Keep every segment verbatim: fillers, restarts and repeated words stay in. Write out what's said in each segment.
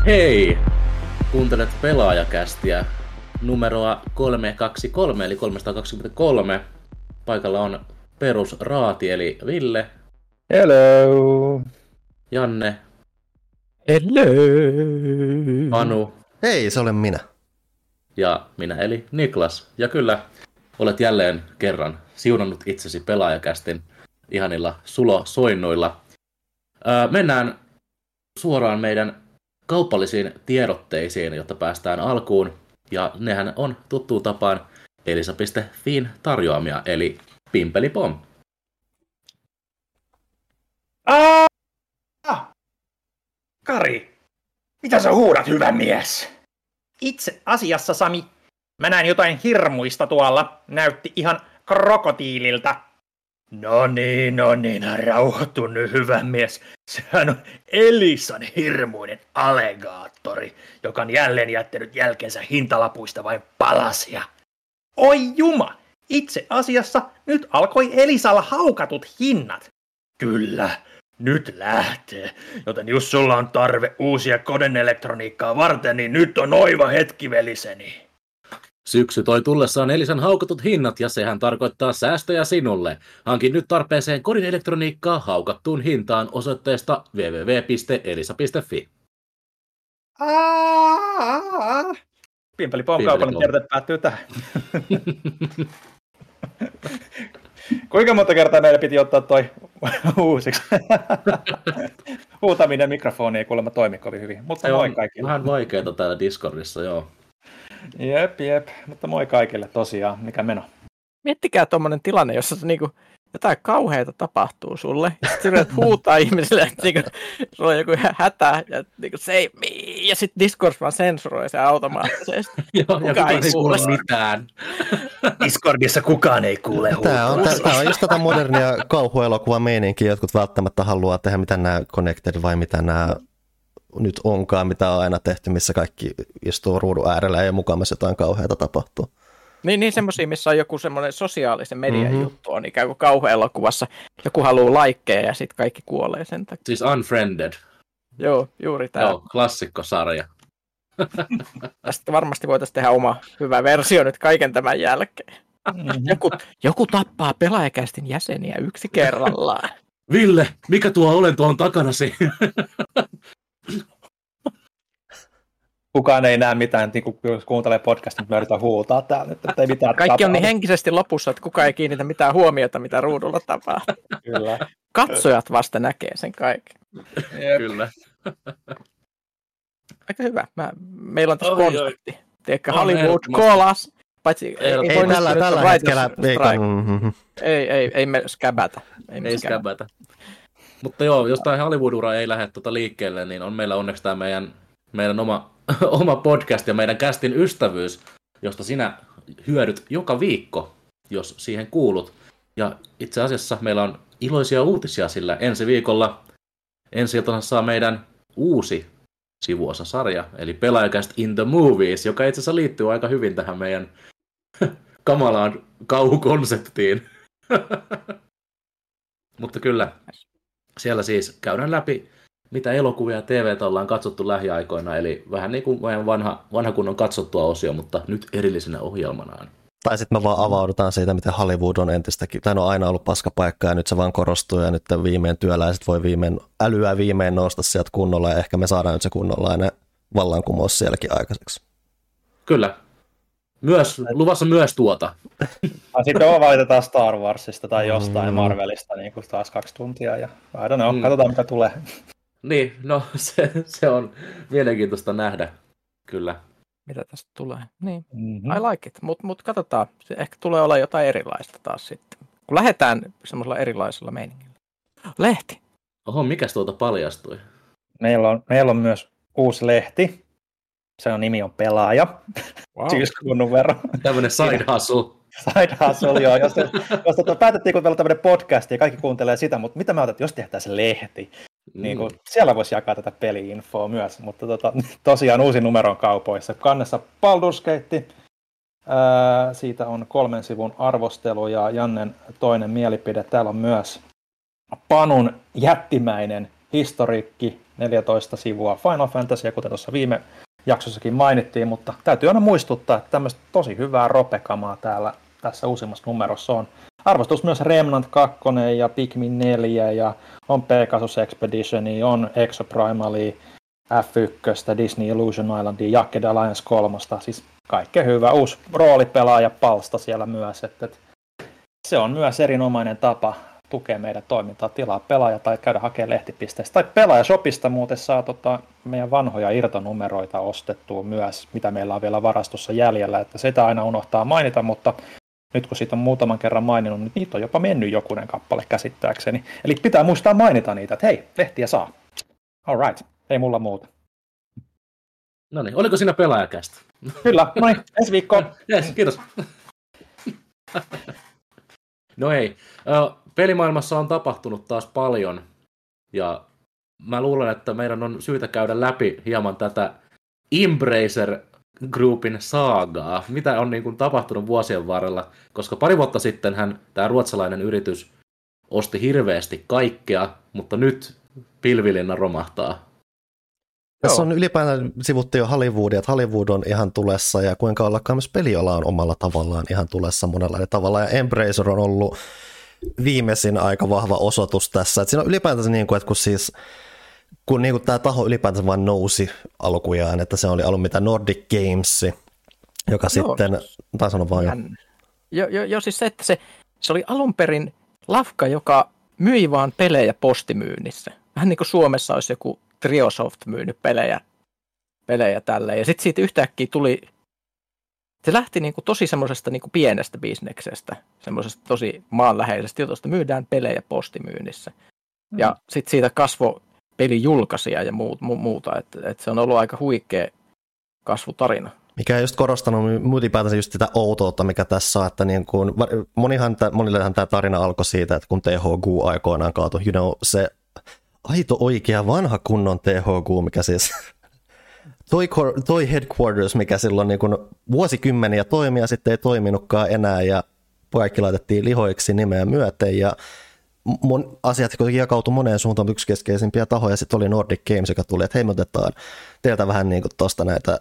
Hei! Kuuntelet Pelaajakästiä numeroa kolmesataakaksikymmentäkolme eli kolmesataakaksikymmentäkolme. Paikalla on perusraati eli Ville. Hello! Janne. Hello! Anu. Hei, se olen minä. Ja minä eli Niklas. Ja kyllä, olet jälleen kerran siunannut itsesi Pelaajakästin ihanilla sulosoinnuilla. Öö, mennään suoraan meidän kaupallisiin tiedotteisiin, jotta päästään alkuun. Ja nehän on tuttuun tapaan elisa piste fin tarjoamia, eli pimpelipom. Ah! Kari, mitä sä huudat, hyvä mies? Itse asiassa, Sami, mä näin jotain hirmuista tuolla. Näytti ihan krokotiililta. No niin, no niin, rauhoitu nyt, hyvä mies. Sehän on Elisan hirmuinen allegaattori, joka on jälleen jättänyt jälkensä hintalapuista vain palasia. Oi juma, itse asiassa nyt alkoi Elisalla haukatut hinnat. Kyllä, nyt lähtee, joten jos sulla on tarve uusia kodenelektroniikkaa varten, niin nyt on oiva hetki, veliseni. Syksy toi tullessaan Elisan haukatut hinnat, ja sehän tarkoittaa säästöjä sinulle. Hankin nyt tarpeeseen kodin elektroniikkaa haukattuun hintaan osoitteesta double-u double-u double-u piste elisa piste fi. Pimpelipom kaupallinen tiedote päättyy tähän. Kuinka monta kertaa meillä piti ottaa toi uusiksi? Huutaminen mikrofoni ei kuulemma toimi kovin hyvin, mutta se moi on kaikille. Vähän vaikeaa täällä Discordissa, joo. Jep, jep, mutta moi kaikille tosiaan, mikä meno. Miettikää tommonen tilanne, jossa niinku jotain kauheita tapahtuu sulle, ja sitten yrität huutaa ihmisille, että niinku, sulla on joku hätä, ja niinku se ei, ja sitten Discord vaan sensuroi se automaattisesti. Joo, ja kukaan ei kuule mitään. Discordissa kukaan ei kuule huutaa. Tämä on, tämä on just tätä modernia kauhuelokuva meininkiä, jotkut välttämättä haluaa tehdä, mitä nämä Connected vai mitä nämä nyt onkaan, mitä on aina tehty, missä kaikki istuu ruudun äärellä ja mukaamassa jotain kauheata tapahtuu. Niin, niin semmoisia, missä on joku semmoinen sosiaalisen median mm-hmm. juttu, on ikään kuin kauhuelokuvassa. Joku haluaa laikkeja ja sitten kaikki kuolee sen takia. Siis Unfriended. Joo, juuri tämä. Joo, klassikkosarja. Tästä varmasti voitaisiin tehdä oma hyvä versio nyt kaiken tämän jälkeen. Mm-hmm. Joku, joku tappaa Pelaajakästin jäseniä yksi kerrallaan. Ville, mikä tuo olento on takanasi? Kukaan ei näe mitään, niin kun kuuntelee podcastin, mutta me yritän huutaa täällä nyt, että ei mitään Kaikki tapahdu. on niin henkisesti lopussa, että kukaan ei kiinnitä mitään huomiota, mitä ruudulla tapahtuu. Kyllä. Katsojat vasta näkee sen kaiken. Jep. Kyllä. Aika hyvä. Mä, meillä on tässä Oi, konsepti. Tiedätkö, On Hollywood Callas. Paitsi ei, Ei, voi tällä, nyt tällä hetkellä. Eikä, mm-hmm. ei, ei, ei me skäbätä. Ei, ei skäbätä. Mutta joo, jos tämä Hollywood-ura ei lähde tuota liikkeelle, niin on meillä onneksi tämä meidän, meidän oma, oma podcast ja meidän kästin ystävyys, josta sinä hyödyt joka viikko, jos siihen kuulut. Ja itse asiassa meillä on iloisia uutisia, sillä ensi viikolla ensi iltana saa meidän uusi sivuosasarja, eli Pelaajakäst in the Movies, joka itse asiassa liittyy aika hyvin tähän meidän kamalaan kauhukonseptiin. Mutta kyllä, siellä siis käydään läpi, mitä elokuvia ja T V:tä ollaan katsottu lähiaikoina, eli vähän niin kuin meidän vanha, vanha kunnon katsottua osio, mutta nyt erillisenä ohjelmanaan. Tai sitten me vaan avaudutaan siitä, miten Hollywood on entistäkin. Tämä on aina ollut paskapaikka ja nyt se vaan korostuu ja nyt viimein työläiset voi viimein, älyä viimein nousta sieltä kunnolla ja ehkä me saadaan nyt se kunnollainen vallankumous sielläkin aikaiseksi. Kyllä. Myös, luvassa myös tuota. Sitten on valitetaan Star Warsista tai jostain mm. Marvelista niin kuin taas kaksi tuntia ja I don't know, mm. katsotaan mitä tulee. Niin, no se, se on mielenkiintoista nähdä, kyllä. Mitä tästä tulee. Niin, Mm-hmm. I like it. Mutta mut katsotaan, se ehkä tulee olla jotain erilaista taas sitten. Kun lähdetään semmoisella erilaisella meiningillä. Lehti. Oho, mikäs tuolta paljastui? Meillä on, meillä on myös uusi lehti. Sen nimi on Pelaaja. Wow. Syyskuun numero. Tämmönen side hustle. Side hustle, joo. Jos, jos tota, päätettiin, kun meillä on tämmöinen podcast ja kaikki kuuntelee sitä, mutta mitä mä otan, jos tehdään se lehti? Mm. Niin kun, siellä voisi jakaa tätä peli-infoa myös, mutta tota, tosiaan uusi numero on kaupoissa. Kannessa Baldur's Gate. Ää, siitä on kolmen sivun arvostelu ja Jannen toinen mielipide. Täällä on myös Panun jättimäinen historiikki, neljätoista sivua Final Fantasy, kuten tuossa viime jaksossakin mainittiin, mutta täytyy aina muistuttaa, että tämmöistä tosi hyvää ropekamaa täällä tässä uusimmassa numerossa on. Arvostus myös Remnant kaksi ja Pikmin neljä ja on Pegasus Expedition, on Exoprimalia, F yksi, Disney Illusion Islandia, Jagged Alliance kolme, siis kaikkea hyvää. Uusi roolipelaaja palsta siellä myös, että, että se on myös erinomainen tapa tukea meidän toimintaa, tilaa pelaaja tai käydä hakemaan lehtipisteestä. Tai pelaajashopista muuten saa tota, meidän vanhoja irtonumeroita ostettua myös, mitä meillä on vielä varastossa jäljellä, että sitä aina unohtaa mainita, mutta nyt kun siitä on muutaman kerran maininnut, niin niitä on jopa mennyt jokunen kappale käsittääkseni. Eli pitää muistaa mainita niitä, että hei, lehtiä saa. All right, ei mulla muuta. No niin, oliko siinä pelaajakästä? Kyllä, no niin, ensi viikkoon. Yes, kiitos. No ei, pelimaailmassa on tapahtunut taas paljon, ja mä luulen, että meidän on syytä käydä läpi hieman tätä Embracer Groupin saagaa, mitä on niin kuin tapahtunut vuosien varrella, koska pari vuotta sitten hän, tämä ruotsalainen yritys, osti hirveästi kaikkea, mutta nyt pilvilinna romahtaa. Tässä on ylipäätään sivuttiin jo Hollywoodia, että Hollywood on ihan tulessa ja kuinka ollakaan myös peliala on omalla tavallaan ihan tulessa monella tavalla. Ja Embracer on ollut viimeisin aika vahva osoitus tässä. Että siinä on ylipäätään niin kuin, että kun siis kun niin kuin tämä taho ylipäätään vaan nousi alkujaan, että se oli alun mitä Nordic Games, joka no, sitten, tai sanon vaan jo. Jo, jo, jo siis se, että se, se oli alun perin lafka, joka myi vaan pelejä postimyynnissä. Vähän niin kuin Suomessa olisi joku Triosoft myynyt pelejä, pelejä tälleen. Ja sitten siitä yhtäkkiä tuli, se lähti niinku tosi semmoisesta niinku pienestä bisneksestä, semmoisesta tosi maanläheisestä jutusta, myydään pelejä postimyynnissä. Mm. Ja sitten siitä kasvoi pelijulkaisia ja muut, mu, muuta, että et se on ollut aika huikea kasvutarina. Mikä on just korostanut muutipäätänsä just sitä outoutta, mikä tässä on, että niin kuin, monihan, monillehan tämä tarina alkoi siitä, että kun T H Q aikoinaan kaatui, you know, se aito oikea vanha kunnon T H Q, mikä siis toi, toi headquarters, mikä silloin niin kuin vuosikymmeniä toimi ja sitten ei toiminutkaan enää ja kaikki laitettiin lihoiksi nimeä myöten ja mon, asiat kuitenkin jakautui moneen suuntaan, yksi keskeisimpiä tahoja sitten oli Nordic Games, joka tuli, että hei me otetaan teiltä vähän niin kuin tuosta näitä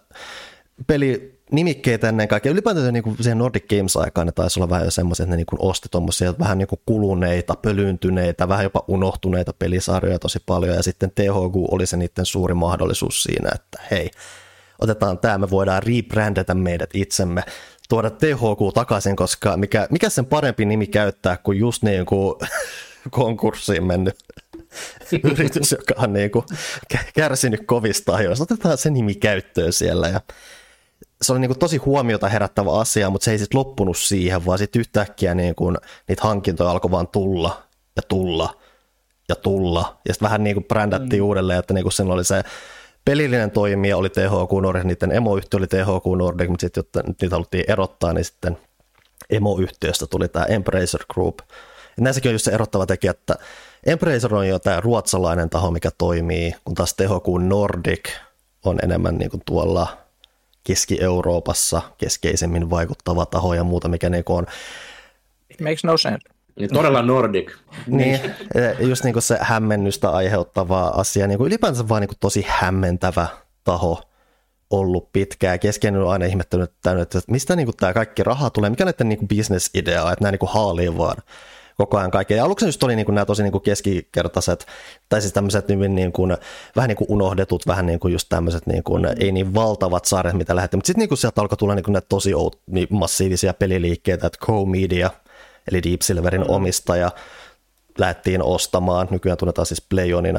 pelinimikkeitä ennen kaikkea. Ylipäätään niin kuin siihen Nordic Games-aikaan ne taisi olla vähän jo semmoisia, että ne niin kuin osti tuommoisia vähän niin kuin kuluneita, pölyyntyneitä, vähän jopa unohtuneita pelisarjoja tosi paljon, ja sitten T H Q oli se niiden suuri mahdollisuus siinä, että hei, otetaan tämä, me voidaan rebrändätä meidät itsemme, tuoda T H Q takaisin, koska mikä, mikä sen parempi nimi käyttää kuin just niin kuin konkurssiin mennyt yritys, joka on niin kuin kärsinyt kovista ajoista. Otetaan se nimi käyttöön siellä ja se oli niin kuin tosi huomiota herättävä asia, mutta se ei sitten loppunut siihen, vaan sitten yhtäkkiä niin kuin niitä hankintoja alkoi vaan tulla ja tulla ja tulla. Ja sitten vähän niin kuin brändättiin mm. uudelleen, että niin kuin siinä oli se pelillinen toimija oli T H Q Nordic, niiden emoyhtiö oli T H Q Nordic, mutta sitten jotta niitä haluttiin erottaa, niin sitten emoyhtiöstä tuli tämä Embracer Group. Ja näissäkin on just se erottava tekijä, että Embracer on jo tämä ruotsalainen taho, mikä toimii, kun taas T H Q Nordic on enemmän niin kuin tuolla Keski-Euroopassa keskeisemmin vaikuttava taho ja muuta, mikä niin on. It makes no sense. Niin todella Nordic. Niin, just niin kuin se hämmennystä aiheuttava asia, niin kuin ylipäänsä vaan niin kuin tosi hämmentävä taho ollut pitkään. Keskeinen on aina ihmettänyt, että mistä niin kuin tämä kaikki raha tulee, mikä näiden niin kuin business-idea, että nämä niin kuin haalii vaan koko ajan kaikkea. Ja aluksi just oli niin kuin nämä tosi niin kuin keskikertaiset, tai siis tämmöiset niin, niin kuin, vähän niin kuin unohdetut, vähän niin kuin just tämmöiset niin kuin, ei niin valtavat sarjat, mitä lähdettiin. Mutta sitten niin kuin sieltä alkoi tulla niin kuin näitä tosi out, niin massiivisia peliliikkeitä, että Co-Media, eli Deep Silverin mm. omistaja, lähdettiin ostamaan. Nykyään tunnetaan siis Playonina.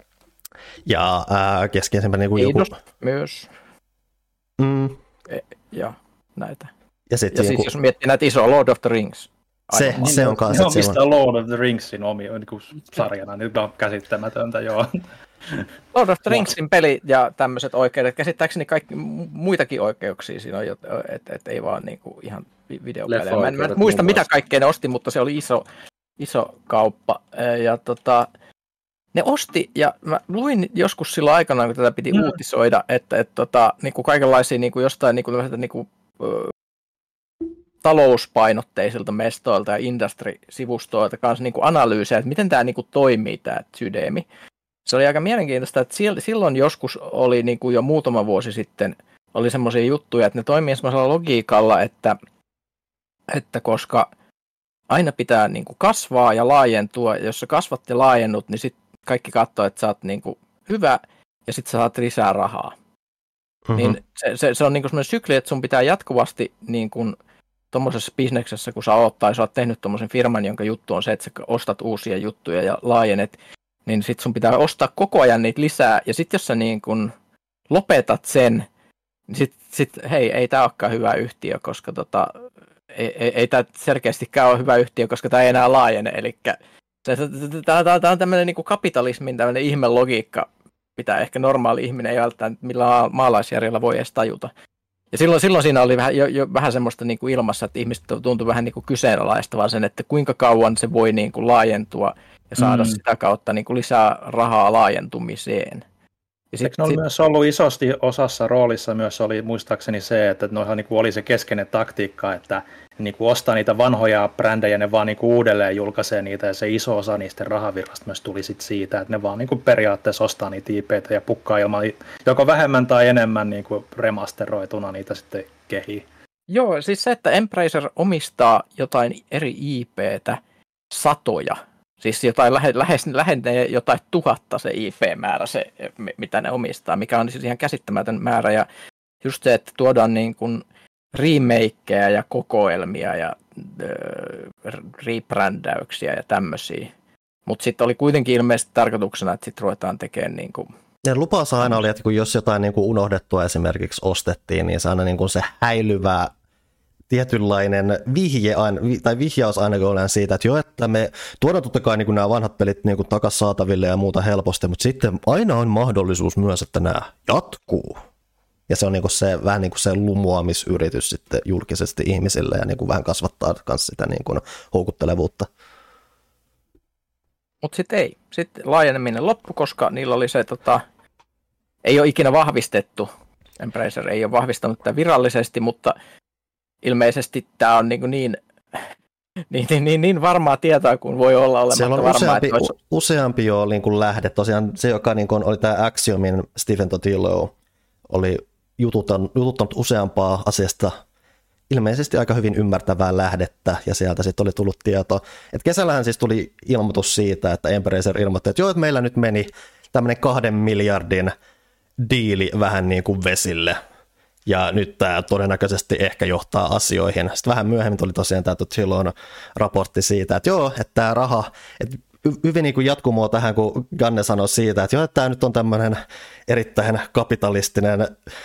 Ja ää, keskeisimpänä niin kuin joku... myös. Mm. E- ja näitä. Ja, sit ja siis joku... jos miettii näitä isoja Lord of the Rings. Se, se on kanssa. Ne on mistä Lord of the Ringsin omi niin sarjana, niin on käsittämätöntä, joo. Lord of the Ringsin peli ja tämmöiset oikeudet, käsittääkseni kaikki muitakin oikeuksia siinä on, että et ei vaan niinku ihan videopelejä. Mä en, mä en muista mitä kaikkea ne osti, mutta se oli iso, iso kauppa. Ja tota, ne osti, ja mä luin joskus silloin aikanaan, kun tätä piti mm. uutisoida, että et tota, niinku kaikenlaisia niinku jostain niinku, niinku, talouspainotteisilta mestoilta ja industry-sivustoilta kanssa niinku analyysejä, että miten tämä niinku toimii tämä Sydemi. se oli aika mielenkiintoista, että silloin joskus oli niin kuin jo muutama vuosi sitten, oli semmoisia juttuja, että ne toimii semmoisella logiikalla, että, että koska aina pitää niin kuin kasvaa ja laajentua, ja jos sä kasvat ja laajennut, niin sitten kaikki katsoo, että sä oot niin kuin hyvä, ja sitten sä saat lisää rahaa. Mm-hmm. Niin se, se, se on niin kuin semmoinen sykli, että sun pitää jatkuvasti niin kuin tuommoisessa bisneksessä, kun sä oot tai sä oot tehnyt tuommoisen firman, jonka juttu on se, että sä ostat uusia juttuja ja laajenet, niin sit sun pitää ostaa koko ajan niitä lisää, ja sit jos sä niin kun lopetat sen, niin sit, sit hei, ei tää olekaan hyvä yhtiö, koska tota, ei, ei, ei tää selkeästikään ole hyvä yhtiö, koska tää ei enää laajene, eli tää on tämmönen niin kuin kapitalismin tämmönen ihmelogiikka, mitä ehkä normaali ihminen ei välttämättä millään maalaisjärjellä voi edes tajuta. Ja silloin, silloin siinä oli vähän, jo, jo vähän semmoista niin kuin ilmassa, että ihmiset tuntui vähän niin kuin kyseenalaistavan sen, että kuinka kauan se voi niin kuin laajentua ja saada mm. sitä kautta niin kuin lisää rahaa laajentumiseen. Ja sit, Eikö ne oli sit... myös ollut isosti osassa roolissa myös oli muistaakseni se, että noihan niin kuin oli se keskeinen taktiikka, että niin kuin ostaa niitä vanhoja brändejä, ne vaan niin kuin uudelleen julkaisee niitä ja se iso osa niistä rahavirrasta myös tuli sit siitä, että ne vaan niin kuin periaatteessa ostaa niitä I P:tä ja pukkaa ilman joko vähemmän tai enemmän niin kuin remasteroituna niitä sitten kehii. Joo, siis se, että Embracer omistaa jotain eri I P:tä satoja, siis jotain lähes, lähes lähenee jotain tuhatta se I P-määrä, se, mitä ne omistaa, mikä on siis ihan käsittämätön määrä. Ja just se, että tuodaan niin kuin remakeja ja kokoelmia ja äh, rebrändäyksiä ja tämmöisiä. Mutta sitten oli kuitenkin ilmeisesti tarkoituksena, että sitten ruvetaan tekemään niin kuin... Ja lupaus aina oli, että kun jos jotain niin kuin unohdettua esimerkiksi ostettiin, niin se aina niin kuin se häilyvä tietynlainen vihje tai vihjaus aina olen siitä, että jo, että me tuodaan totta kai niin kuin nämä vanhat pelit niin kuin takaisin saataville ja muuta helposti, mutta sitten aina on mahdollisuus myös, että nämä jatkuu. Ja se on niin kuin se, vähän niin kuin se lumoamisyritys sitten julkisesti ihmisille ja niin kuin vähän kasvattaa myös sitä niin kuin houkuttelevuutta. Mutta sitten ei. Sitten laajeneminen loppu, koska niillä oli se, tota, ei ole ikinä vahvistettu. Embracer ei ole vahvistanut tätä virallisesti, mutta ilmeisesti tämä on niin, niin, niin, niin, niin, niin varmaa tietoa kuin voi olla olematta siellä on varmaa. Useampi, olisi... useampi jo niin kuin lähde. Tosiaan se, joka niin kuin oli tämä Axiomin Stephen Totilo, oli jututtanut, jututtanut useampaa asiasta ilmeisesti aika hyvin ymmärtävää lähdettä, ja sieltä sitten oli tullut tieto. Et kesällähän siis tuli ilmoitus siitä, että Embracer ilmoitti, että joo, että meillä nyt meni tämmöinen kahden miljardin diili vähän niin kuin vesille, ja nyt tämä todennäköisesti ehkä johtaa asioihin. Sitten vähän myöhemmin tuli tosiaan tämä Totilon raportti siitä, että joo, että tämä raha, että hyvin niin kuin jatkumoa tähän, kun Ganne sanoi siitä, että joo, että tämä nyt on tämmöinen erittäin kapitalistinen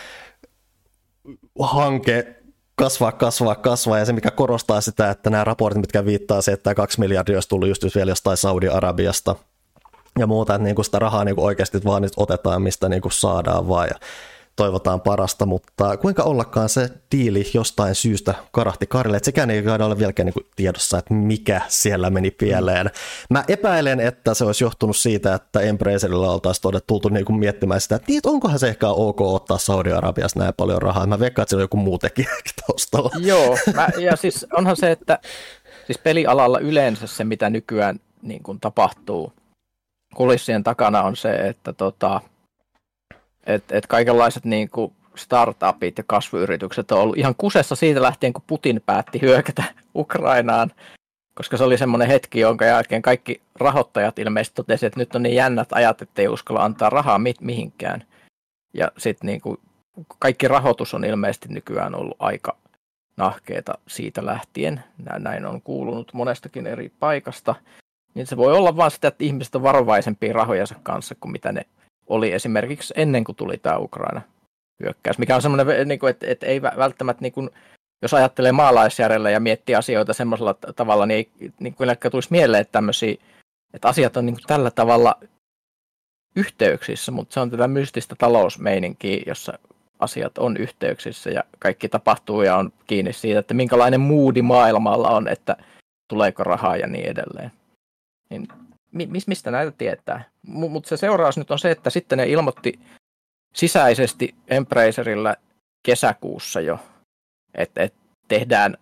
hanke, kasvaa, kasvaa, kasvaa, ja se mikä korostaa sitä, että nämä raportit, mitkä viittaa se, että tämä kaksi miljardia olisi tullut just vielä jostain Saudi-Arabiasta ja muuta, että niin kuin sitä rahaa niin kuin oikeasti vaan nyt otetaan, mistä niin kuin saadaan vaan, ja toivotaan parasta, mutta kuinka ollakaan se diili jostain syystä karahti karille, että sekään ei käydä ole vieläkään niin tiedossa, että mikä siellä meni pieleen. Mä epäilen, että se olisi johtunut siitä, että Embracerilla oltaisiin tultu niin kuin miettimään sitä, että, niin, että onkohan se ehkä ok ottaa Saudi-Arabiasta näin paljon rahaa. Mä veikkaan, että siellä on joku muu tekijä taustalla. Joo, mä, ja siis onhan se, että siis pelialalla yleensä se, mitä nykyään niin kuin tapahtuu kulissien takana on se, että tota, Että et kaikenlaiset niin kuin startupit ja kasvuyritykset on ollut ihan kusessa siitä lähtien, kun Putin päätti hyökätä Ukrainaan, koska se oli semmoinen hetki, jonka jälkeen kaikki rahoittajat ilmeisesti totesivat, että nyt on niin jännät ajat, että ei uskalla antaa rahaa mi- mihinkään. Ja sitten niin kuin kaikki rahoitus on ilmeisesti nykyään ollut aika nahkeeta siitä lähtien. Näin on kuulunut monestakin eri paikasta. Niin se voi olla vaan sitä, että ihmiset on varovaisempia rahojensa kanssa kuin mitä ne oli esimerkiksi ennen kuin tuli tämä Ukraina-hyökkäys, mikä on semmoinen, että, että ei välttämättä, niin kuin, jos ajattelee maalaisjärjellä ja miettii asioita semmoisella tavalla, niin ei niin kuin tulisi mieleen, että, tämmöisiä, että asiat on niin kuin tällä tavalla yhteyksissä, mutta se on tätä mystistä talousmeininkiä, jossa asiat on yhteyksissä ja kaikki tapahtuu ja on kiinni siitä, että minkälainen moodi maailmalla on, että tuleeko rahaa ja niin edelleen. Niin mistä näitä tietää? Mutta se seuraus nyt on se, että sitten ne ilmoitti sisäisesti Embracerilla kesäkuussa jo, että et tehdään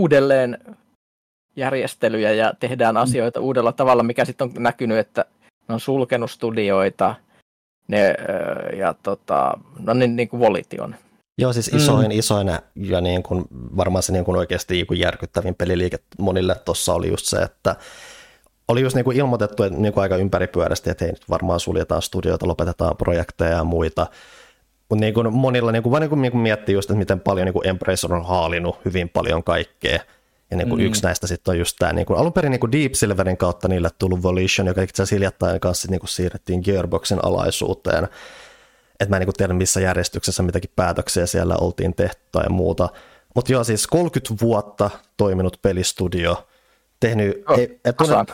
uudelleen järjestelyjä ja tehdään asioita uudella tavalla, mikä sitten on näkynyt, että ne on sulkenut studioita, ne, ja tota, no niin, niin kuin Volition. Joo, siis isoin, mm. isoin ja niin kuin, varmaan se niin kuin oikeasti niin kuin järkyttävin peliliike monille tuossa oli just se, että oli just niin kuin ilmoitettu että niin kuin aika ympäripyörästi, että hei, nyt varmaan suljetaan studioita, lopetetaan projekteja ja muita. Mutta niin kuin monilla niin kuin, vaan niin kuin, niin kuin miettii just, että miten paljon niin kuin Embracer on haalinut hyvin paljon kaikkea. Ja niin kuin mm. yksi näistä sitten on just tämä, niin kuin, alun perin niin kuin Deep Silverin kautta niille tullut Volition, joka itse asiassa hiljattain kanssa niin kuin siirrettiin Gearboxin alaisuuteen. Että mä en niin tiedä, missä järjestyksessä mitäkin päätöksiä siellä oltiin tehty tai muuta. Mutta joo, siis kolmekymmentä vuotta toiminut pelistudio, tehnyt, oh, että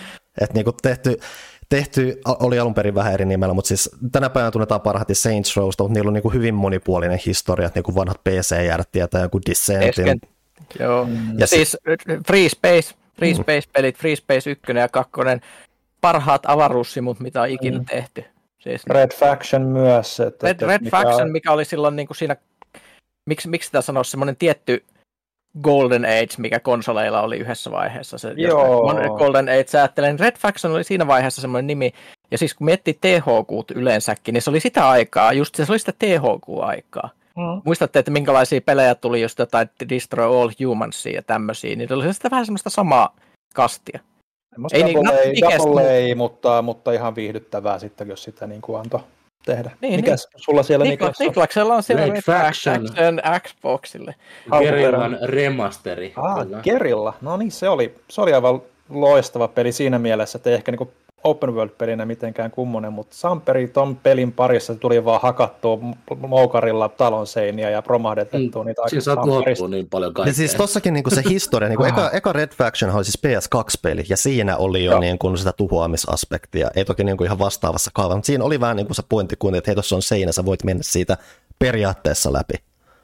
et niinku tehty, tehty, oli alun perin vähän eri nimellä, mutta siis tänä päivänä tunnetaan parhaiten Saints Row, mutta niillä on niinku hyvin monipuolinen historia, että niinku vanhat P C-järjet tietää joku Descentin. Joo, ja, ja siis Free Space, Free Space-pelit, Free Space yksi ja kaksi, parhaat avaruussimut, mitä on ikinä mm. tehty. Siis Red Faction myös. Että, Red, Red mikä Faction, mikä oli silloin niin kuin siinä, miksi, miksi sitä sanoisi, semmoinen tietty Golden Age, mikä konsoleilla oli yhdessä vaiheessa. Se, Golden Age, sä ajattelen, Red Faction oli siinä vaiheessa semmoinen nimi, ja siis kun miettii T H Q yleensäkin, niin se oli sitä aikaa, just se oli sitä T H Q-aikaa. Mm. Muistatte, että minkälaisia pelejä tuli just jotain Destroy All Humansia ja tämmöisiä, niin oli sitä vähän semmoista samaa kastia. Ei niin, ei, double ei, mutta, mutta ihan viihdyttävää sitten, jos sitä niin kuin antoi tehdä. Niin, mikäs niin. Sulla siellä Niklas on? Niklaksella on siellä Red Faction Xboxille. Gerillan remasteri. Ah, Gerilla. No niin, se oli, se oli aivan loistava peli siinä mielessä, että ei ehkä niin open world-pelinä mitenkään kummonen, mutta Samperi ton pelin parissa tuli vaan hakattua moukarilla talon seiniä ja romahdetettua mm, niitä aika Samperista. Niin paljon kaikkea. Ja siis tossakin niinku se historia, niinku eka, eka Red Faction oli siis P S kaksi-peli, ja siinä oli jo niinku sitä tuhoamisaspektia, ei toki niinku ihan vastaavassa kaavassa, mutta siinä oli vähän niinku se pointti, kun että hei, tuossa on seinä, sä voit mennä siitä periaatteessa läpi.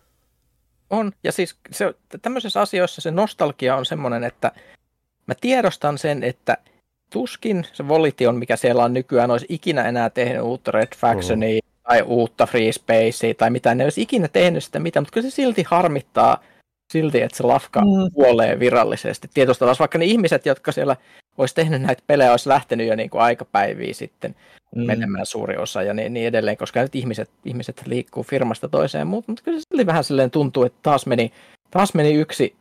On, ja siis se, tämmöisissä asioissa se nostalgia on semmoinen, että mä tiedostan sen, että tuskin se Volition, mikä siellä on nykyään, olisi ikinä enää tehnyt uutta Red Factionia mm. tai uutta Free Spacea tai mitään. Ne olisi ikinä tehnyt sitä mitään, mutta kyllä se silti harmittaa silti, että se lafka mm. kuolee virallisesti. Tietysti taas vaikka ne ihmiset, jotka siellä olisi tehnyt näitä pelejä, olisi lähtenyt jo niin kuin aikapäiviä sitten mm. menemään suuri osa ja niin, niin edelleen, koska nyt ihmiset, ihmiset liikkuu firmasta toiseen, mutta kyllä se silti vähän silleen tuntuu, että taas meni, taas meni yksi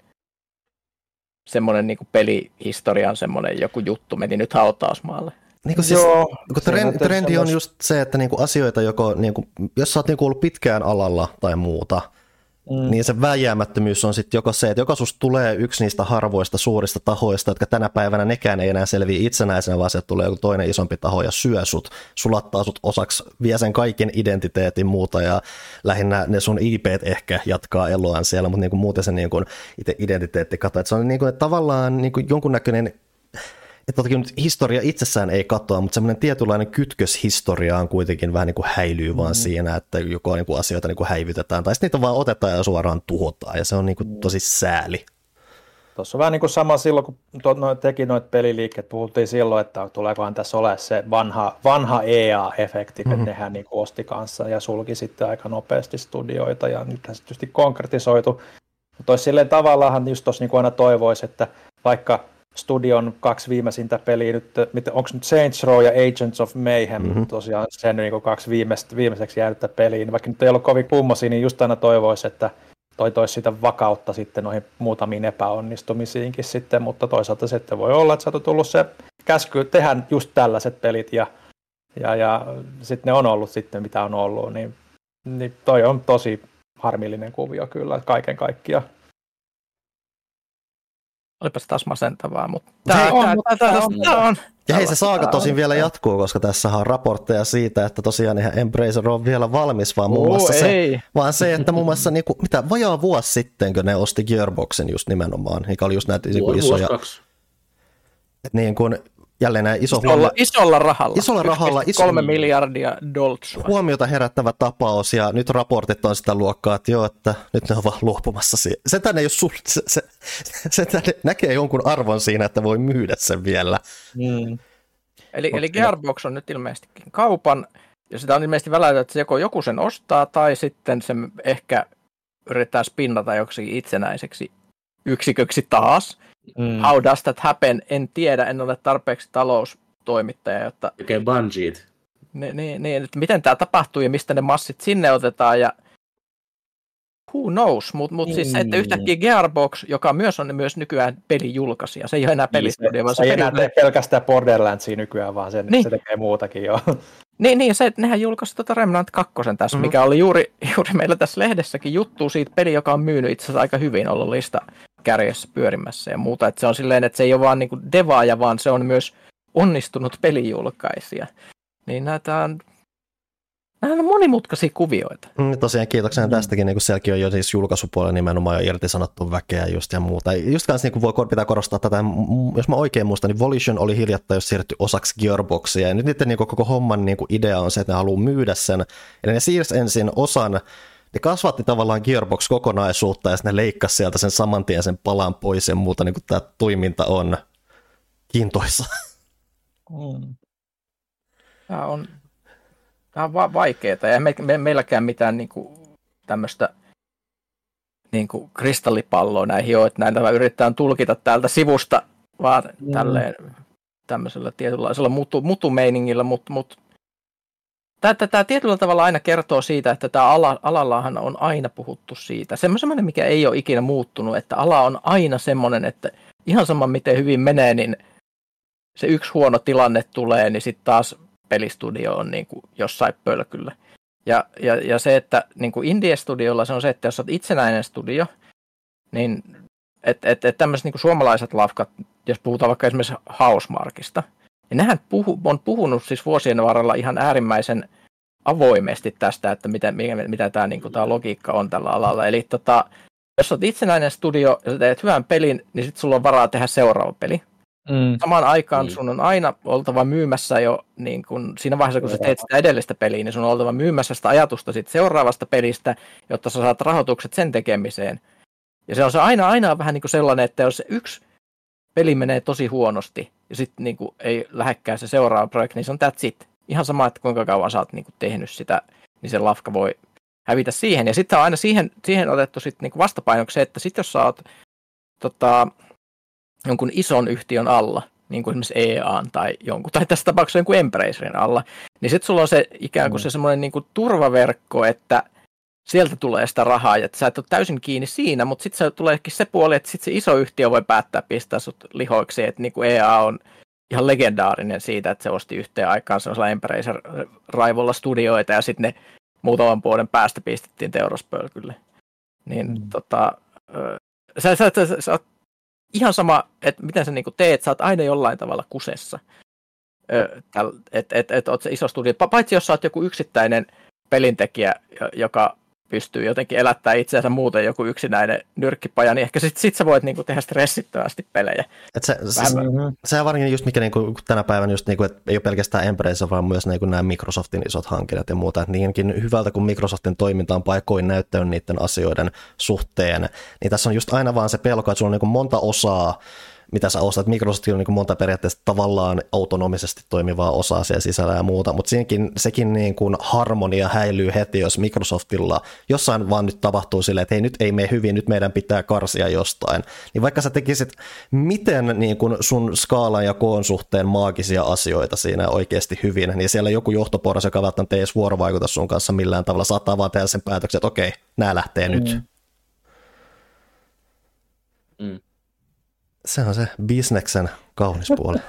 semmoinen niin kuin pelihistorian semmoinen joku juttu meni nyt hautausmaalle. Niin kuin siis, Joo, kun trendi, trendi on just se, että niin kuin asioita, joko, niin kuin, jos sä oot niin kuin ollut pitkään alalla tai muuta, mm. niin se vääjäämättömyys on sitten joko se, että joko susta tulee yksi niistä harvoista suurista tahoista, jotka tänä päivänä nekään ei enää selviä itsenäisenä, vaan sieltä tulee joku toinen isompi taho ja syö sut, sulattaa sut osaksi, vie sen kaiken identiteetin muuta ja lähinnä ne sun I P:t ehkä jatkaa eloaan siellä, mutta niin kuin muuten se niin kuin itse identiteetti katsoo, että se on niin kuin, että tavallaan niin kuin jonkunnäköinen, että toki nyt historia itsessään ei katoa, mutta semmoinen tietynlainen kytkös historiaan kuitenkin vähän niin kuin häilyy vaan mm. siinä, että joko niin kuin asioita niin kuin häivytetään, tai sitten niitä vaan otetaan ja suoraan tuhotaan, ja se on niin kuin tosi sääli. Tuossa on vähän niin kuin sama silloin, kun no, teki noita peliliikkeet, puhuttiin silloin, että tuleekohan tässä ole se vanha, vanha E A-efekti, mm-hmm. että nehän niin kuin osti kanssa ja sulki sitten aika nopeasti studioita, ja nythän se tietysti konkretisoitu. Mutta olisi silleen tavallaan just tuossa niin kuin aina toivoisi, että vaikka studion kaksi viimeisintä peliä, nyt, onko nyt Saints Row ja Agents of Mayhem, mm-hmm. tosiaan sen niin kaksi viimeistä, viimeiseksi jäänyttä peliä, niin vaikka nyt ei ollut kovin kummosia, niin just aina toivoisi, että toi toisi sitä vakautta sitten noihin muutamiin epäonnistumisiinkin sitten, mutta toisaalta sitten voi olla, että sieltä on tullut se käsky tehdä just tällaiset pelit, ja, ja, ja sitten ne on ollut sitten mitä on ollut, niin, niin toi on tosi harmillinen kuvio kyllä, kaiken kaikkiaan. Olipas taas masentavaa, mutta tämä on, on, on. Ja hei, se saaga tosin vielä jatkuu, koska tässä on raportteja siitä, että tosiaan eihän Embracer on vielä valmis, vaan muun muassa oh, se, vaan se, että muun muassa niin kuin, mitä, vajaa vuosi sitten, kun ne osti Gearboxin just nimenomaan, mikä oli just näitä niin isoja, niin kuin, jälleen näin iso isolla, huomio, isolla rahalla, isolla rahalla iso, kolme miljardia doltsua. Huomiota herättävä tapaus, ja nyt raportit on sitä luokkaa, että joo, että nyt ne on vaan luopumassa siihen. Se tänne, jos sul, se, se, se tänne näkee jonkun arvon siinä, että voi myydä sen vielä. Mm. Eli, eli Gearbox on nyt ilmeisestikin kaupan, ja sitä on ilmeisesti väläytetty, että joko joku sen ostaa, tai sitten se ehkä yritetään spinnata joksikin itsenäiseksi yksiköksi taas. Mm. How does that happen? En tiedä, en ole tarpeeksi talous, toimittaja, jotta... Tekee bungeet. Niin, niin, niin, että miten tämä tapahtuu ja mistä ne massit sinne otetaan ja who knows, mutta mut siis se, että yhtäkkiä Gearbox, joka myös on myös nykyään pelijulkaisija, se ei ole enää pelistudio, vaan se, se ei enää tee pelkästään Borderlandsia nykyään, vaan sen, niin. se tekee muutakin jo. Niin, niin se, että nehän julkaisi tuota Remnant kaksi tässä, mm-hmm. mikä oli juuri, juuri meillä tässä lehdessäkin juttu siitä peli, joka on myynyt itse asiassa aika hyvin, ollut lista kärjessä pyörimässä ja muuta, että se on silleen, että se ei ole vaan niinku devaaja, vaan se on myös onnistunut pelijulkaisija. Niin näitä on, nämä on monimutkaisia kuvioita. Mm, tosiaan kiitoksena mm. tästäkin, niin sielläkin on jo siis julkaisupuolella nimenomaan jo irtisanottu väkeä just ja muuta. Just kanssa niin voi pitää korostaa tätä, jos mä oikein muistan, niin Volition oli hiljattain jos siirretty osaksi Gearboxia, ja nyt niiden niin koko homman niin idea on se, että ne haluaa myydä sen, eli ne siirsi ensin osan, ne kasvatti tavallaan Gearbox-kokonaisuutta, ja sitten ne leikkasi sieltä sen saman tien sen palan pois, ja muuta niin kuin tämä toiminta on kiintoisa. Mm. Tämä on, tämä on va- vaikeaa, ja me, me, meilläkään mitään niin kuin, tämmöistä niin kuin kristallipalloa näihin ole, että näitä yritetään tulkita täältä sivusta, vaan mm. tälleen, tämmöisellä tietynlaisella mutu, mutumeiningillä, mutta mut, tämä, tämä tietyllä tavalla aina kertoo siitä, että tämä ala, alallahan on aina puhuttu siitä. Semmoinen, mikä ei ole ikinä muuttunut, että ala on aina semmoinen, että ihan sama miten hyvin menee, niin se yksi huono tilanne tulee, niin sitten taas pelistudio on niin kuin jossain pölkyllä. Ja, ja, ja se, että niin kuin Indie-studiolla se on se, että jos olet itsenäinen studio, niin että et, et tämmöiset niin kuin suomalaiset lafkat, jos puhutaan vaikka esimerkiksi Housemarquesta, niin nehän puhu, on puhunut siis vuosien varrella ihan äärimmäisen avoimesti tästä, että mitä, mitä tämä, niin kuin, tämä logiikka on tällä alalla. Eli tota, jos olet itsenäinen studio ja teet hyvän pelin, niin sitten sulla on varaa tehdä seuraava peli. Mm. Samaan aikaan mm. sun on aina oltava myymässä jo, niin kun, siinä vaiheessa kun sä teet sitä edellistä peliä, niin sun on oltava myymässä sitä ajatusta sit seuraavasta pelistä, jotta sä saat rahoitukset sen tekemiseen. Ja se on se aina, aina vähän niin kuin sellainen, että jos se yksi peli menee tosi huonosti, ja sitten niin ei lähekkää se seuraava projekti, niin se on that's it. Ihan sama, että kuinka kauan sä oot niin kuin tehnyt sitä, niin se lafka voi hävitä siihen. Ja sitten on aina siihen, siihen otettu sit niin kuin vastapainoksi se, että sitten jos sä oot tota, jonkun ison yhtiön alla, niin kuin esimerkiksi E A tai jonkun, tai tässä tapauksessa jonkun Embracerin alla, niin sitten sulla on se ikään kuin se semmoinen niin kuin turvaverkko, että sieltä tulee sitä rahaa, ja että sä et ole täysin kiinni siinä, mutta sitten se tuleekin se puoli, että sitten se iso yhtiö voi päättää pistää sut lihoiksi, että niin kuin E A on ihan legendaarinen siitä, että se osti yhteen aikaan sellaisella Embracer-raivolla studioita, ja sitten ne muutaman vuoden päästä pistettiin teuraspölkylle. Niin mm. tota, sä, sä, sä, sä oot ihan sama, että miten sä niinku teet, sä oot aina jollain tavalla kusessa, että et, et oot se iso studio, paitsi jos sä oot joku yksittäinen pelintekijä, joka pystyy jotenkin elättää itseänsä muuten joku yksinäinen nyrkkipaja, niin ehkä sit, sit sä voit niinku tehdä stressittävästi pelejä. Et se, se, se on varsinkin just mikä niinku, tänä päivänä, just niinku, että ei ole pelkästään Embracer, vaan myös niinku nämä Microsoftin isot hankinnat ja muuta. Et niinkin hyvältä kuin Microsoftin toiminta on paikoin näyttänyt niiden asioiden suhteen, niin tässä on just aina vaan se pelko, että sulla on niinku monta osaa, mitä sä ostat. Microsoftilla on niin monta periaatteessa tavallaan autonomisesti toimivaa osaa siellä sisällä ja muuta, mutta siinäkin, sekin niin kuin harmonia häilyy heti, jos Microsoftilla jossain vaan nyt tapahtuu silleen, että hei, nyt ei mene hyvin, nyt meidän pitää karsia jostain. Niin vaikka sä tekisit miten niin kuin sun skaalan ja koon suhteen maagisia asioita siinä oikeasti hyvin, niin siellä joku johtoporras, joka välttämättä ei edes vuorovaikuta sun kanssa millään tavalla, saattaa vaan tehdä sen päätöksen, että okei, nämä lähtee mm. nyt. Mm. Se on se bisneksen kaunis puoli.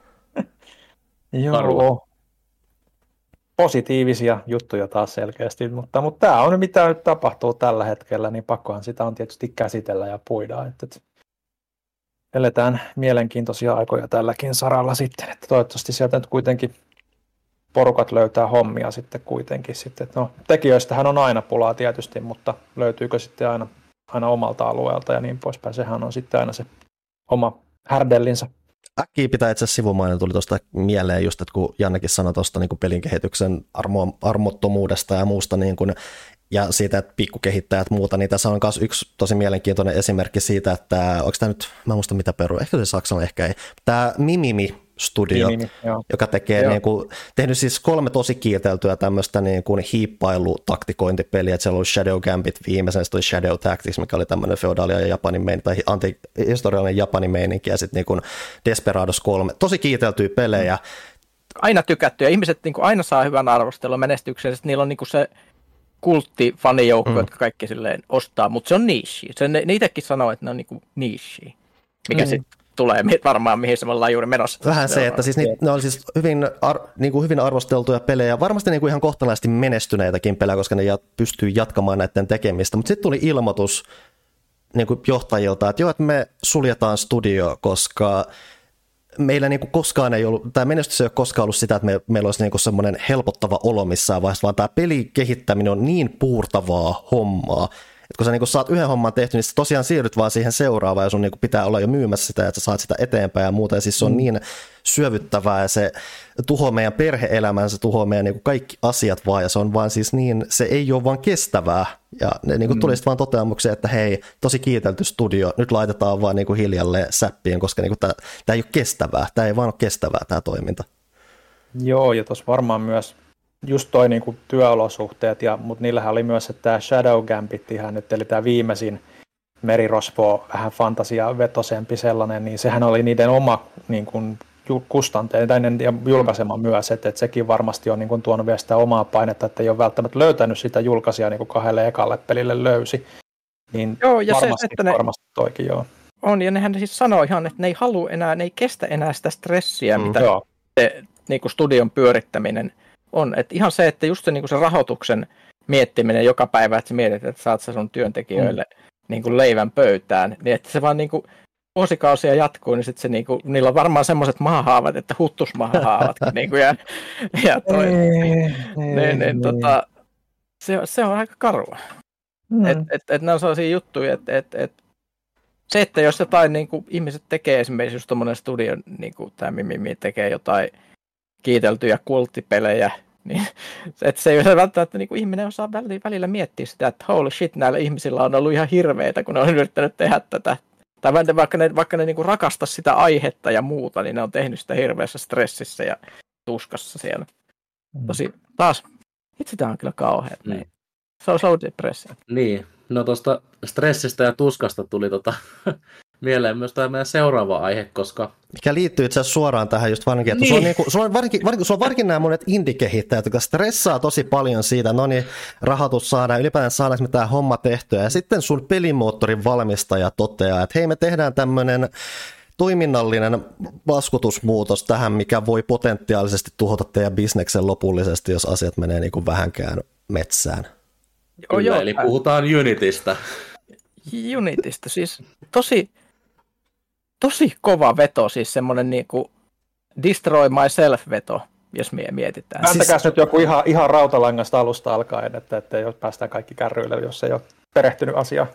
Joo. Positiivisia juttuja taas selkeästi, mutta, mutta tämä on mitä nyt tapahtuu tällä hetkellä, niin pakkohan sitä on tietysti käsitellä ja puida. Että, että eletään mielenkiintoisia aikoja tälläkin saralla sitten, että toivottavasti sieltä nyt kuitenkin porukat löytää hommia sitten kuitenkin. Sitten. No, tekijöistähän on aina pulaa tietysti, mutta löytyykö sitten aina, aina omalta alueelta ja niin poispäin. Sehän on sitten aina se oma härdellinsä. Äkkiä pitää itse asiassa sivumainen tuli tuosta mieleen just, että kun Jannekin sanoi tuosta niin pelin kehityksen armo, armottomuudesta ja muusta niin kuin, ja siitä, että pikkukehittäjät muuta, niin tässä on myös yksi tosi mielenkiintoinen esimerkki siitä, että onko tämä nyt, mä en muista mitä peru, ehkä se saksalainen, ehkä ei, tämä Mimimi Studio, Mimimi, joka tekee niin kuin, tehnyt siis kolme tosi kiiteltyä tämmöistä niin kuin hiippailutaktikointipeliä, että siellä oli Shadow Gambit viimeisen, sitten oli Shadow Tactics, mikä oli tämmöinen feodaalia ja japanin meininki, tai antihistoriallinen japanin meininki, ja sitten niin kuin Desperados kolme, tosi kiiteltyjä pelejä, aina tykätty ja ihmiset niin kuin aina saa hyvän arvostelun menestyksellisesti. Niillä on niin kuin se kulttifanijoukko, mm. jotka kaikki silleen ostaa, mutta se on niche. Se, ne, ne itsekin sanoo, että ne on niin kuin niche, mikä mm. sitten tulee varmaan mihin se me ollaan juuri menossa. Vähän se, että siis ne, ne on siis hyvin, ar, niin kuin hyvin arvosteltuja pelejä, varmasti niin kuin ihan kohtalaisesti menestyneitäkin pelejä, koska ne jat, pystyy jatkamaan näiden tekemistä, mutta sitten tuli ilmoitus niin kuin johtajilta, että joo, että me suljetaan studio, koska meillä niin kuin koskaan ei ollut, tämä menestys ei ole koskaan ollut sitä, että me, meillä olisi niin kuin semmoinen helpottava olo missään vaiheessa, vaan tämä pelikehittäminen on niin puurtavaa hommaa, että kun sä niin saat yhden homman tehty, niin sä tosiaan siirryt vaan siihen seuraavaan ja sun niin pitää olla jo myymässä sitä, että sä saat sitä eteenpäin ja muuta. Ja siis se on mm. niin syövyttävää ja se tuhoaa meidän perhe-elämän, se tuhoaa meidän niin kaikki asiat vaan ja se on vaan siis niin, se ei ole vaan kestävää. Ja ne niin mm. tuli sitten vaan toteamukseen, että hei, tosi kiitelty studio, nyt laitetaan vaan niin hiljalleen säppiin, koska niin tämä ei ole kestävää, tämä ei vaan ole kestävää tämä toiminta. Joo, ja tuossa varmaan myös just toi niinku työolosuhteet, ja, mutta niillähän oli myös tämä Shadow Gambit ihan nyt, eli tämä viimeisin Merirosvo, vähän fantasiavetosempi sellainen, niin sehän oli niiden oma niin kuin, kustanteinen ja julkaisema myös, että, että sekin varmasti on niin kuin, tuonut vielä sitä omaa painetta, että ei ole välttämättä löytänyt sitä julkaisijaa niin kuin kahdelle ekalle pelille löysi. Niin joo, ja varmasti, se, että ne varmasti toikin joo. On, ja nehän siis sanoo ihan, että ne ei halua enää, ne ei kestä enää sitä stressiä, mm, mitä se, niin kuin studion pyörittäminen on. Että ihan se, että just se, niin kuin se rahoituksen miettiminen joka päivä, että sä mietit, että saat sä sun työntekijöille mm. niin kuin leivän pöytään, niin että se vaan niin kuin vuosikausia jatkuu, niin sitten se niinku, niillä on varmaan semmoiset mahahaavat, että huttusmahahaavatkin niinku, ja, ja toi, niin, niin, niin, tota, se, se on aika karua. Mm. Et, et, et ne on sellaisia juttuja, että et, et, se, että jos jotain niinku, ihmiset tekee esimerkiksi just tommoinen studio, niinku tämä Mimimi tekee jotain kiiteltyjä kulttipelejä, niin että se ei välttämättä niin kuin ihminen osaa välillä, välillä miettiä sitä, että holy shit, näillä ihmisillä on ollut ihan hirveitä, kun ne on yrittänyt tehdä tätä. Tai vaikka ne, vaikka ne niin kuin rakasta sitä aihetta ja muuta, niin ne on tehnyt sitä hirveässä stressissä ja tuskassa siellä. Mm. Tosi taas, itse tämä on kyllä kauhean. Mm. Se on so depressing. Niin, no tuosta stressistä ja tuskasta tuli tota, mieleen myös tämä meidän seuraava aihe, koska mikä liittyy itse asiassa suoraan tähän just varsinkin, että niin. sulla on, niinku, sulla on varsinkin, varsinkin, sulla on varsinkin nämä monet indie-kehittäjät, jotka stressaa tosi paljon siitä, no niin, rahoitus saadaan, ylipäätään saadaanko me tämä homma tehtyä, ja sitten sun pelimoottorin valmistaja toteaa, että hei, me tehdään tämmöinen toiminnallinen laskutusmuutos tähän, mikä voi potentiaalisesti tuhota teidän bisneksen lopullisesti, jos asiat menee niin kuin vähänkään metsään. Joo, Kyllä, joo. Eli puhutaan Unitystä. Unitystä, siis tosi Tosi kova veto, siis semmoinen niinku destroy myself-veto, jos me mietitään. Vääntäkääs siis nyt joku ihan, ihan rautalangasta alusta alkaen, että, että jos päästään kaikki kärryille, jos ei ole perehtynyt asiaan.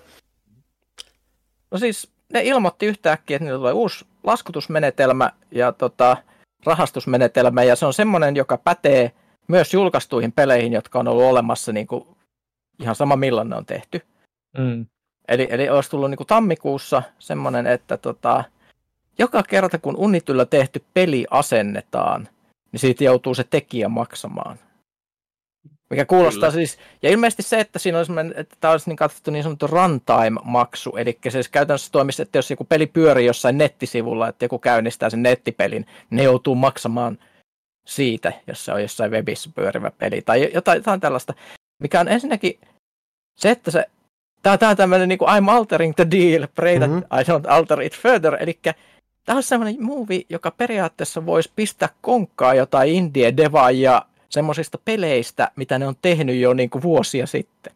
No siis ne ilmoitti yhtäkkiä, että niillä tulee uusi laskutusmenetelmä ja tota, rahastusmenetelmä, ja se on semmoinen, joka pätee myös julkaistuihin peleihin, jotka on ollut olemassa niinku, ihan sama milloin ne on tehty. Mm. Eli, eli olisi tullut niinku tammikuussa semmoinen, että tota, joka kerta kun Unityllä tehty peli asennetaan, niin siitä joutuu se tekijä maksamaan. Mikä kuulostaa Kyllä. siis, ja ilmeisesti se, että siinä olisi, että tämä olisi niin katsottu niin sanottu runtime-maksu, eli se siis käytännössä toimisi, että jos joku peli pyörii jossain nettisivulla, että joku käynnistää sen nettipelin, ne joutuu maksamaan siitä, jos se on jossain webissä pyörivä peli, tai jotain, jotain tällaista, mikä on ensinnäkin se, että se Tämä on tämmöinen niin kuin I'm altering the deal, pray that mm-hmm. I don't alter it further. Eli tämä on semmoinen movie, joka periaatteessa voisi pistää konkkaa jotain indie-devaajia semmoisista peleistä, mitä ne on tehnyt jo niin kuin vuosia sitten.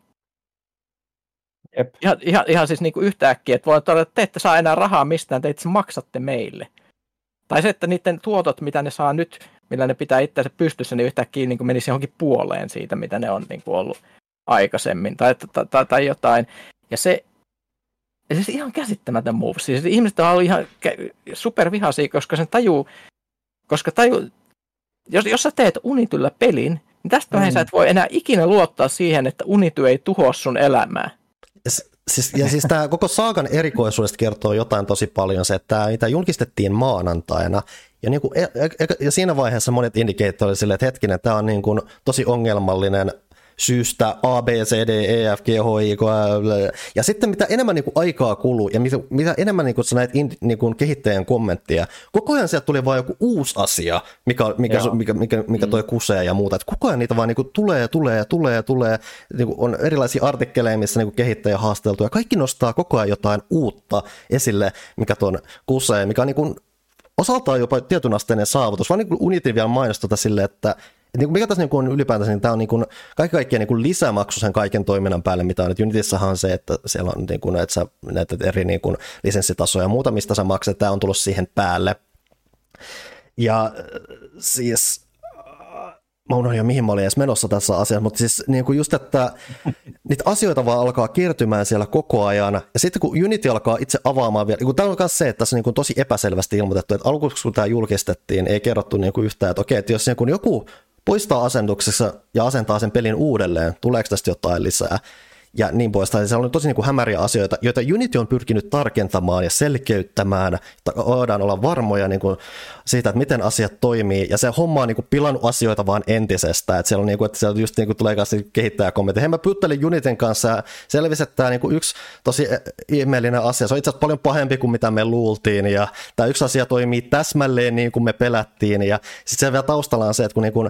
Jep. Ihan, ihan, ihan siis niin kuin yhtäkkiä, että voi todeta, että te ette saa enää rahaa mistään, te itse maksatte meille. Tai se, että niiden tuotot, mitä ne saa nyt, millä ne pitää itseänsä pystyssä, niin yhtäkkiä niin kuin menisi johonkin puoleen siitä, mitä ne on niin kuin ollut aikaisemmin tai, tai, tai, tai jotain. Ja se, ja siis ihan käsittämätön move. Siis ihmiset on ollut ihan supervihaisia, koska sen tajuu, koska tajuu, jos, jos sä teet Unityllä pelin, niin tästä mm. sä et voi enää ikinä luottaa siihen, että Unity ei tuhoa sun elämää. Ja siis, ja siis tämä koko saagan erikoisuudesta kertoo jotain tosi paljon se, että tämä julkistettiin maanantaina. Ja, niin kuin, ja siinä vaiheessa monet indikaattorit silleen, että hetkinen, tämä on niin kuin tosi ongelmallinen syystä A, B, C, D, E, F, G, H, I, K, L. Ja sitten mitä enemmän niin kuin aikaa kuluu ja mitä, mitä enemmän niin kuin sä näet niin kuin kehittäjän kommenttia, koko ajan sieltä tuli vaan joku uusi asia, mikä, mikä, mikä, mikä, mikä toi kusee ja muuta. Et koko ajan niitä vaan niin kuin tulee, tulee, tulee, tulee. Niin kuin on erilaisia artikkeleja, missä niin kuin kehittäjä haasteltu ja kaikki nostaa koko ajan jotain uutta esille, mikä tuon kusee, mikä on niin kuin osaltaan jopa tietyn asteinen saavutus. Vaan niin kuin Unity vielä mainostata silleen, että Et niin mikä tässä niin on ylipäätänsä, niin tämä on niin kuin kaikki kaikkiaan niin lisämaksu sen kaiken toiminnan päälle, mitä on. Et Unitissahan on se, että siellä on niin kuin, että sä näet eri niin kuin lisenssitasoja ja muuta, mistä sä maksat, tämä on tullut siihen päälle. Ja siis, mä unohdin jo mihin mä olin edes menossa tässä asiassa, mutta siis niin kuin just, että niitä asioita vaan alkaa kertymään siellä koko ajan, ja sitten kun Unity alkaa itse avaamaan vielä, niin tämä on myös se, että tässä on niin tosi epäselvästi ilmoitettu, että alkuun kun tämä julkistettiin, ei kerrottu niin kuin yhtään, että okei, että jos niin joku poistaa asennuksessa ja asentaa sen pelin uudelleen, tuleeko tästä jotain lisää ja niin poistaan. Se on tosi niin kuin hämäriä asioita, joita Unity on pyrkinyt tarkentamaan ja selkeyttämään, että voidaan olla varmoja niin kuin siitä, että miten asiat toimii, ja se homma on niin kuin pilannut asioita vaan entisestään, että siellä on niin kuin, että siellä just niin kuin tulee kanssa kehittäjäkommentti. Hei, mä pyttelin Unityn kanssa ja selvisi, että tämä niin kuin yksi tosi ihmeellinen asia, se on itse asiassa paljon pahempi kuin mitä me luultiin, ja tämä yksi asia toimii täsmälleen niin kuin me pelättiin, ja sitten se vielä taustalla on se, että kun niin kuin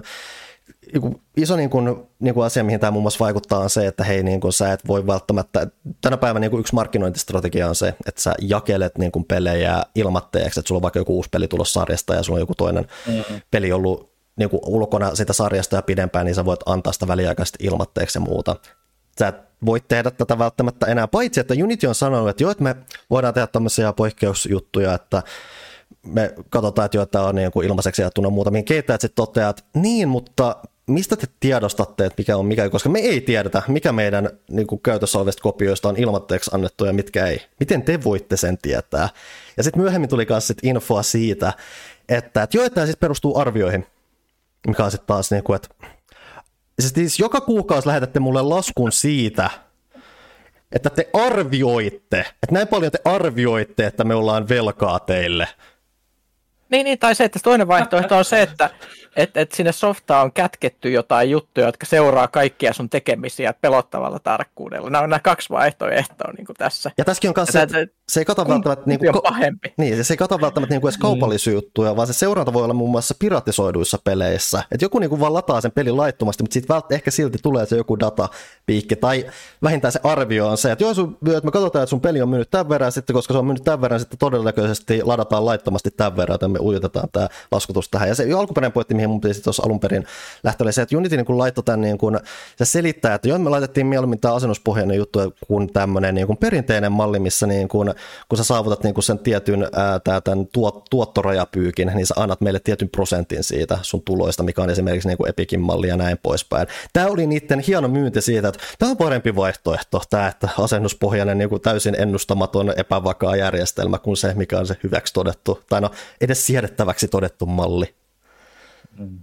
iso niin kuin, niin kuin asia, mihin tämä muun muassa vaikuttaa, on se, että hei, niin kuin sä et voi välttämättä, tänä päivänä niin kuin yksi markkinointistrategia on se, että sä jakelet niin kuin pelejä ilmatteeksi, että sulla on vaikka joku uusi peli tulossa sarjasta ja sulla on joku toinen mm-hmm. peli ollut niin kuin ulkona sitä sarjasta ja pidempään, niin sä voit antaa sitä väliaikaisesti ilmatteeksi ja muuta. Sä et voi tehdä tätä välttämättä enää, paitsi että Unity on sanonut, että joo, että me voidaan tehdä tämmöisiä poikkeusjuttuja, että me katsotaan, että tämä on niin kuin ilmaiseksi jaettuna muuta, mihin kehittäjät sitten toteaa, että niin, mutta mistä te tiedostatte, että mikä on mikä, koska me ei tiedetä, mikä meidän niin kuin käytössä olevista kopioista on ilmatteeksi annettu ja mitkä ei. Miten te voitte sen tietää? Ja sitten myöhemmin tuli myös sit infoa siitä, että, että joo, että tämä siis perustuu arvioihin, mikä on sitten taas niin kuin, että siis joka kuukausi lähetätte mulle laskun siitä, että te arvioitte, että näin paljon te arvioitte, että me ollaan velkaa teille. Niin, niin, tai se, että toinen vaihtoehto on se, että et, et sinne softaan on kätketty jotain juttuja, jotka seuraa kaikkia sun tekemisiä pelottavalla tarkkuudella. Nämä on nämä kaksi vaihtoehtoa niin kuin tässä. Ja tässäkin on kanssa, se, se ei kata välttämättä, niin kuin, pahempi. Niin, se ei kata välttämättä niin kuin edes kaupallisia juttuja, vaan se seuranta voi olla muun muassa piratisoiduissa peleissä. Että joku niin kuin vaan lataa sen pelin laittomasti, mutta sitten ehkä silti tulee se joku datapiikki, tai vähintään se arvio on se, että joo, sun, että me katsotaan, että sun peli on myynyt tämän verran, sitten, koska se on myynyt tämän verran, sitten todennäköisesti ladataan laittomasti tämän verran, että me ujutetaan tämä laskutus tähän. Ja se alkuperäinen pointti, mihin mun pitäisi tuossa alun perin lähtö oli se, että Unity niin laittoi tämän, niin kuin, se selittää, että joo, me laitettiin mieluummin tämä asennuspohjainen juttu kuin tämmöinen niin kuin perinteinen malli, missä niin kuin, kun sä saavutat niin kuin sen tietyn ää, tämän tuot, tuottorajapyykin, niin sä annat meille tietyn prosentin siitä sun tuloista, mikä on esimerkiksi niin kuin Epicin malli ja näin poispäin. Tämä oli niiden hieno myynti siitä, että tämä on parempi vaihtoehto, tämä, että asennuspohjainen niin kuin täysin ennustamaton epävakaa järjestelmä kuin se, mikä on se hyväksi todettu, tai no edes siedettäväksi todettu malli. Mm.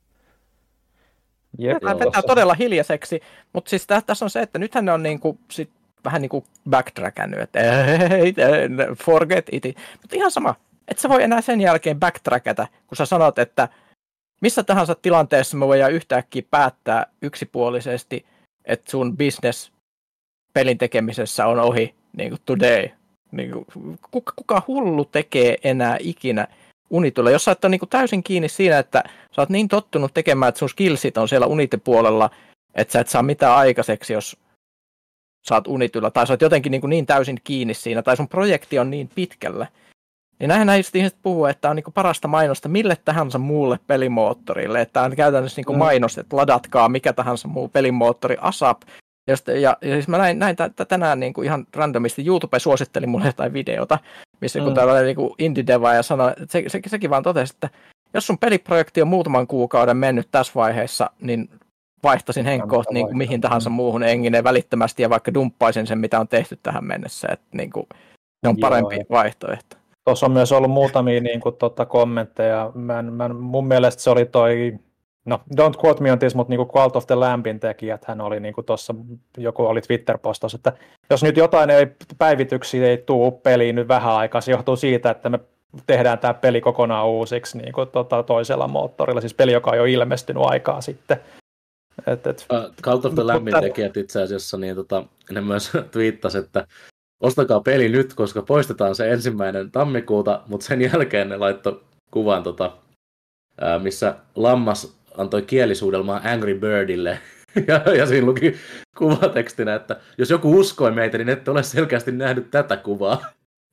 Tämä vetää todella hiljaiseksi, mutta siis tässä on se, että nythän ne on niinku sit vähän niin kuin backtrackannut, että ei, forget it. Mutta ihan sama, että sä voi enää sen jälkeen backtrackata, kun sä sanot, että missä tahansa tilanteessa me voidaan yhtäkkiä päättää yksipuolisesti, että sun business pelin tekemisessä on ohi, niin kuin today. Niin kuin, kuka, kuka hullu tekee enää ikinä Unityllä, jos sä et ole niin kuin täysin kiinni siinä, että sä oot niin tottunut tekemään, että sun skillsit on siellä Unity-puolella, että sä et saa mitään aikaiseksi, jos sä oot Unityllä, tai sä oot jotenkin niin, kuin niin täysin kiinni siinä, tai sun projekti on niin pitkällä. Niin näinhän näistä ihmiset puhuu, että on niin kuin parasta mainosta mille tahansa muulle pelimoottorille, että on käytännössä niin kuin mainos, että ladatkaa mikä tahansa muu pelimoottori ASAP. Ja, ja, ja siis mä näin, näin t- tänään niin kuin ihan randomisti, YouTube suositteli mulle jotain videota, missä mm. kun täällä oli niin kuin indie-deva ja sanoi, että se, se, sekin vaan totesi, että jos sun peliprojekti on muutaman kuukauden mennyt tässä vaiheessa, niin vaihtaisin henkkoht niin kuin mihin tahansa muuhun enginen välittömästi ja vaikka dumppaisin sen, mitä on tehty tähän mennessä, että niin kuin, se on parempi Joo. vaihtoehto. Tuossa on myös ollut muutamia niin kuin, tota, kommentteja. Mä, mä, mun mielestä se oli toi, no don't quote me on this, mutta niin kuin Cult of the Lambin tekijät, hän oli niin kuin tuossa, joku oli Twitter-postaus, että jos nyt jotain ei, päivityksiä ei tule peliin nyt vähän aikaa, se johtuu siitä, että me tehdään tämä peli kokonaan uusiksi niin kuin, tota, toisella moottorilla, siis peli, joka on jo ilmestynyt aikaa sitten. Et, et. Cult of the Lambin tekijät itse asiassa, niin tota, ne myös twiittasi, että ostakaa peli nyt, koska poistetaan se ensimmäinen tammikuuta, mutta sen jälkeen ne laittoi kuvan, tota, ää, missä lammas antoi kielisuudelmaa Angry Birdille. Ja, ja siinä luki kuvatekstinä, että jos joku uskoi meitä, niin ette ole selkeästi nähnyt tätä kuvaa.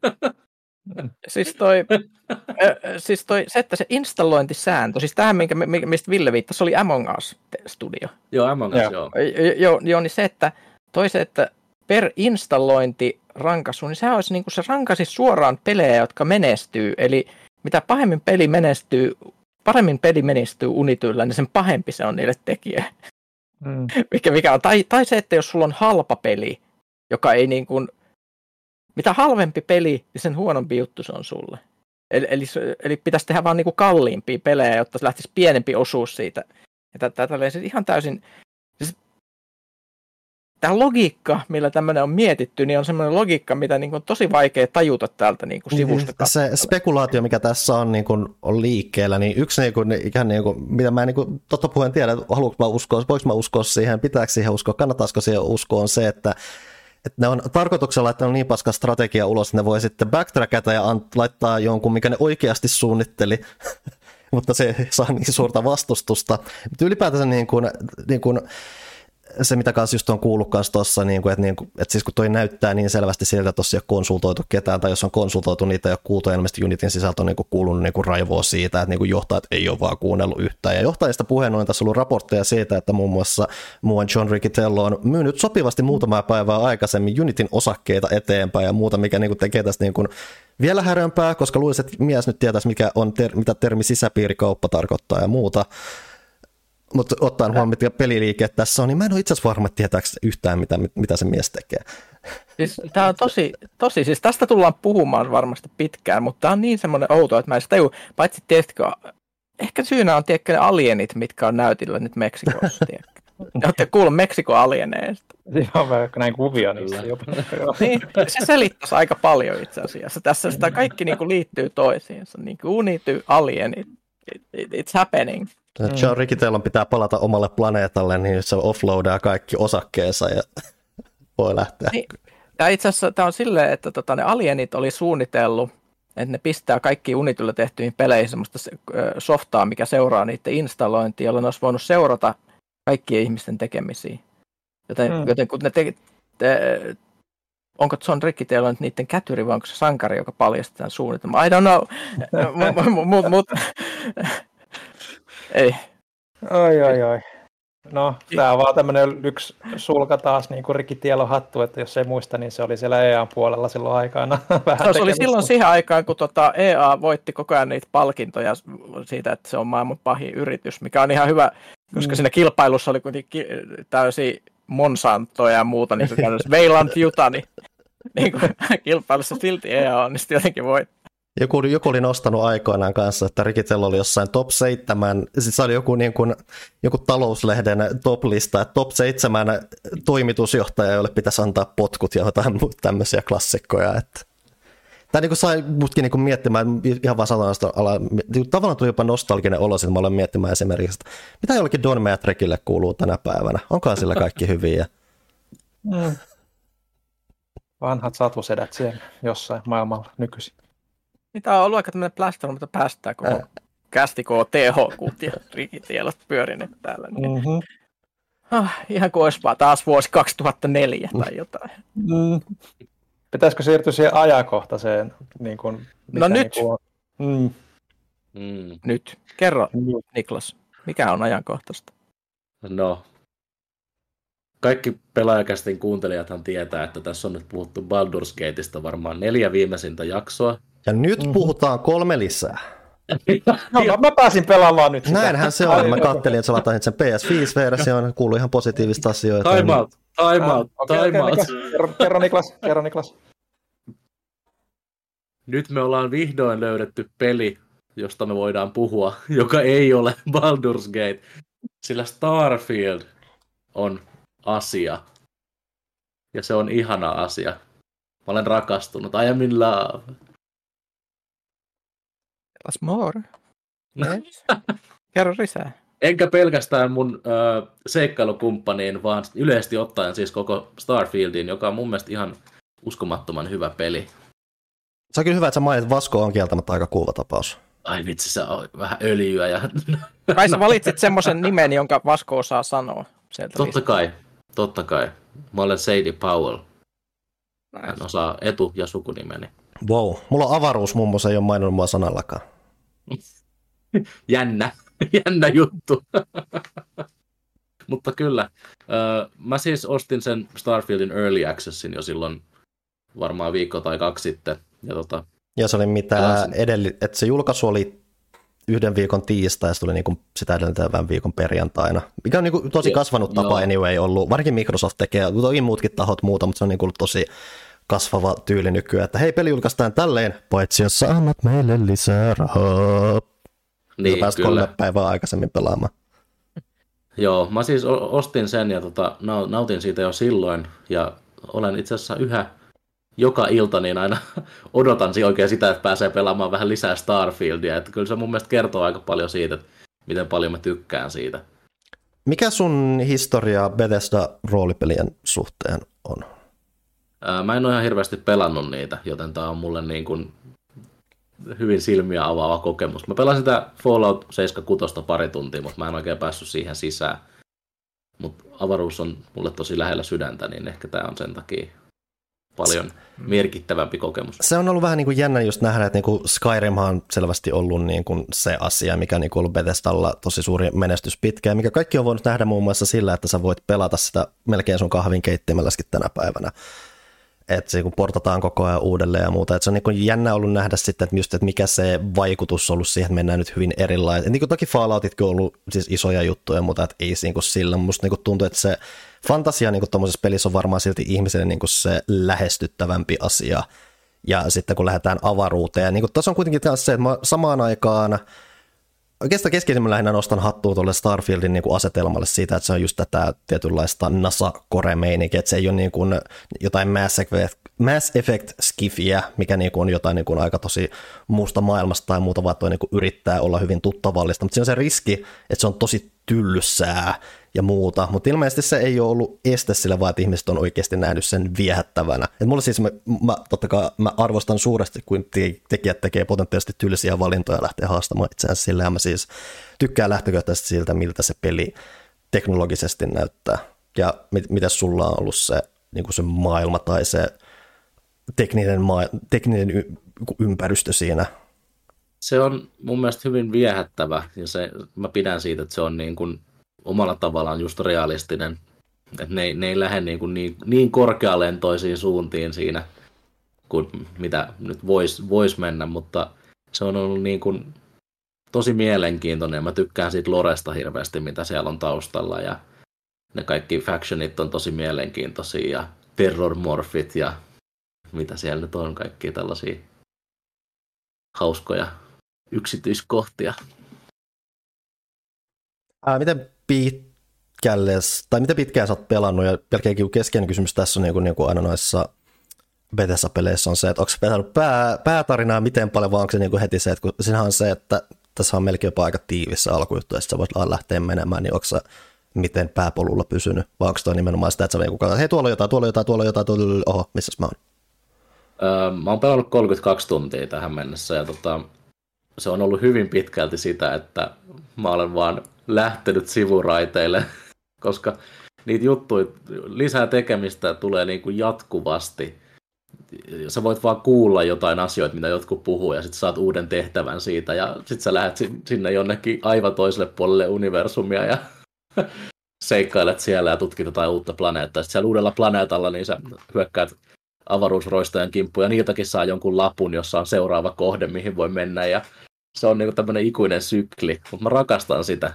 Siis toi, äh, siis toi se, että se installointisääntö, siis tähän, minkä, mistä Ville viittasi, oli Among Us-studio. Joo, Among Us, joo. Joo, joo, niin se, että toi se, että per installointi rankaisu, niin sehän olisi niin kuin se rankasi suoraan pelejä, jotka menestyy. Eli mitä pahemmin peli menestyy, paremmin peli menestyy Unityllä, niin sen pahempi se on niille tekijälle. Mm. Mikä, mikä on, tai, tai se, että jos sulla on halpa peli, joka ei niin kuin, mitä halvempi peli, niin sen huonompi juttu se on sulle. Eli, eli, eli pitäisi tehdä vaan niin kuin kalliimpia pelejä, jotta se lähtisi pienempi osuus siitä. Ja tätä siis ihan täysin, siis, tämä logiikka, millä tämmöinen on mietitty, niin on semmoinen logiikka, mitä niin kuin on tosi vaikea tajuta täältä niin kuin sivusta. Mm, se spekulaatio, mikä tässä on, niin kuin, on liikkeellä, niin yksi, niin kuin, ikään niin kuin, mitä mä en niin totta puheen tiedä, haluanko mä uskoa, voiko mä uskoa siihen, pitääkö siihen uskoa, kannattaisiko siihen uskoa, on se, että, että ne on tarkoituksella, että ne on niin paska strategia ulos, että ne voi sitten backtrackata ja ant- laittaa jonkun, mikä ne oikeasti suunnitteli, mutta se ei saa niin suurta vastustusta. Mutta ylipäätänsä niin kuin, niin kuin, se, mitä kanssa just on kuullut kanssa tuossa, niin kuin, että, niin kuin, että siis kun toi näyttää niin selvästi siltä, että tuossa ei ole konsultoitu ketään, tai jos on konsultoitu, niitä ei ole kuultu, ja ilmeisesti Unityn sisältö on niin kuin kuulunut niin kuin raivoa siitä, että niin kuin johtajat ei ole vaan kuunnellut yhtään. Ja johtajista puheen on tässä ollut raportteja siitä, että muun muassa muuan John Riccitello on myynyt sopivasti muutamaa päivää aikaisemmin Unityn osakkeita eteenpäin ja muuta, mikä niin kuin tekee tästä niin kuin vielä härömpää, koska luulisin, että mies nyt tietäisi, mikä on ter- mitä termi sisäpiirikauppa tarkoittaa ja muuta. Mutta ottaen huomioon, mitä peliliike tässä on, niin mä en ole itse asiassa varma, tietääkö yhtään, mitä, mitä se mies tekee. Siis, tämä on tosi, tosi, siis tästä tullaan puhumaan varmasti pitkään, mutta tämä on niin semmoinen outo, että mä en sitä tajua, paitsi tiedätkö, ehkä syynä on tiedätkö ne alienit, mitkä on näytillä nyt Meksikossa, tiedätkö. Olette kuullut Meksikon alieneista. Siinä on vähän näin kuvia niistä jopa. Niin, se selittäisi aika paljon itse asiassa. Tässä sitä kaikki niin kuin liittyy toisiinsa, niin kuin Unity, alienit, it, it, it's happening. John Riccitellon pitää palata omalle planeetalle, niin se offloadaa kaikki osakkeensa ja voi lähteä. Niin, ja itse asiassa tämä on silleen, että tota, ne alienit oli suunnitellut, että ne pistää kaikkiin Unityllä tehtyihin peleihin semmoista softaa, mikä seuraa niiden installointia, jolloin ne olisi voinut seurata kaikkien ihmisten tekemisiä. Joten, mm. joten kun ne te, te, onko John Riccitello nyt niiden kätyri vai onko se sankari, joka paljasti tämän suunnitelman? I don't know. Mut, mut, ei. Ai, ai, ai. No, tämä on vaan tämmöinen yksi sulka taas, niin kuin Riccitiellon hattu, että jos ei muista, niin se oli siellä E A:n puolella silloin aikana. No, se oli silloin siihen aikaan, kun tuota E A voitti koko ajan niitä palkintoja siitä, että se on maailman pahin yritys, mikä on ihan hyvä, koska mm. siinä kilpailussa oli kuitenkin täysiä Monsantoja ja muuta, niin kuin Weyland Yutani, niin kuin kilpailussa silti E A onnistui jotenkin voittaa. Joku, joku oli nostanut aikoinaan kanssa, että Riccitello oli jossain top seitsemän, siis se oli joku, niin kuin, joku talouslehden top-lista, että top seitsemän toimitusjohtaja, jolle pitäisi antaa potkut ja jotain tämmöisiä klassikkoja. Että. Tämä niin kuin sai mutkin niin kuin miettimään, ihan vaan satanasta ala, tavallaan tuli jopa nostalginen olo, että mä olen miettimään esimerkiksi, että mitä jollekin Don Matrixille kuuluu tänä päivänä, onkaan sillä kaikki hyviä? Mm. Vanhat satusedät siellä jossain maailmalla nykyisin. Mitä on ollut aika tämmöinen plästö, mutta päästään koko kästi koko T H-kuut ja Riccitiellot pyörineet täällä. Niin. Mm-hmm. Ah, ihan kuin olisi vaan taas vuosi kaksituhattaneljä tai jotain. Mm. Pitäisikö siirtyä siihen ajankohtaiseen? Niin kuin, no nyt. Niin kuin mm. Mm. Nyt. Kerro, mm. Niklas, mikä on ajankohtaista? No, kaikki Pelaajakästin kuuntelijathan tietää, että tässä on nyt puhuttu Baldur's Gateista varmaan neljä viimeisintä jaksoa. Ja nyt mm-hmm. puhutaan kolme lisää. No, mä, mä pääsin pelaamaan nyt sitä. Näinhän se on. Mä kattelin, että sä laitat sen P S viisi-version. Kuului ihan positiivista asioita. Time out, time out, okay, time okay, out. Niklas. Kerro, kerro Niklas, kerro Niklas. Nyt me ollaan vihdoin löydetty peli, josta me voidaan puhua, joka ei ole Baldur's Gate. Sillä Starfield on asia. Ja se on ihana asia. Mä olen rakastunut. I am in love. Tell us more. Yes. Kerro lisää. Enkä pelkästään mun ö, seikkailukumppaniin, vaan yleisesti ottaen siis koko Starfieldin, joka on mun mielestä ihan uskomattoman hyvä peli. Se on kyllä hyvä, että sä mainit, Vasko on kieltämättä aika kuuva tapaus. Ai vitsi, se on vähän öljyä. Ja... Kai sä valitsit semmoisen nimen, jonka Vasko osaa sanoa. Totta lisää. kai, totta kai. Mä olen Sadie Powell. Nice. Hän osaa etu- ja sukunimeni. Wow, mulla on avaruus muun muassa, ei ole maininnut mua sanallakaan. Jännä, jännä juttu. Mutta kyllä, mä siis ostin sen Starfieldin Early Accessin jo silloin varmaan viikko tai kaksi sitten. Ja, tota, ja se oli mitä edelli, että se julkaisu oli yhden viikon tiistai ja se tuli niinku sitä edeltävän viikon perjantaina, mikä on niinku tosi kasvanut tapa no. anyway ollut. Varsinkin Microsoft tekee, toki muutkin tahot muuta, mutta se on niinku ollut tosi kasvava tyyli nykyään, että hei, peli julkaistaan tälleen, paitsi jos sä annat meille lisää rahaa. Niin, pääsit kolme päivää aikaisemmin pelaamaan. Joo, mä siis ostin sen ja tota, nautin siitä jo silloin, ja olen itse asiassa yhä joka ilta niin aina odotan oikein sitä, että pääsee pelaamaan vähän lisää Starfieldia, että kyllä se mun mielestä kertoo aika paljon siitä, että miten paljon mä tykkään siitä. Mikä sun historia Bethesda-roolipelien suhteen on? Mä en ole ihan hirveästi pelannut niitä, joten tää on mulle niin kuin hyvin silmiä avaava kokemus. Mä pelasin sitä Fallout seitsemänkymmentäkuusi pari tuntia, mutta mä en oikein päässyt siihen sisään. Mutta avaruus on mulle tosi lähellä sydäntä, niin ehkä tää on sen takia paljon merkittävämpi kokemus. Se on ollut vähän niin kuin jännä just nähdä, että niin kuin Skyrim on selvästi ollut niin kuin se asia, mikä on niin kuin ollut Bethesdalla tosi suuri menestys pitkään, mikä kaikki on voinut nähdä muun muassa sillä, että sä voit pelata sitä melkein sun kahvinkeittimelläskin tänä päivänä. Että se kun portataan koko ajan uudelleen ja muuta. Että se on niin kuin jännä ollut nähdä sitten, että, just, että mikä se vaikutus on ollut siihen, että mennään nyt hyvin erilainen. Niin kuin toki Falloutitkin on ollut siis isoja juttuja, mutta että ei niin kuin sillä. Musta niin kuin tuntuu, että se fantasia niin kuin tuommoisessa pelissä on varmaan silti ihmiselle niin kuin se lähestyttävämpi asia. Ja sitten kun lähdetään avaruuteen. Niin kuin tuossa on kuitenkin taas se, että mä samaan aikaan oikeastaan keskeisimmin lähinnä nostan hattua tuolle Starfieldin niin kuin asetelmalle siitä, että se on just tätä tietynlaista NASA-kore-meininkiä, että se ei ole niin kuin jotain Mass Effect, Mass Effect-skifiä, mikä niin kuin on jotain niin kuin aika tosi muusta maailmasta tai muuta, vaan toi niin kuin yrittää olla hyvin tuttavallista, mutta siinä on se riski, että se on tosi tylsää ja muuta, mutta ilmeisesti se ei ole ollut este sillä, vaan että ihmiset on oikeasti nähnyt sen viehättävänä. Et mulla siis, mä, mä, totta kai mä arvostan suuresti, kun tekijät tekee potentiaalisesti tylsiä valintoja ja lähtee haastamaan itseänsä sillä, ja mä siis tykkään lähtökohtaisesti siltä, miltä se peli teknologisesti näyttää. Ja mit, miten sulla on ollut se, niin kuin se maailma tai se tekninen, maa, tekninen y, ympäristö siinä? Se on mun mielestä hyvin viehättävä, ja se, mä pidän siitä, että se on niin kuin omalla tavallaan just realistinen. Että ne, ne ei lähde niin, kuin niin, niin korkealentoisiin suuntiin siinä, kuin mitä nyt voisi vois mennä, mutta se on ollut niin kuin tosi mielenkiintoinen. Mä tykkään siitä loresta hirveästi, mitä siellä on taustalla, ja ne kaikki factionit on tosi mielenkiintoisia, ja terrormorfit, ja mitä siellä nyt on, kaikkia tällaisia hauskoja yksityiskohtia. Ää, miten pitkälle, tai miten pitkään sä oot pelannut, ja pelkäänkin keskeinen kysymys tässä on niin kuin, niin kuin aina noissa Bethesda-peleissä on se, että onko se pelannut pää, päätarinaa miten paljon, vaan onko se niin kuin heti se, että kun siinähän on se, että tässä on melkein jopa aika tiivissä alkujuttu, ja sitten sä voit lähteä menemään, niin onko se miten pääpolulla pysynyt, vai onko toi nimenomaan sitä, että sä niin kuin, hei tuolla on jotain, tuolla on jotain, tuolla on jotain, tuolla on jotain, oho, missäs mä oon? Öö, mä oon pelannut kolmekymmentäkaksi tuntia tähän mennessä, ja tota, se on ollut hyvin pitkälti sitä, että mä olen vaan lähtenyt sivuraiteille, koska niitä juttuja, lisää tekemistä tulee niin kuin jatkuvasti. Sä voit vaan kuulla jotain asioita, mitä jotkut puhuu, ja sitten saat uuden tehtävän siitä, ja sitten sä lähdet sinne jonnekin aivan toiselle puolelle universumia, ja seikkailet siellä ja tutkit jotain uutta planeettaa. Sitten siellä uudella planeetalla niin sä hyökkäät avaruusroistajan kimppuun, ja niiltäkin saa jonkun lapun, jossa on seuraava kohde, mihin voi mennä, ja se on niinku tämmöinen ikuinen sykli, mutta mä rakastan sitä.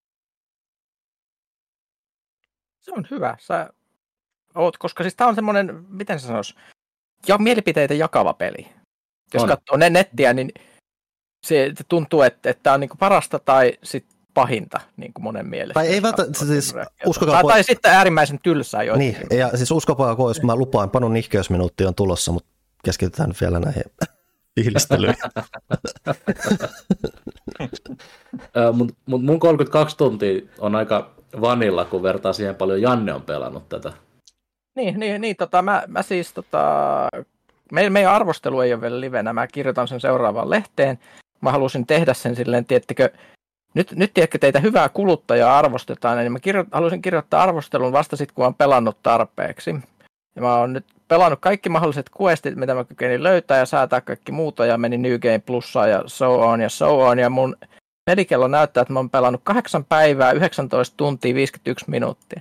Se on hyvä. Sä oot, koska siis tää on semmoinen, miten sä sanois, ja mielipiteitä jakava peli. Jos on. Katsoo ne nettiä, niin se tuntuu, että, että tää on niinku parasta tai sit pahinta niin kuin monen mielestä. Tai ei välttämättä, siis uskokaa... Tai, tai sitten äärimmäisen tylsää joita. Niin, ja siis uskokaa pois, mä lupaan, panon nihkeysminuutti on tulossa, mutta keskitytään vielä näihin fiilistelyihin. Mutta mut mun kolmekymmentäkaksi tuntia on aika vanilla, kun vertaa siihen paljon Janne on pelannut tätä. Niin, niin, niin tota, mä, mä siis, tota, me, meidän arvostelu ei ole vielä livenä, mä kirjoitan sen seuraavaan lehteen. Mä halusin tehdä sen silleen, tiettekö, nyt, nyt tiedätkö teitä hyvää kuluttajaa arvostetaan, niin mä kirjo, halusin kirjoittaa arvostelun vasta sitten, kun mä oon pelannut tarpeeksi. Ja mä oon nyt pelannut kaikki mahdolliset questit, mitä mä kykenin löytää ja säätää kaikki muuta, ja menin New Game Plussaan ja so on ja so on, ja mun pelikello näyttää, että mä oon pelannut kahdeksan päivää, yhdeksäntoista tuntia, viisikymmentäyksi minuuttia.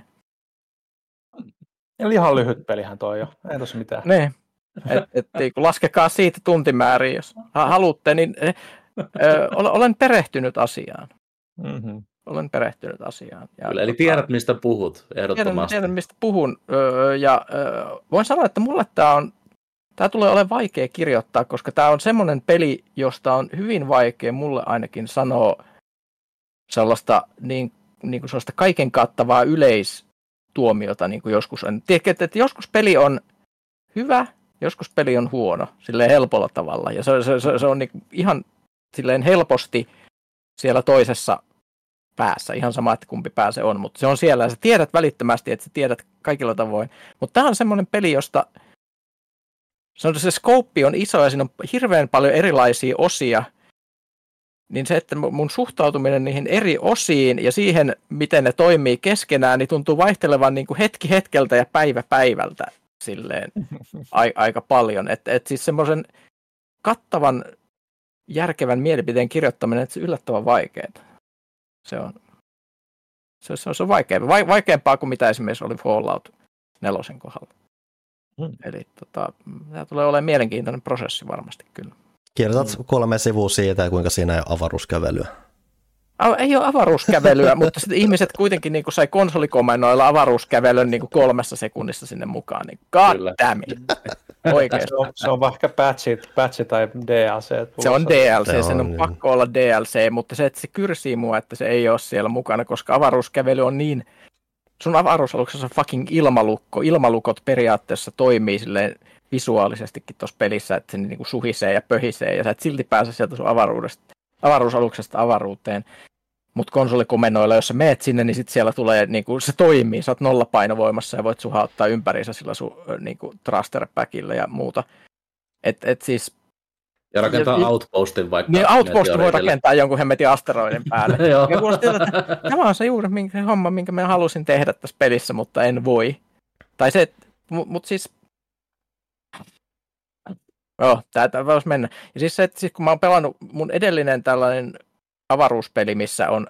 Eli ihan lyhyt pelihän toi jo, ei tossa mitään. Niin, et, et, kun laskekaa siitä tuntimääriä, jos haluatte, niin ö, olen perehtynyt asiaan. Mm-hmm. Olen perehtynyt asiaan. Ja, Kyllä, eli tiedät, mistä puhut, ehdottomasti. Tiedän, tiedän mistä puhun, öö, ja öö, voin sanoa, että mulle tämä on, tämä tulee olemaan vaikea kirjoittaa, koska tämä on semmoinen peli, josta on hyvin vaikea mulle ainakin sanoa sellaista, niin, niin kuin sellaista kaiken kattavaa yleistuomiota, niin kuin joskus on. Tiedätkö, että joskus peli on hyvä, joskus peli on huono, silleen helpolla tavalla, ja se, se, se, se on niin ihan silleen helposti siellä toisessa päässä, ihan sama, että kumpi pää se on, mutta se on siellä ja sä tiedät välittömästi, että sä tiedät kaikilla tavoin. Mutta tämä on semmoinen peli, josta se, on, se skouppi on iso ja siinä on hirveän paljon erilaisia osia, niin se, että mun suhtautuminen niihin eri osiin ja siihen, miten ne toimii keskenään, niin tuntuu vaihtelevan niin kuin hetki hetkeltä ja päivä päivältä silleen a, aika paljon. Että et siis semmoisen kattavan, järkevän mielipiteen kirjoittaminen, että se on yllättävän vaikeaa. Se on, se, se on, se on vaikeampaa. Va, vaikeampaa kuin mitä esimerkiksi oli Fallout nelosen kohdalla. Hmm. Eli tota, tämä tulee olemaan mielenkiintoinen prosessi varmasti kyllä. Kirjoitat kolme sivua siitä, kuinka siinä ei ole avaruuskävelyä. Ei ole avaruuskävelyä, mutta sitten ihmiset kuitenkin niin kuin sai konsolikomennoilla avaruuskävelyn niin kuin kolmessa sekunnissa sinne mukaan. Niin God damn it. Oikeasti. Se on, se on vaikka patchi, patchi tai D L C. Se on D L C, se sen on, on pakko olla D L C, mutta se, että se kyrsii mua, että se ei ole siellä mukana, koska avaruuskävely on niin, sun avaruusaluksessa on fucking ilmalukko. Ilmalukot periaatteessa toimii silleen visuaalisestikin tuossa pelissä, että se niinku suhisee ja pöhisee, ja sä et silti pääse sieltä sun avaruudesta, avaruusaluksesta avaruuteen. Mutta konsolikomennoilla, jos sä meet sinne, niin sit siellä tulee, niinku, se toimii, sä oot nollapainovoimassa ja voit suhauttaa ympäriinsä sillä sun niinku, thruster-packilla ja muuta. Et, et siis, ja rakentaa ja, outpostin vaikka. Niin, outposti voi rakentaa jonkun hemmetin asteroidin päälle. Joo. Ja kuulostaa, että tämä on se juuri minkä, homma, minkä mä halusin tehdä tässä pelissä, mutta en voi. Tai se, mutta mut siis, joo, tää voisi mennä. Ja siis se, että siis kun mä oon pelannut mun edellinen tällainen avaruuspeli, missä on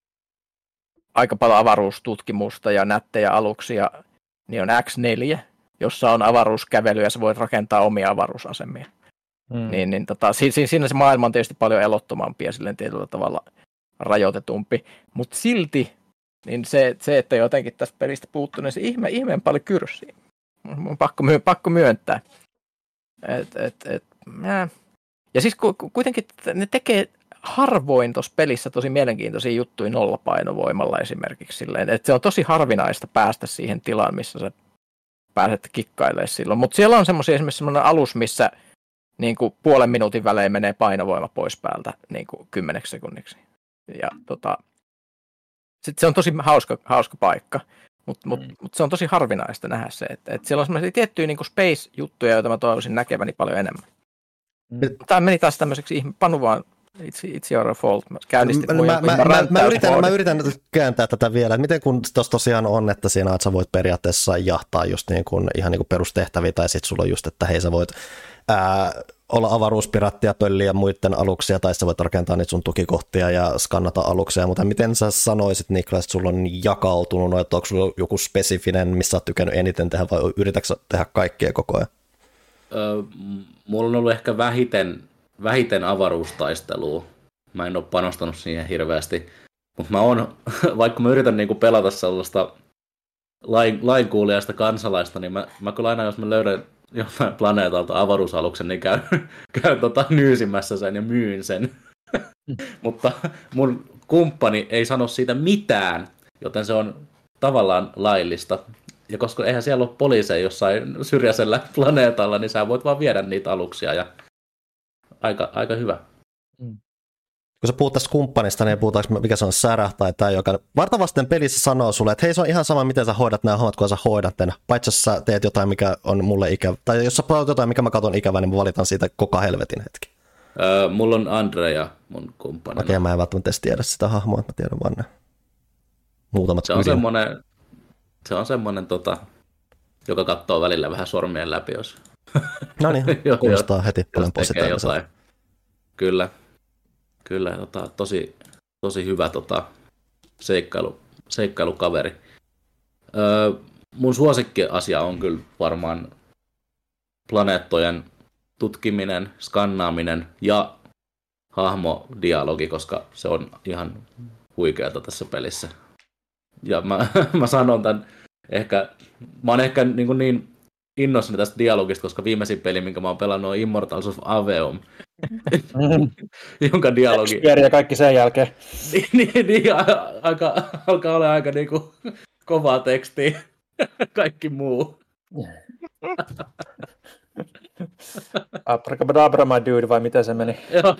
aika paljon avaruustutkimusta ja nättejä aluksia, niin on X neljä, jossa on avaruuskävely ja sä voit rakentaa omia avaruusasemia. Hmm. Niin, niin tota, si- siinä se maailma on tietysti paljon elottomampi ja silleen tietyllä tavalla rajoitetumpi, mutta silti niin se, se, että jotenkin tästä pelistä puuttuu, niin se ihme, ihmeen paljon kyrsii. On pakko, my- pakko myöntää. Et, et, et, ja. ja siis ku, kuitenkin ne tekee harvoin tuossa pelissä tosi mielenkiintoisia juttuja nollapainovoimalla esimerkiksi silleen, että se on tosi harvinaista päästä siihen tilaan, missä sä pääset kikkailemaan silloin, mutta siellä on semmoisia esimerkiksi semmoinen alus, missä niin kuin puolen minuutin välein menee painovoima pois päältä niin kuin kymmeneksi sekunniksi. Ja tota, sit se on tosi hauska, hauska paikka, mutta mut, mm. mut se on tosi harvinaista nähdä se, että et siellä on semmoisia tiettyjä niin kuin space-juttuja, joita mä toivoisin näkeväni paljon enemmän. Mm. Tämä meni taas tämmöiseksi ihme, Panu vaan, it's, it's your fault, mä käynnistin mä, mä, mä, mä, mä, yritän, mä yritän kääntää tätä vielä, että miten kun tuossa tosiaan on, että siinä että sä voit periaatteessa jahtaa just niin kuin, ihan niin kuin perustehtäviä, tai sitten sulla on just, että hei sä voit ää, olla avaruuspirattia, pölliä muiden aluksia, tai sä voit rakentaa niitä sun tukikohtia ja skannata aluksia, mutta miten sä sanoisit, Niklas, että sulla on jakautunut, että onko sulla joku spesifinen, missä sä oot tykännyt eniten tehdä, vai yritätkö sä tehdä kaikkea koko ajan? Öö, mulla on ollut ehkä vähiten, vähiten avaruustaistelua. Mä en ole panostanut siihen hirveästi, mutta mä oon, vaikka mä yritän niinku pelata sellaista lain, lainkuulijaista kansalaista, niin mä, mä kyllä aina, jos mä löydän jotain planeetalta avaruusaluksen, niin käyn, käyn tota nyysimässä sen ja myyn sen. Mutta mun kumppani ei sano siitä mitään, joten se on tavallaan laillista. Ja koska eihän siellä ole poliiseja jossain syrjäisellä planeetalla, niin sä voit vaan viedä niitä aluksia ja aika, aika hyvä. kun sä puhut tästä kumppanista, niin puhutaanko mikä se on särä tai tämä, joka vartavasten pelissä sanoo sulle, että hei, se on ihan sama, miten sä hoidat nämä hommat, kun sä hoidat ne. Paitsi jos sä teet jotain, mikä on mulle ikävä, tai jos sä puhut jotain, mikä mä katson ikävää, niin mä valitan siitä koko helvetin hetki. Öö, mulla on Andrea, mun kumppanina. Okei, mä en välttämättä edes tiedä sitä hahmoa, että mä tiedän vaan ne muutamat. Se on semmoinen, se on semmoinen tota, joka katsoo välillä vähän sormien läpi, jos... No niin, kuulostaa heti paljon positiivista. Kyllä, kyllä tota, tosi, tosi hyvä tota, seikkailu, seikkailukaveri. Öö, mun suosikkiasia on kyllä varmaan planeettojen tutkiminen, skannaaminen ja hahmodialogi, koska se on ihan huikeata tässä pelissä. Ja mä, mä sanon tämän ehkä, mä oon ehkä niin, kuin niin innoissani tästä dialogista, koska viimeisin peli, minkä mä oon pelannut, on Immortals of Aveum, jonka dialogi... ja kaikki sen jälkeen. niin, niin, niin aika, alkaa olla aika niin kuin kovaa tekstiä, kaikki muu. Abracadabra, my dude, vai miten se meni? Joo.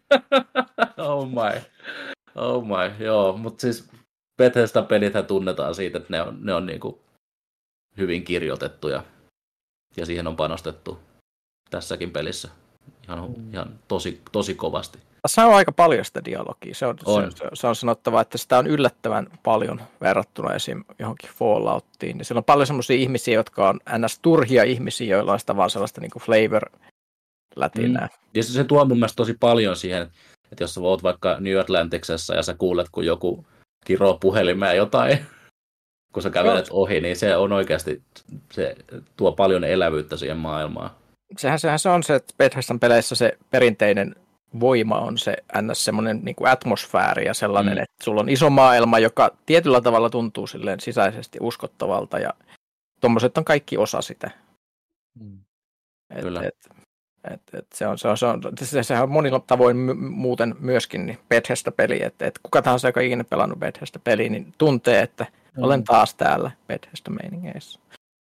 Oh my. Oh my, joo. Mutta siis Bethesda-pelithän tunnetaan siitä, että ne on, ne on niinku hyvin kirjoitettuja. Ja siihen on panostettu tässäkin pelissä ihan, mm. ihan tosi, tosi kovasti. Se on aika paljon sitä dialogia. Se on, on. Se, se on sanottava, että sitä on yllättävän paljon verrattuna esim. Johonkin Fallouttiin. Siellä on paljon sellaisia ihmisiä, jotka on ns. Turhia ihmisiä, joilla on sitä vaan sellaista niin kuin flavor-lätinää. Mm. Ja se, se tuo mun mielestä tosi paljon siihen, että jos sä oot vaikka New Atlanticsessa ja sä kuulet, kun joku kiroo puhelimeen jotain, kun sä kävelet ohi, niin se on oikeasti, se tuo paljon elävyyttä siihen maailmaan. Sehän, sehän se on se, että Bethesdan peleissä se perinteinen voima on se ns. Semmoinen niin kuin atmosfääri ja sellainen, mm. että sulla on iso maailma, joka tietyllä tavalla tuntuu silleen sisäisesti uskottavalta ja tommoset on kaikki osa sitä. Mm. Et, Kyllä. Et, et, et se on, se on, se on, se, sehän on monilla tavoin my, muuten myöskin niin Bethesda-peli, että et kuka tahansa, joka ikinä pelannut Bethesda-peliä, niin tuntee, että mm. olen taas täällä Bethesda-meiningeissä.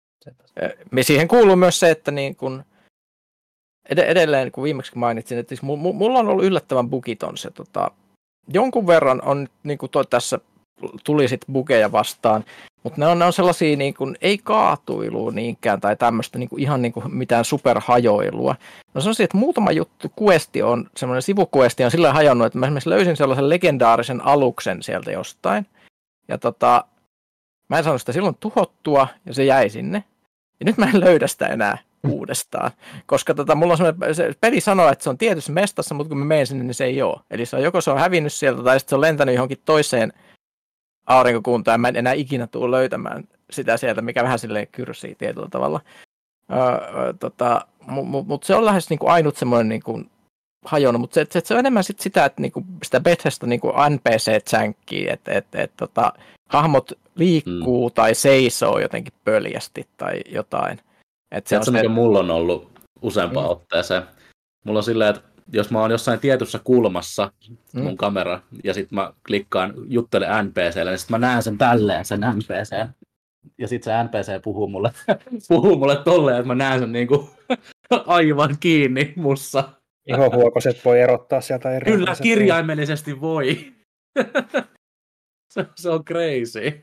Me siihen kuuluu myös se, että niin kun edelleen, kun viimeksi mainitsin, että mulla on ollut yllättävän bugiton se, tota, jonkun verran on, niin kuin toi, tässä tuli sitten bugeja vastaan, mutta ne on, ne on sellaisia, niin kuin, ei kaatuilua niinkään, tai tämmöistä niin kuin, ihan niin kuin mitään superhajoilua. No se on että muutama juttu, questi on, semmoinen sivuquesti on sillä hajonnut, että mä esimerkiksi löysin sellaisen legendaarisen aluksen sieltä jostain, ja tota, mä en saanut sitä silloin tuhottua, ja se jäi sinne, ja nyt mä en löydä sitä enää uudestaan, koska tota, mulla on semmoinen, se peli sanoo, että se on tietyssä mestassa, mutta kun mä menen sinne, niin se ei ole. Eli se on, joko se on hävinnyt sieltä, tai sitten se on lentänyt johonkin toiseen aurinkokuntaan, ja mä en enää ikinä tule löytämään sitä sieltä, mikä vähän silleen kyrsii tietyllä tavalla. Öö, tota, mutta mut se on lähes niinku ainut semmoinen niinku hajonnut, mutta se, se, se on enemmän sit sitä, että niinku sitä Bethesda niinku N P C-tsänkkii, että et, et, tota, hahmot liikkuu mm. tai seisoo jotenkin pöljästi tai jotain. Se on se, mikä mulla on ollut useampaan mm. otteeseen. Mulla on silleen, että jos mä oon jossain tietyssä kulmassa, mm. mun kamera, ja sit mä klikkaan, juttelen N P C:lle, niin sit mä näen sen tälleen, sen N P C:n. Ja sit se N P C puhuu mulle, puhuu mulle tolleen, että mä näen sen niinku aivan kiinni mussa. Ihohuokoset voi erottaa sieltä eri. Kyllä, kirjaimellisesti voi. se, se on crazy.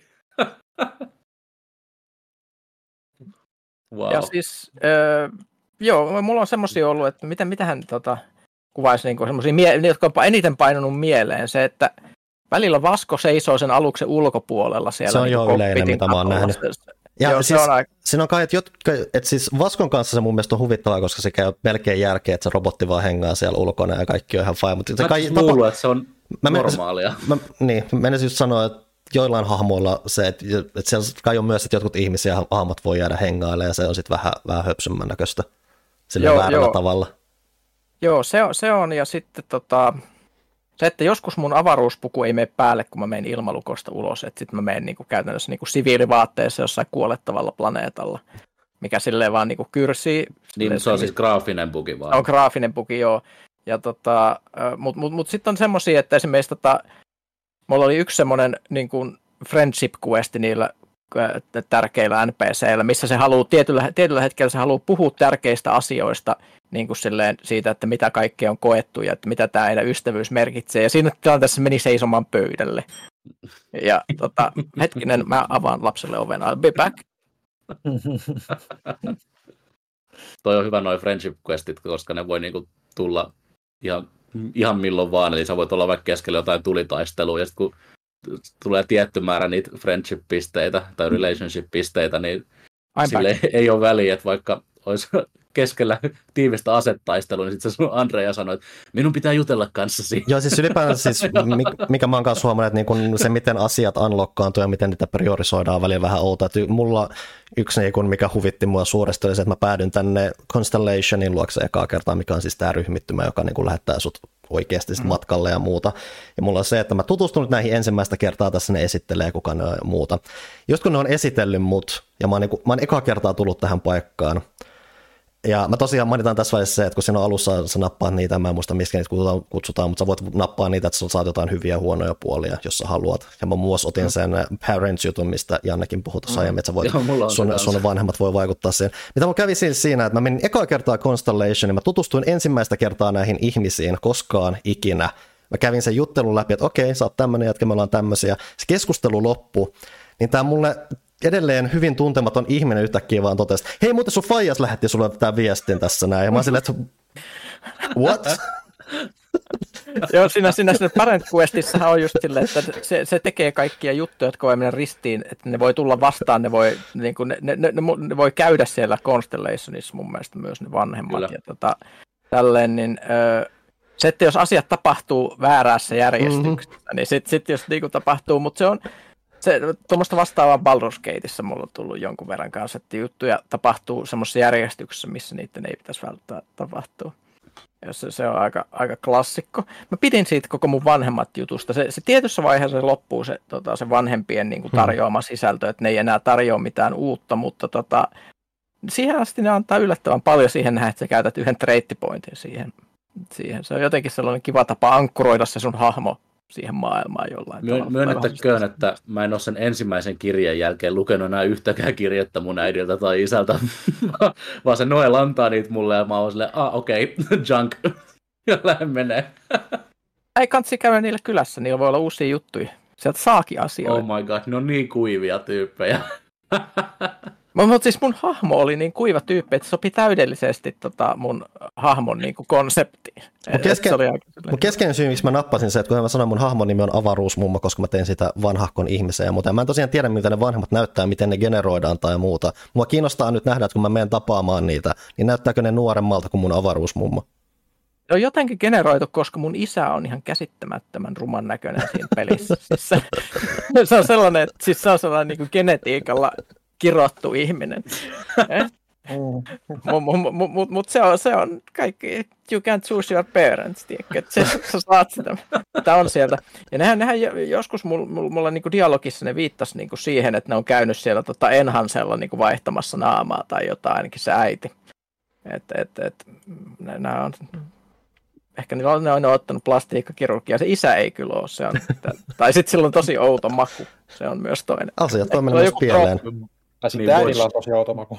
Wow. Ja siis, öö, joo, mulla on semmosia ollut, että miten, mitähän tota, kuvaisi niinku semmosia, mie- jotka on eniten painunut mieleen, se, että välillä Vasko seisoo sen aluksen ulkopuolella siellä. Se on niin jo yleinen, mitä mä oon nähnyt. Ja joo, siis, on aika... siinä on kai, että, jotka, että siis Vaskon kanssa se mun mielestä on huvittavaa, koska se käy melkein järkeä, että se robotti vaan hengaa siellä ulkona ja kaikki on ihan fine. Mutta mä kai, luulen, tapa... että se on mä normaalia. Mä, niin, menisin just sanoa, että joillain hahmoilla se, että, että siellä kai on myös, että jotkut ihmisiä hahmot voi jäädä hengailemaan ja se on sitten vähän, vähän höpsymmän näköistä sillä joo, väärällä joo. tavalla. Joo, se on, se on ja sitten tota, se, että joskus mun avaruuspuku ei mene päälle, kun mä menen ilmalukosta ulos, että sitten mä menen niinku käytännössä niinku siviilivaatteessa jossain kuolettavalla planeetalla, mikä silleen vaan niinku kyrsii. Niin se on siis graafinen bugi vaan. On graafinen bugi, joo. Ja tota, mutta mut, mut sitten on semmosia, että esimerkiksi tota, mulla oli yksi semmoinen niin kuin friendship questi niillä tärkeillä N P C:illä, missä se haluaa tietyllä, tietyllä hetkellä se haluaa puhua tärkeistä asioista, niin kuin silleen siitä, että mitä kaikkea on koettu ja että mitä tämä heidän ystävyys merkitsee. Ja siinä tilanteessa meni seisomaan pöydälle. Ja tota, hetkinen, mä avaan lapselle oven. I'll be back. Toi on hyvä noi friendship questit, koska ne voi niinku tulla ihan, ihan milloin vaan. Eli sä voit olla vaikka keskellä jotain tulitaistelua, ja sitten kun tulee tietty määrä niitä friendship-pisteitä tai relationship-pisteitä, niin sille ei ole väliä, että vaikka olisi keskellä tiivistä asettaistelua, niin sitten se sun Andrea sanoi, että minun pitää jutella kanssasi. Joo, siis ylipäänsä, siis, mikä mä oon kanssa huomannut, että niin kun se, miten asiat unlockkaantuu ja miten niitä priorisoidaan, on välillä vähän outoa. Että mulla yksi, niin kun, mikä huvitti mua suuresti, oli se, että mä päädyin tänne Constellationin luokse ekaa kertaa, mikä on siis tämä ryhmittymä, joka niin kun lähettää sut oikeasti mm. matkalle ja muuta. Ja mulla on se, että mä tutustunut näihin ensimmäistä kertaa, tässä ne esittelee kuka ne on ja muuta. Just kun ne on esitellyt mut, ja mä oon, niin kun, mä oon ekaa kertaa tullut tähän paikkaan, ja mä tosiaan mainitaan tässä vaiheessa se, että kun siinä on alussa sä nappaat niitä, mä en muista miskä niitä kutsutaan, kutsutaan, mutta sä voit nappaa niitä, että sä saat jotain hyviä ja huonoja puolia, jos sä haluat. Ja mä muun otin sen Parents-jutun, mistä Jannekin puhui tuossa aiemmin, että sä voit, Joo, sun, sun vanhemmat voi vaikuttaa siihen. Mitä mulla kävi siis siinä, että mä menin ekaa kertaa Constellation, ja mä tutustuin ensimmäistä kertaa näihin ihmisiin koskaan ikinä. Mä kävin sen juttelun läpi, että okei, sä oot tämmönen jätkä, me ollaan tämmöisiä. Se keskustelu loppui, niin tää mulle edelleen hyvin tuntematon ihminen yhtäkkiä vaan totesi, hei muuten sun faijas lähetti sulle tämän viestin tässä näin. Ja mä silleen, että what? Joo, siinä, siinä, siinä Parent Questissahan on just silleen, että se, se tekee kaikkia juttuja, jotka voi mennä ristiin, että ne voi tulla vastaan, ne voi, niin kuin, ne, ne, ne, ne voi käydä siellä Constellationissa mun mielestä myös ne vanhemmat. Kyllä. Ja tota, tälleen, niin ö, se, että jos asiat tapahtuu väärässä järjestyksessä, mm-hmm. niin sitten sit jos niin kuin tapahtuu, mutta se on Se, tuommoista vastaavaa Baldur's Gateissa mulla on tullut jonkun verran kanssa, että juttuja tapahtuu semmoisessa järjestyksessä, missä niiden ei pitäisi välttämättä tapahtua. Ja se, se on aika, aika klassikko. Mä pidin siitä koko mun vanhemmat jutusta. Se, se tietyssä vaiheessa se loppuu se, tota, se vanhempien niin kuin tarjoama sisältö, että ne ei enää tarjoa mitään uutta, mutta tota, siihen asti ne antaa yllättävän paljon siihen nähdä, että sä käytät yhden treittipointin siihen, siihen. Se on jotenkin sellainen kiva tapa ankkuroida se sun hahmo siihen maailmaan jollain tavalla. Myönnettäköön, että mä en ole sen ensimmäisen kirjan jälkeen lukenut enää yhtäkään kirjettä mun äidiltä tai isältä, vaan se Noel antaa niitä mulle ja mä oon silleen, ah okei, okay, junk, ja lähden menee. Ei kansi käydä niillä kylässä, niillä voi olla uusia juttuja. Sieltä saakin asioita. Oh my god, ne on niin kuivia tyyppejä. Mutta siis mun hahmo oli niin kuiva tyyppi, että se sopi täydellisesti tota mun hahmon niin kuin konseptiin. Mun kesken, keskeinen syy, miksi mä nappasin se, että kun mä sanoin, mun hahmon nimi on avaruusmummo, koska mä tein sitä vanhahkon ihmisen ja muuta. Mä en tosiaan tiedä, miltä ne vanhemmat näyttää, miten ne generoidaan tai muuta. Mua kiinnostaa nyt nähdä, että kun mä menen tapaamaan niitä, niin näyttääkö ne nuoremmalta kuin mun avaruusmummo? Se on jotenkin generoitu, koska mun isä on ihan käsittämättömän ruman näköinen siinä pelissä. Siis se, se on sellainen, että siis se on sellainen niin kuin genetiikalla kirottu ihminen. Eh? Mutta mut se, on, se on kaikki, you can't choose your parents, tiedätkö? Se, sä saat sitä, mitä on sieltä. Ja nehän, nehän joskus mulla, mulla niinku dialogissa ne viittasi niinku siihen, että ne on käynyt siellä tota Enhancella niinku vaihtamassa naamaa tai jotain, ainakin se äiti. Et, et, et, nämä on, ehkä ne on, ne on ottanut plastiikkakirurgia, se isä ei kyllä ole. Se on, tai sitten sillä on tosi outo maku, se on myös toinen. Asiat on mennyt myös pieleen. Tai sitten niin äidillä on tosi outo maku.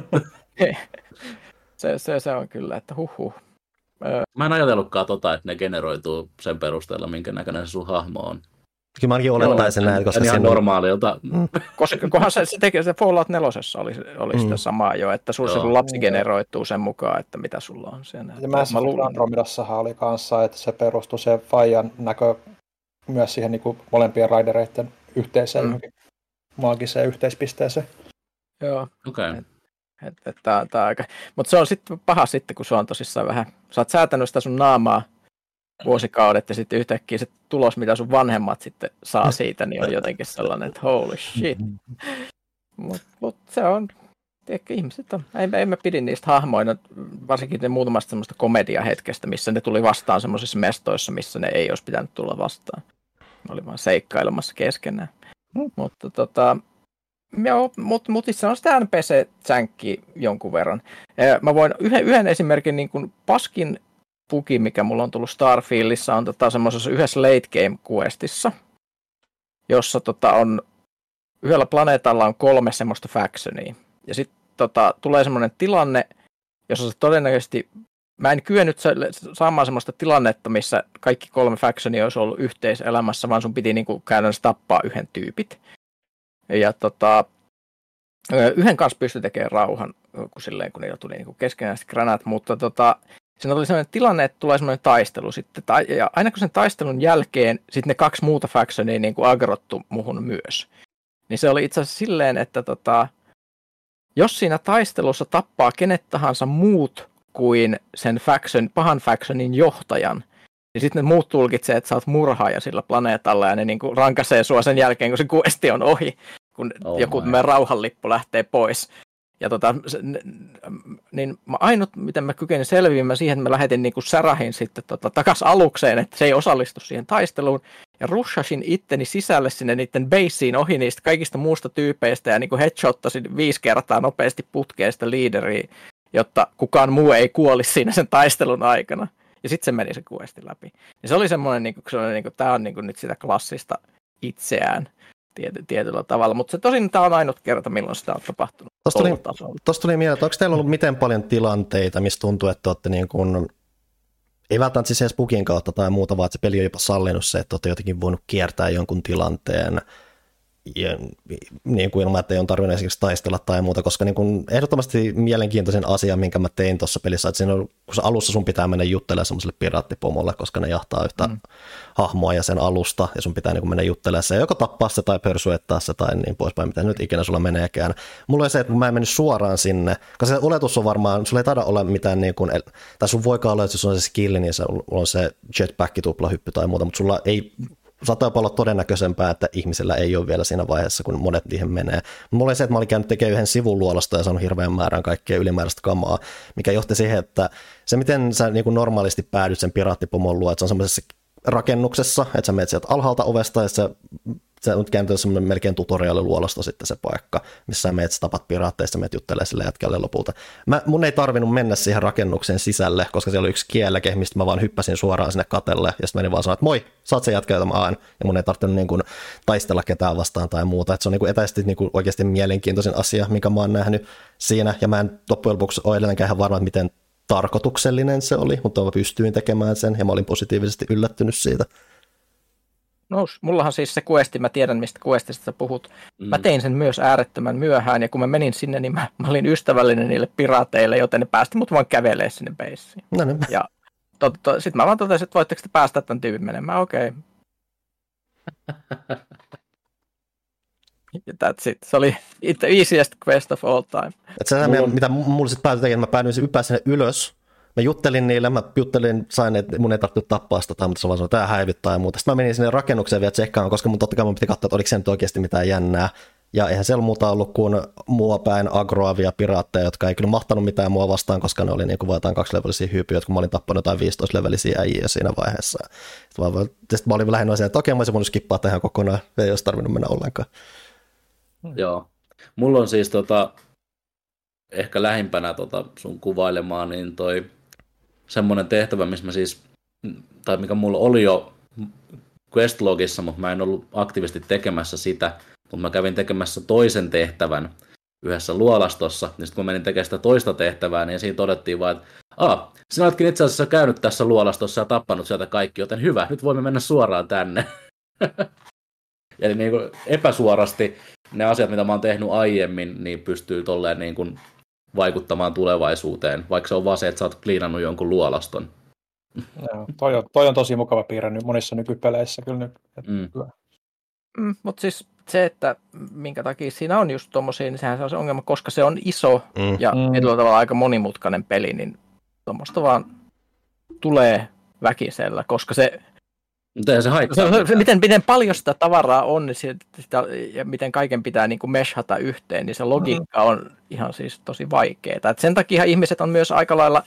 se, se, se on kyllä, että huhhuh. Mä en ajatellutkaan tota, että ne generoituu sen perusteella, minkä näköinen se sun hahmo on. Kyllä mä ainakin olettaisin näin. Koska ihan siinä normaalilta. Koska kunhan se, se, tekee, se Fallout nelosessa oli, oli mm. sitä samaa jo, että sun se lapsi generoituu sen mukaan, että mitä sulla on siinä. Ja Mass Effect Andromedassahan oli kanssa, että se perustui se Fajan näkö myös siihen niin kuin molempien raidereiden yhteiseen mm. maagiseen yhteispisteeseen. Joo. Okei. Okay. Et, et, et, aika. Mutta se on sitten paha sitten, kun se on tosissaan vähän, sä oot säätänyt sitä sun naamaa vuosikaudet ja sitten yhtäkkiä se tulos, mitä sun vanhemmat sitten saa siitä, niin on jotenkin sellainen, että holy shit. Mutta mut se on, tiedätkö, ihmiset on, ei, ei mä pidin niistä hahmoina, varsinkin ne muutamasta semmoista komediahetkestä, missä ne tuli vastaan semmoisissa mestoissa, missä ne ei olisi pitänyt tulla vastaan. Ne oli vaan seikkailemassa keskenään. Mm. Mutta tota, joo, mutta mut itse on sitä N P C-sänkkiä jonkun verran. Mä voin yhden, yhden esimerkin niin kuin paskin puki, mikä mulla on tullut Starfieldissa, on tota semmoisessa yhdessä late game questissa, jossa tota on yhdellä planeetalla on kolme semmoista factionia. Ja sitten tota, tulee semmoinen tilanne, jossa se todennäköisesti, mä en kyennyt saamaan semmoista tilannetta, missä kaikki kolme factionia olisi ollut yhteiselämässä, vaan sun piti niinku käytännössä tappaa yhden tyypit. Ja tota, yhden kanssa pystyi tekemään rauhan, kun, silleen, kun niillä tuli niinku keskenään granat, mutta tota, siinä oli sellainen tilanne, että tulee semmoinen taistelu sitten, ja aina kun sen taistelun jälkeen sitten ne kaksi muuta factionia niinku agrottu muhun myös. Niin se oli itse asiassa silleen, että tota, jos siinä taistelussa tappaa kenet tahansa muut kuin sen faction, pahan factionin johtajan, niin sitten ne muut tulkitsee, että sä oot murhaaja sillä planeetalla, ja ne niinku rankaisee sua sen jälkeen, kun se questi on ohi, kun oh joku rauhanlippu lähtee pois. Ja tota, se, niin ainut, miten mä kykenin selviämään siihen, että mä lähetin niinku Sarahin sitten tota, takas alukseen, että se ei osallistu siihen taisteluun, ja rushasin itteni sisälle sinne niiden baseen ohi niistä kaikista muusta tyypeistä, ja niinku headshottasin viisi kertaa nopeasti putkeen sitä leaderiä, jotta kukaan muu ei kuolisi siinä sen taistelun aikana. Ja sitten se meni se questi läpi. Ja se oli semmoinen, niinku, semmoinen niinku, tämä on niinku nyt sitä klassista itseään tiety, tietyllä tavalla. Mutta se tosin tämä on ainut kerta, milloin sitä on tapahtunut. Tuosta tuli, tuosta tuli mieleen, että onko teillä ollut miten paljon tilanteita, missä tuntuu, että olette niin kuin, ei välttämättä siis edes bugin kautta tai muuta, vaan että se peli on jopa sallinut se, että olette jotenkin voinut kiertää jonkun tilanteen ja, niin kuin ilman, että ei ole tarvinnut esimerkiksi taistella tai muuta, koska niin kuin ehdottomasti mielenkiintoisen asian, minkä mä tein tuossa pelissä, että siinä on, kun se alussa sun pitää mennä juttelemaan semmoiselle piraattipomolle, koska ne jahtaa yhtä mm. hahmoa ja sen alusta, ja sun pitää niin kuin mennä juttelemaan se, joko tappaa se tai pörsuettaa se tai niin poispäin, mitä nyt ikinä sulla meneekään. Mulla oli se, että mä en mennyt suoraan sinne, koska se oletus on varmaan, sulla ei taida olla mitään, niin kuin, tai sun voikaan olla, että jos on se skilli, niin se on se jetpack, tuplahyppy tai muuta, mutta sulla ei saattaa olla todennäköisempää, että ihmisellä ei ole vielä siinä vaiheessa, kun monet niihin menee. Mulla oli se, että mä olin käynyt tekemään yhden sivun luolasta ja saanut hirveän määrän kaikkea ylimääräistä kamaa, mikä johti siihen, että se miten sä niin kuin normaalisti päädyt sen piraattipomon luo, että se on semmoisessa rakennuksessa, että sä menet sieltä alhaalta ovesta ja se se on kääntynyt semmoinen melkein tutoriaaliluolasta sitten se paikka, missä menet sä tapat piraatteista, menet juttelemaan sille jätkälle lopulta. Mä, mun ei tarvinnut mennä siihen rakennuksen sisälle, koska siellä oli yksi kielläke, mistä mä vaan hyppäsin suoraan sinne katelle, ja sitten menin vaan sanoa, että moi, saat sen jätkä, jota mä ajan, ja mun ei tarvinnut niin kuin taistella ketään vastaan tai muuta, että se on niin kuin etäisesti niin kuin oikeasti mielenkiintoisin asia, minkä mä oon nähnyt siinä, ja mä en loppujen lopuksi ole edelleenkään ihan varma, että miten tarkoituksellinen se oli, mutta mä pystyin tekemään sen, ja mä olin positiivisesti yllättynyt siitä. No, mullahan siis se questi, mä tiedän mistä questista sä puhut. Mm. Mä tein sen myös äärettömän myöhään, ja kun mä menin sinne, niin mä, mä olin ystävällinen niille piraateille, joten ne päästi mut vaan kävelee sinne beissiin. No niin. Ja to, to, sit mä vaan totesin, että voitteko te päästä tämän tyypin menemään, okei. Okay. That's it. Se oli the easiest quest of all time. Et se, mulla... mitä mulla sitten päätyi tekemään, mä päädyin ypäin ylös. Mä juttelin niille, mä juttelin, sain, että mun ei tarvitse tappaa sitä, tai, mutta se vaan sanoi, että tämä häivyttää ja muuta. Sitten mä menin sinne rakennukseen vielä tsekkaamaan, koska mun totta kai mun piti katsoa, että oliko se nyt oikeasti mitään jännää. Ja eihän siellä muuta ollut kuin mua päin agroavia piraatteja, jotka ei kyllä mahtanut mitään mua vastaan, koska ne oli niin kuin jotain kaksilevelisiä hyypiöitä, kun mä olin tappanut jotain viisitoista-levelisiä äijiä siinä vaiheessa. Sitten mä, sitten mä olin lähinnä asiaan, että okei, mä olisin voinut skippaa tähän kokonaan, ei olisi tarvinnut mennä ollenkaan. Joo. Mulla on siis tota, ehkä lähimpänä tota sun kuvailemaan, niin toi semmoinen tehtävä, missä mä siis, tai mikä mulla oli jo questlogissa, mutta mä en ollut aktiivisesti tekemässä sitä, mutta mä kävin tekemässä toisen tehtävän yhdessä luolastossa, ja sitten kun mä menin tekemään sitä toista tehtävää, niin siinä todettiin vaan, että Aa, sinä oletkin itse asiassa käynyt tässä luolastossa ja tappanut sieltä kaikki, joten hyvä, nyt voimme mennä suoraan tänne. Eli niin kuin epäsuorasti ne asiat, mitä mä oon tehnyt aiemmin, niin pystyy tolleen niin kuin vaikuttamaan tulevaisuuteen, vaikka se on vaan se, että sä oot kliinannut jonkun luolaston. Joo, toi, on, toi on tosi mukava piirre nyt monissa nykypeleissä kyllä nyt. Mm. Mm, mutta siis se, että minkä takia siinä on just tommosia, niin sehän se on se ongelma, koska se on iso mm. ja mm. tietyllä tavalla aika monimutkainen peli, niin tuommoista vaan tulee väkisellä, koska se Miten se haittaa? Se, se, miten, miten paljon sitä tavaraa on niin sitä, ja miten kaiken pitää niin kuin meshata yhteen, niin se logiikka on ihan siis tosi vaikeaa. Et sen takia ihmiset on myös aika lailla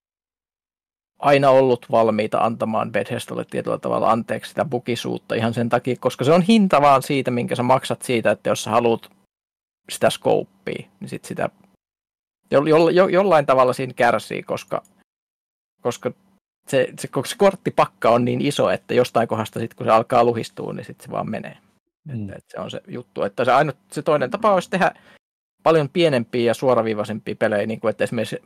aina ollut valmiita antamaan Bethesdalle tietyllä tavalla anteeksi sitä bugisuutta ihan sen takia, koska se on hinta vaan siitä, minkä sä maksat siitä, että jos sä haluat sitä scopea, niin sit sitä jo, jo, jo, jollain tavalla siinä kärsii, koska, koska Se, se, se korttipakka on niin iso, että jostain kohdasta sit, kun se alkaa luhistua, niin sitten se vaan menee. Mm. Et, et se on se juttu. Että se, ainut, se toinen tapa olisi tehdä paljon pienempiä ja suoraviivaisempia pelejä, niin kuin että esimerkiksi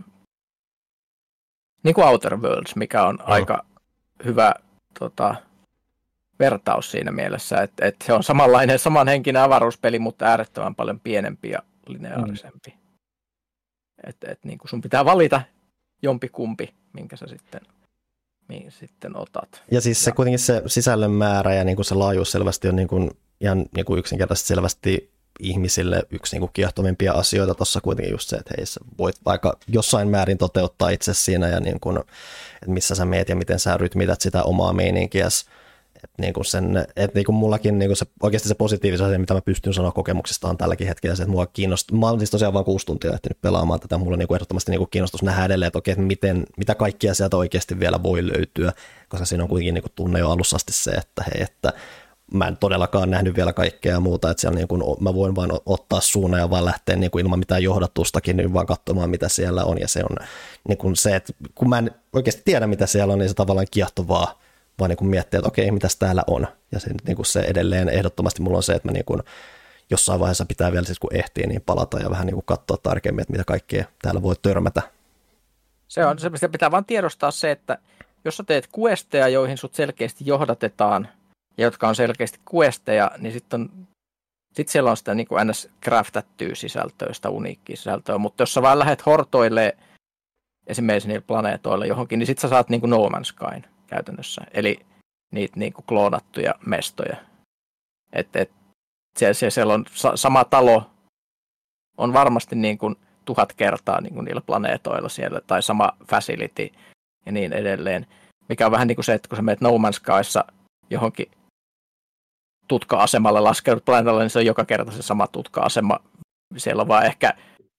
niin kuin Outer Worlds, mikä on oh. aika hyvä tota, vertaus siinä mielessä, että, että se on samanlainen, samanhenkinen avaruuspeli, mutta äärettömän paljon pienempi ja lineaarisempi. Mm. Että et, niin kuin sun pitää valita jompikumpi, minkä sä sitten, minkä sitten otat. Ja siis se, ja kuitenkin se sisällön määrä ja niin kuin se laajuus selvästi on niin kuin, ihan niin kuin yksinkertaisesti selvästi ihmisille yksi niin kuin kiehtovimpia asioita tuossa kuitenkin just se, että hei, sä voit vaikka jossain määrin toteuttaa itse siinä ja niin kuin, että missä sä meet ja miten sä rytmität sitä omaa meininkiäsi. Että niin kuin sen, että niin kuin mullakin niin kuin se, oikeasti se positiivinen asia, mitä mä pystyn sanoa kokemuksesta on tälläkin hetkellä se, että mua kiinnostaa. Mä olen siis tosiaan vain kuusi tuntia ehtinyt pelaamaan tätä. Mulla niin kuin ehdottomasti niin kuin kiinnostus nähdä edelleen, että okei, että miten, mitä kaikkia sieltä oikeasti vielä voi löytyä, koska siinä on kuitenkin niin kuin tunne jo alussa asti se, että hei, että mä en todellakaan nähnyt vielä kaikkea ja muuta, että siellä niin kuin, mä voin vain ottaa suunnan ja vaan lähteä niin kuin ilman mitään johdatustakin niin vaan katsomaan, mitä siellä on. Ja se on niin kuin se, että kun mä en oikeasti tiedä, mitä siellä on, niin se tavallaan kiehtovaa, vaan niin kuin miettiä, että okei, mitäs täällä on. Ja se, niin kuin se edelleen ehdottomasti mulla on se, että mä niin kuin jossain vaiheessa pitää vielä siis kun ehtii, niin palata ja vähän niin kuin katsoa tarkemmin, että mitä kaikkea täällä voi törmätä. Se on, se pitää vaan tiedostaa se, että jos sä teet questeja, joihin sut selkeästi johdatetaan, ja jotka on selkeästi questeja, niin sitten sit siellä on sitä niin kuin ns. Craftattyä sisältöä, sitä uniikkiä sisältöä, mutta jos sä vaan lähdet hortoille esimerkiksi niillä planeetoilla johonkin, niin sit sä saat niin kuin No Man's Skyn käytännössä, eli niitä niin kuin kloonattuja mestoja. Et, et, siellä, siellä on sa- sama talo, on varmasti niin kuin tuhat kertaa niin kuin niillä planeetoilla siellä, tai sama facility ja niin edelleen, mikä on vähän niin kuin se, että kun sä menet No Man's Skyssa johonkin tutka-asemalle laskeudut planeetalle, niin se on joka kerta se sama tutka-asema. Siellä on vaan ehkä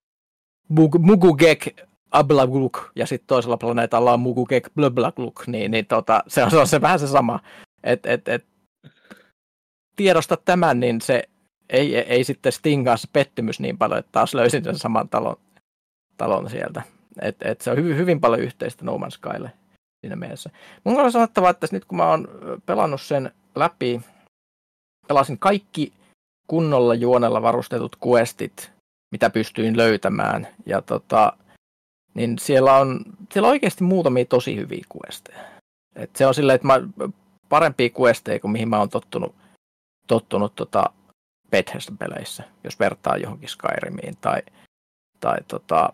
Mugugek Ablagluk, ja sitten toisella planeetalla on Mugugek Blablagluk, niin, niin tota, se, on, se on se vähän se sama. Et, et, et, tiedosta tämän, niin se ei, ei, ei sitten stingaa se pettymys niin paljon, että taas löysin sen saman talon, talon sieltä. Et, et se on hyvin, hyvin paljon yhteistä No Man's Skylle siinä mielessä. Mun on sanottava, että nyt kun mä oon pelannut sen läpi, pelasin kaikki kunnolla juonella varustetut questit, mitä pystyin löytämään. Ja tota, niin siellä on, siellä on oikeasti muutamia tosi hyviä questeja. Et se on silleen, että mä, parempia questeja kuin mihin mä oon tottunut, tottunut tota Bethesda-peleissä, jos vertaa johonkin Skyrimiin tai, tai tota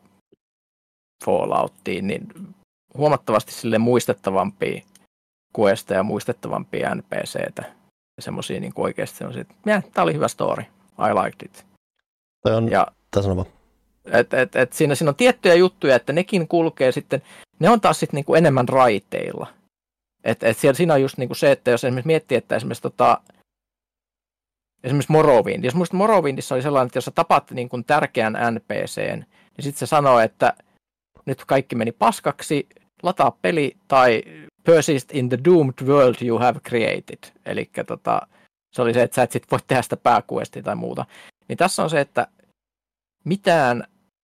Falloutiin, niin huomattavasti sille muistettavampia questeja, muistettavampia N P C:tä. Semmoisia niin oikeasti semmoisia, että tämä oli hyvä story, I liked it. Toi on, ja, et, et, et siinä, siinä on tiettyjä juttuja, että nekin kulkee sitten, ne on taas sitten niin enemmän raiteilla. Et, et siellä, siinä on just niin se, että jos esimerkiksi miettii, että esimerkiksi, tota, esimerkiksi Morrowind, jos muistat Morrowindissa oli sellainen, että jos sä tapat niin kuin tärkeän N P C:n, niin sitten se sanoo, että nyt kaikki meni paskaksi, lataa peli tai persist in the doomed world you have created. Eli tota, se oli se, että sä et sit voi tehdä sitä pääquestia tai muuta. Niin tässä on se, että mitään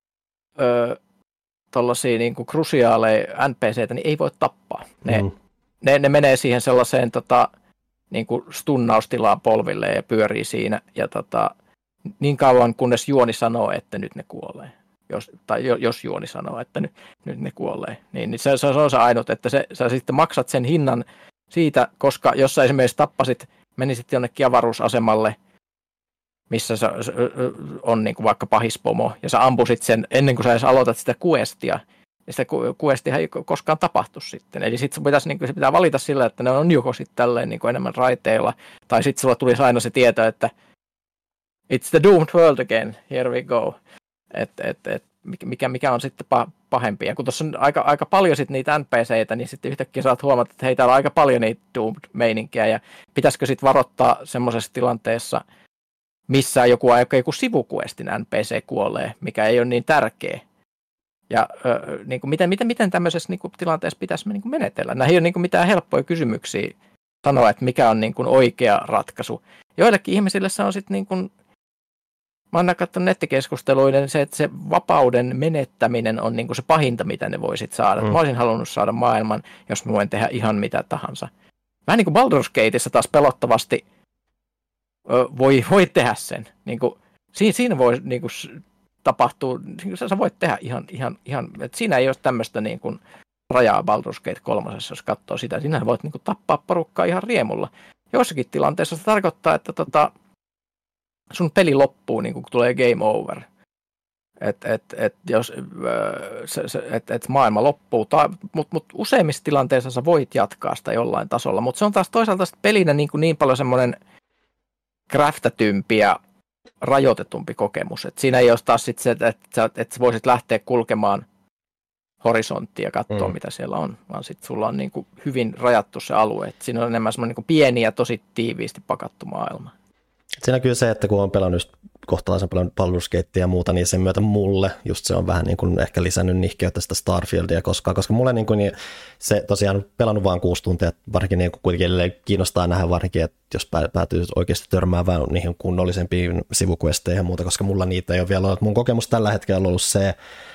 ö, tollaisia niinku krusiaaleja N P C:tä niin ei voi tappaa. Ne, mm. ne, ne menee siihen sellaiseen tota, niinku stunnaustilaan polville ja pyörii siinä. Ja tota, niin kauan kunnes juoni sanoo, että nyt ne kuolee. Jos, tai jos juoni sanoo, että nyt, nyt ne kuolee, niin, niin se, se on se ainut, että se, sä sitten maksat sen hinnan siitä, koska jos sä esimerkiksi tappasit, menisit jonnekin avaruusasemalle, missä sä, on niin kuin vaikka pahispomo, ja sä ampusit sen ennen kuin sä edes aloitat sitä questia, niin sitä questia ei koskaan tapahtu sitten. Eli sitten pitäisi, niin kuin, se pitää valita sillä, että ne on joko sitten tälleen niin kuin enemmän raiteilla, tai sitten sulla tulisi aina se tieto, että it's the doomed world again, here we go. Että et, et, mikä, mikä on sitten pahempi. Ja kun tuossa on aika, aika paljon sit niitä N P C:itä, niin sitten yhtäkkiä saat huomata, että hei, täällä on aika paljon niitä Doomed-meininkiä, ja pitäisikö sitten varoittaa semmoisessa tilanteessa, missä joku, joku sivuquestin N P C kuolee, mikä ei ole niin tärkeä. Ja ö, niin kuin miten, miten, miten tämmöisessä niin kuin tilanteessa pitäisi niin kuin menetellä? Nämä ei ole niin kuin mitään helppoja kysymyksiä sanoa, että mikä on niin kuin oikea ratkaisu. Joillekin ihmisille se on sitten niin kuin mä oon katsonut nettikeskusteluiden se, että se vapauden menettäminen on niin kuin se pahinta, mitä ne voisit saada. Mm. Mä olisin halunnut saada maailman, jos mä voin tehdä ihan mitä tahansa. Vähän niin kuin Baldur's Gateissa taas pelottavasti voi, voi tehdä sen. Niin kuin, siinä, siinä voi niin kuin, tapahtua, niin sä, sä voit tehdä ihan, ihan, ihan että siinä ei ole tämmöistä niin kuin, rajaa Baldur's Gate kolmosessa, jos katsoo sitä. Sinä voit niin kuin, tappaa porukkaa ihan riemulla. Joissakin tilanteessa se tarkoittaa, että tota, sun peli loppuu, niin kun tulee game over. Että et, et, jos, se, se, et, et maailma loppuu, mutta mut useimmissa tilanteissa sä voit jatkaa sitä jollain tasolla. Mutta se on taas toisaalta pelinä niin, niin paljon semmoinen craftatympi ja rajoitetumpi kokemus. Et siinä ei ole taas sit se, että et sä, et sä voisit lähteä kulkemaan horisonttia ja katsoa, mm. mitä siellä on, vaan sitten sulla on niin kuin hyvin rajattu se alue. Et siinä on enemmän semmoinen niin pieni ja tosi tiiviisti pakattu maailma. Siinä kyllä se, että kun on pelannut kohtalaisen paljon Baldur's Gatea ja muuta, niin sen myötä mulle just se on vähän niin kuin ehkä lisännyt nihkeyttä sitä Starfieldia koskaan, koska mulle niin kuin niin se tosiaan pelannut vaan kuusi tuntia, varsinkin niin kuin kuitenkin kiinnostaa nähdä varsinkin, että jos päätyy oikeasti törmäämään niihin kunnollisempiin sivuquesteihin ja muuta, koska mulla niitä ei ole vielä ollut. Mun kokemus tällä hetkellä on ollut se,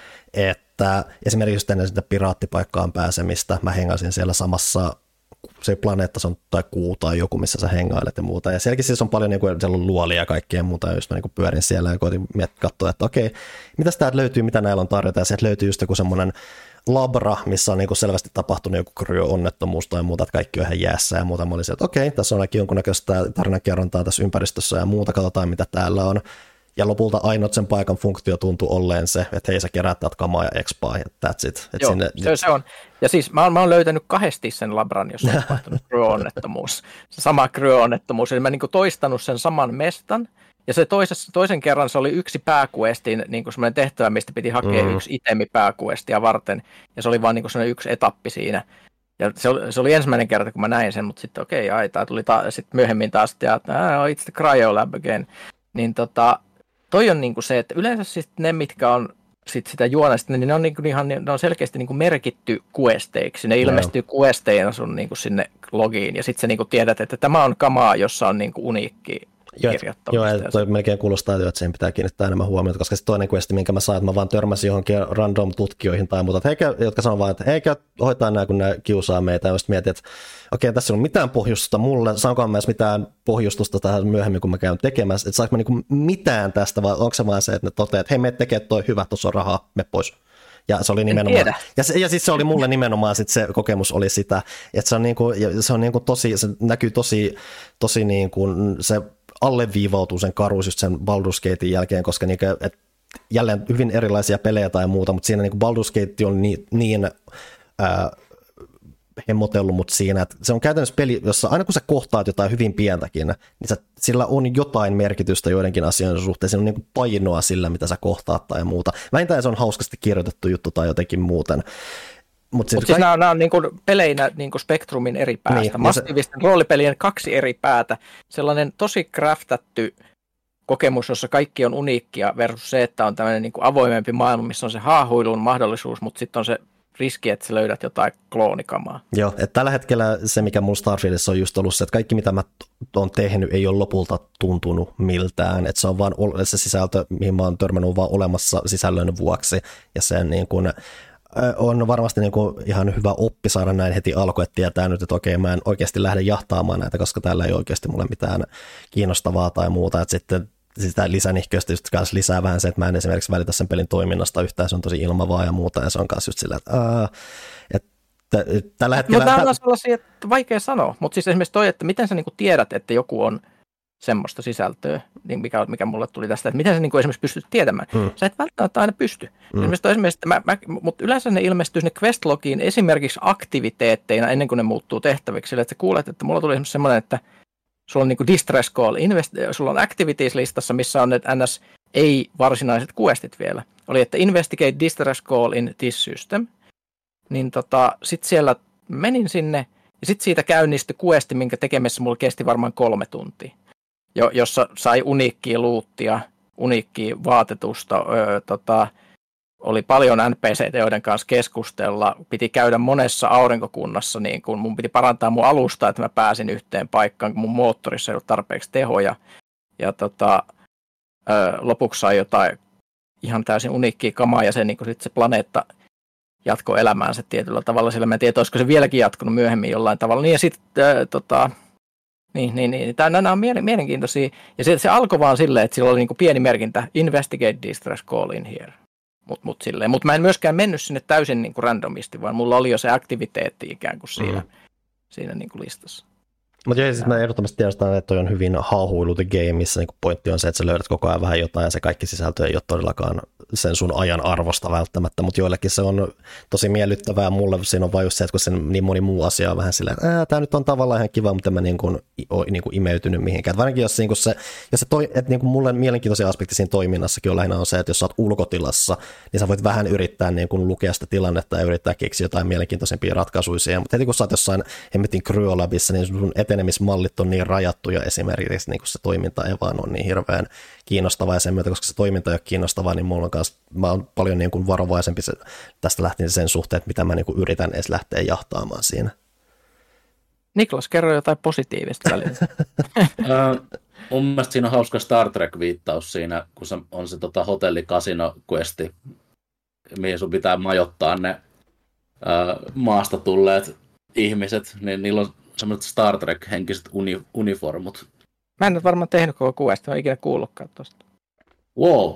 että esimerkiksi ennen sitä piraattipaikkaan pääsemistä mä hengasin siellä samassa se planeetta on tai kuu tai joku, missä sä hengailet ja muuta. Ja sielläkin siis on paljon niin kuin, siellä on luolia ja kaikkea muuta, jos mä niin kuin pyörin siellä ja koitin katsoa, että okei, mitäs täältä löytyy, mitä näillä on tarjota. Ja sieltä löytyy just joku semmoinen labra, missä on niin kuin selvästi tapahtunut joku kryo-onnettomuus tai muuta, että kaikki on ihan jäässä ja muuta. Mä olin sieltä, että okei, tässä on ainakin jonkunnäköistä tarinankerrontaa tässä ympäristössä ja muuta, katsotaan mitä täällä on. Ja lopulta ainoat sen paikan funktio tuntui olleen se, että hei sä keräät täältä kamaa ja expaa ja that's it. Et Joo, sinne, se, se on. Ja siis mä oon, mä oon löytänyt kahdesti sen labran, jossa on tapahtunut kryo-onnettomuus. Se sama kryo-onnettomuus. Eli mä niin kuin toistanut sen saman mestan. Ja se toisessa, toisen kerran se oli yksi pääkuestin niin kuin semmoinen tehtävä, mistä piti hakea mm. yksi itemi pääkuestia varten. Ja se oli vaan niin kuin semmoinen yksi etappi siinä. Ja se oli, se oli ensimmäinen kerta, kun mä näin sen, mutta sitten okei, okay, ai, tää tuli ta- sitten myöhemmin taas, että it's the cryo lab again. Niin tota... Toi on niinku se, että yleensä siis ne, mitkä on sit sitä juonesta, niin ne on, niinku ihan, ne on selkeästi niinku merkitty questeiksi. Ne ilmestyy questeina sun niinku sinne logiin, ja sitten sä niinku tiedät, että tämä on kamaa, jossa on niinku uniikki kirjoittamista. Joo, ja toi melkein kuulostaa, että siihen pitää kiinnittää enemmän huomiota, koska se toinen questi, minkä mä sain, että mä vaan törmäsin johonkin random tutkijoihin tai muuta, että jotka sanoo vaan, että eikä hoitaa nämä, kun nämä kiusaa meitä, ja sitten mietin, että okei, tässä on mitään pohjustusta mulle, saanko mä edes mitään pohjustusta tähän myöhemmin, kun mä käyn tekemässä, että saanko mä niinku mitään tästä, vai onko se vaan se, että ne toteaa, että hei, me tekee toi hyvä, tuossa on rahaa, me pois. Ja se oli nimenomaan, ja, se, ja siis se oli mulle nimenomaan sit se kokemus oli sitä, että se on niinku, se on niinku tosi, se näkyy tosi, tosi niinku, se alleviivautuu sen karuus just sen Baldur's Gatein jälkeen, koska niinku, et jälleen hyvin erilaisia pelejä tai muuta, mutta siinä niinku Baldur's Gate on niin, niin ää, hemmotellut mut siinä, että se on käytännössä peli, jossa aina kun sä kohtaat jotain hyvin pientäkin, niin sä, sillä on jotain merkitystä joidenkin asioiden suhteen, siinä on niinku painoa sillä, mitä sä kohtaat tai muuta. Vähintään se on hauskasti kirjoitettu juttu tai jotenkin muuten. Mutta siis kaik... nämä on, nämä on niin kuin peleinä niin kuin spektrumin eri päästä, niin, massiivisten se... roolipelien kaksi eri päätä, sellainen tosi craftattu kokemus, jossa kaikki on uniikkia versus se, että on tämmöinen niin kuin avoimempi maailma, missä on se haahuilun mahdollisuus, mutta sitten on se riski, että sä löydät jotain kloonikamaa. Joo, että tällä hetkellä se, mikä mulla Starfieldissa on just ollut se, että kaikki mitä mä oon tehnyt ei ole lopulta tuntunut miltään, että se on vaan se sisältö, mihin mä oon törmännyt vaan olemassa sisällön vuoksi, ja sen niin kuin on varmasti niin kuin ihan hyvä oppi saada näin heti alkuun, että tietää nyt, että okei, mä en oikeasti lähde jahtaamaan näitä, koska täällä ei oikeasti mulle mitään kiinnostavaa tai muuta, että sitten sitä lisänihköistä just kanssa lisää vähän se, että mä en esimerkiksi välitä sen pelin toiminnasta yhtään, se on tosi ilmavaa ja muuta, ja se on kanssa just sillä, että, aa, että tällä hetkellä... Mutta nämä on sellaisia, että vaikea sanoa, mutta siis esimerkiksi toi, että miten sä niinku tiedät, että joku on semmoista sisältöä, niin mikä, mikä mulle tuli tästä, että miten sä niinku esimerkiksi pystyt tietämään. Hmm. Sä et välttämättä aina pysty. Hmm. Esimerkiksi, esimerkiksi mä, mä, mutta yleensä ne ilmestyy sinne questlogiin esimerkiksi aktiviteetteina ennen kuin ne muuttuu tehtäviksi, sillä että sä kuulet, että mulla tuli esimerkiksi semmoinen, että sulla on niinku distress call, invest- sulla on activities-listassa, missä on ne ns. Ei varsinaiset questit vielä. Oli, että investigate distress call in this system. Niin tota, sit siellä menin sinne, ja sit siitä käynnistyi questi, minkä tekemässä mulla kesti varmaan kolme tuntia. Jo, jossa sai uniikkia luuttia, uniikkia vaatetusta, öö, tota, oli paljon N P C:tä, joiden kanssa keskustella, piti käydä monessa aurinkokunnassa, niin kun mun piti parantaa mun alusta, että mä pääsin yhteen paikkaan, kun mun moottorissa ei ollut tarpeeksi tehoja, ja tota, öö, lopuksi sai jotain ihan täysin uniikkia kamaa, ja se, niin sit se planeetta jatkoi elämäänsä tietyllä tavalla, sillä mä en tiedä, olisiko se vieläkin jatkunut myöhemmin jollain tavalla, niin ja sitten öö, tota, Niin, niin, niin. Tämä, nämä on mielenkiintoisia. Ja se, se alkoi vaan silleen, että sillä oli niin kuin pieni merkintä, investigate distress call in here. Mutta mut mut mä en myöskään mennyt sinne täysin niin kuin randomisti, vaan mulla oli jo se aktiviteetti ikään kuin siinä, mm. siinä niin kuin listassa. Mutta joo, siis mä ehdottomasti tiedostan, että toi on hyvin hauhuilu the game, missä niin pointti on se, että sä löydät koko ajan vähän jotain ja se kaikki sisältö ei ole todellakaan sen sun ajan arvosta välttämättä, mutta joillekin se on tosi miellyttävää. Mulle siinä on vain just se, että kun sen niin moni muu asia on vähän silleen, että tämä nyt on tavallaan ihan kiva, mutta en mä niin kuin, ole niin kuin imeytynyt mihinkään. Varsinkin jos, niin kuin se, jos se toi, että niin kuin mulle mielenkiintoisia aspekti siinä toiminnassakin on lähinnä on se, että jos sä oot ulkotilassa, niin sä voit vähän yrittää niin kuin lukea sitä tilannetta ja yrittää keksiä jotain mielenkiintoisempia ratkaisuja siihen, mutta heti kun sä oot jossain hemmetin Cryolabissa, niin sun etenemismallit on niin rajattuja esimerkiksi, niin kuin se toiminta ei vaan ole niin hirveän kiinnostavaa ja sen myötä, koska se toiminta ei ole kiinnostavaa, niin mulla on kanssa, mä oon paljon niin kuin varovaisempi se, tästä lähtien sen suhteen, että mitä mä niin kuin yritän edes lähteä jahtaamaan siinä. Niklas, kerro jotain positiivista välillä. uh, mun mielestä siinä on hauska Star Trek-viittaus siinä, kun se on se tota, hotelli-kasino-questi, mihin sun pitää majoittaa ne uh, maasta tulleet ihmiset, niin niillä on semmoiset Star Trek-henkiset uni- uniformut. Mä en nyt varmaan tehnyt koko questa, mä en ikinä kuullutkaan tuosta. Wow!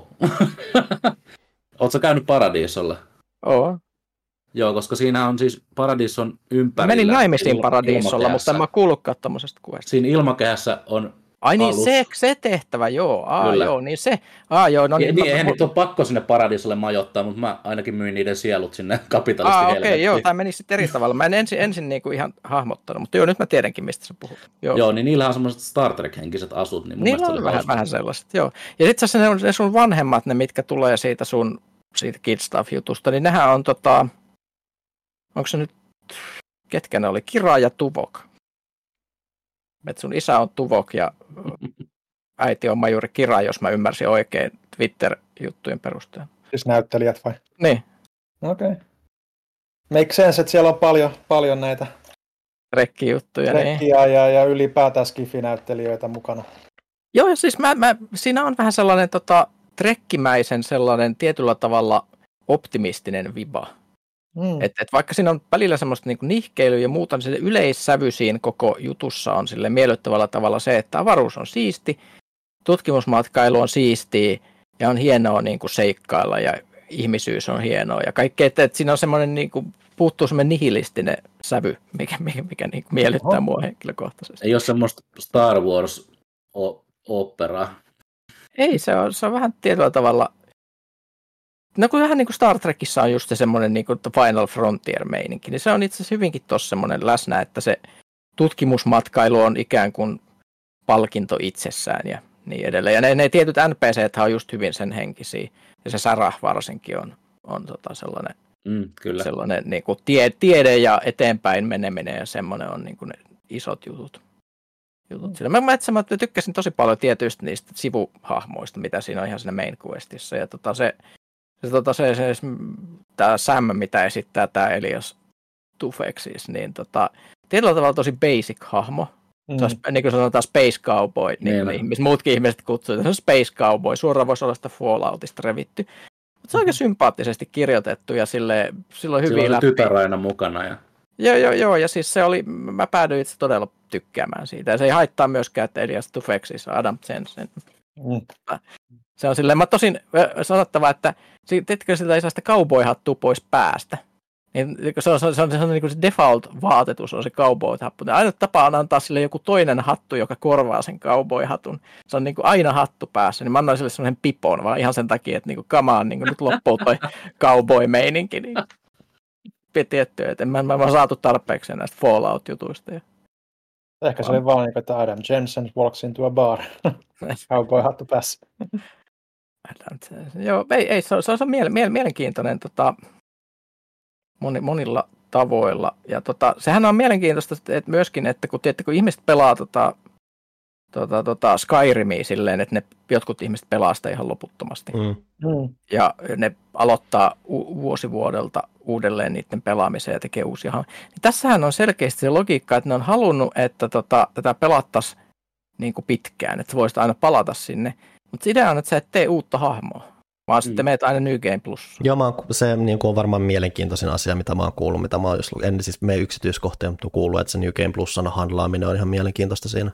Ootko käynyt Paradiisolla? Oo. Joo, koska siinä on siis Paradiison ympärillä. Mä menin naimisiin il- Paradiisolla, mutta en mä kuullutkaan tommosesta questa. Siinä ilmakehässä on Ai niin, alus. se, se tehtävä, joo. Aa, joo, niin se. Aa, joo, no niin. Niin, Eihän mä... niitä ole pakko sinne Paradiisolle majoittaa, mutta mä ainakin myin niiden sielut sinne kapitalisti Aa, okei, okay, helvettiin. joo, tämä meni sitten eri tavalla. Mä en ensin, ensin niinku ihan hahmottanut, mutta joo, nyt mä tiedänkin, mistä sä puhut. Joo, joo niin niillä on semmoiset Star Trek-henkiset asut. Niin mun niillä on vähän, vähän sellaiset, joo. Ja sitten se ne, ne sun vanhemmat, ne mitkä tulee siitä sun siitä Kid Stuff-jutusta, niin nehän on tota, onko se nyt, ketkä ne oli, Kira ja Tuvok. Että sun isä on Tuvok ja äiti on majuri Kira, jos mä ymmärsin oikein Twitter-juttujen perusteella. Siis näyttelijät vai? Niin. Okei. Okay. Make sense, että siellä on paljon, paljon näitä Trekki-juttuja. Trekkiä niin. ja, ja ylipäätään skifi-näyttelijöitä mukana. Joo, ja siis mä, mä, siinä on vähän sellainen tota, trekkimäisen sellainen tietyllä tavalla optimistinen viba. Mm. Et, et vaikka siinä on välillä semmoista niinku nihkeilyä ja muuta, niin se yleissävy siinä koko jutussa on sille miellyttävällä tavalla se, että avaruus on siisti, tutkimusmatkailu on siistiä ja on hienoa niinku seikkailla ja ihmisyys on hienoa ja kaikkea. Että et siinä on semmoinen, niinku, puuttuu semmoinen nihilistinen sävy, mikä, mikä, mikä niinku miellyttää Oho. mua henkilökohtaisesti. Ei ole semmoista Star Wars-operaa. Ei, se on, se on vähän tietyllä tavalla. No kun vähän niin kuin Star Trekissa on just se semmoinen niin kuin Final Frontier-meininki, niin se on itse asiassa hyvinkin tuossa semmoinen läsnä, että se tutkimusmatkailu on ikään kuin palkinto itsessään ja niin edelleen. Ja ne, ne tietyt N P C:thän on just hyvin sen henkisiä, ja se Sarah varsinkin on, on tota sellainen, mm, kyllä. sellainen niin kuin tie, tiede ja eteenpäin meneminen, ja semmoinen on niin kuin ne isot jutut. jutut. Sillä mä, mä, mä tykkäsin tosi paljon tietyistä niistä sivuhahmoista, mitä siinä on ihan siinä main questissa, ja tota se Se, tota, se, se, se, tämä Sam, mitä esittää tämä Elias Tufeksis, niin tota, tietyllä tavalla tosi basic-hahmo. Mm. Se on, niin kuin sanotaan Space Cowboy, niin kuin ihmiset, muutkin ihmiset kutsuvat, se on Space Cowboy, suoraan voisi olla sitä Falloutista revitty. Mutta se on oikein sympaattisesti kirjoitettu ja sille, silloin hyvin läpi. läpi. Tytär aina mukana. Ja... Joo, joo, joo, ja siis se oli, mä päädyin itse todella tykkäämään siitä. Ja se ei haittaa myöskään, että Elias Tufeksis on Adam Jensen. Mm. Se on silleen, mä tosin sanottava, että teetkö siltä ei saa sitä cowboy-hattua pois päästä. Niin se on se, on, se, on, se, on, niin kuin se default-vaatetus on se cowboy-hattu. Ainoa tapa on antaa sille joku toinen hattu, joka korvaa sen cowboy-hatun. Se on niin kuin aina hattu päässä. Niin mä annoin sille sellaisen pipon, vaan ihan sen takia, että niin kuin, come on, niin kuin nyt loppuu toi cowboy-meininki. Niin tietty, että mä, mä, mä oon saatu tarpeeksi näistä Fallout-jutuista. Ja... Ehkä se oli vaan niin, että Adam Jensen walks into a bar. Cowboy-hattu päässä. Joo, ei, ei se on, se on mielenkiintoinen tota, moni, monilla tavoilla. Ja tota, sehän on mielenkiintoista että myöskin, että kun, tiedätte, kun ihmiset pelaa tota, tota, tota Skyrimia silleen, että ne jotkut ihmiset pelaa sitä ihan loputtomasti. Mm. Mm. Ja ne aloittaa u- vuosi vuodelta uudelleen niiden pelaamiseen ja tekee uusia. Niin tässähän on selkeästi se logiikka, että ne on halunnut, että tota, tätä pelattaisiin niin kuin pitkään, että voisit aina palata sinne. Mutta idea on, että sä et tee uutta hahmoa, vaan mm. sitten meet aina New Game Plus. Joo, mä oon, se niin on varmaan mielenkiintoisin asia, mitä mä oon kuullut, mitä mä oon just en siis mene yksityiskohtia, mutta kuullut, että se New Game Plusan handlaaminen on ihan mielenkiintoista siinä.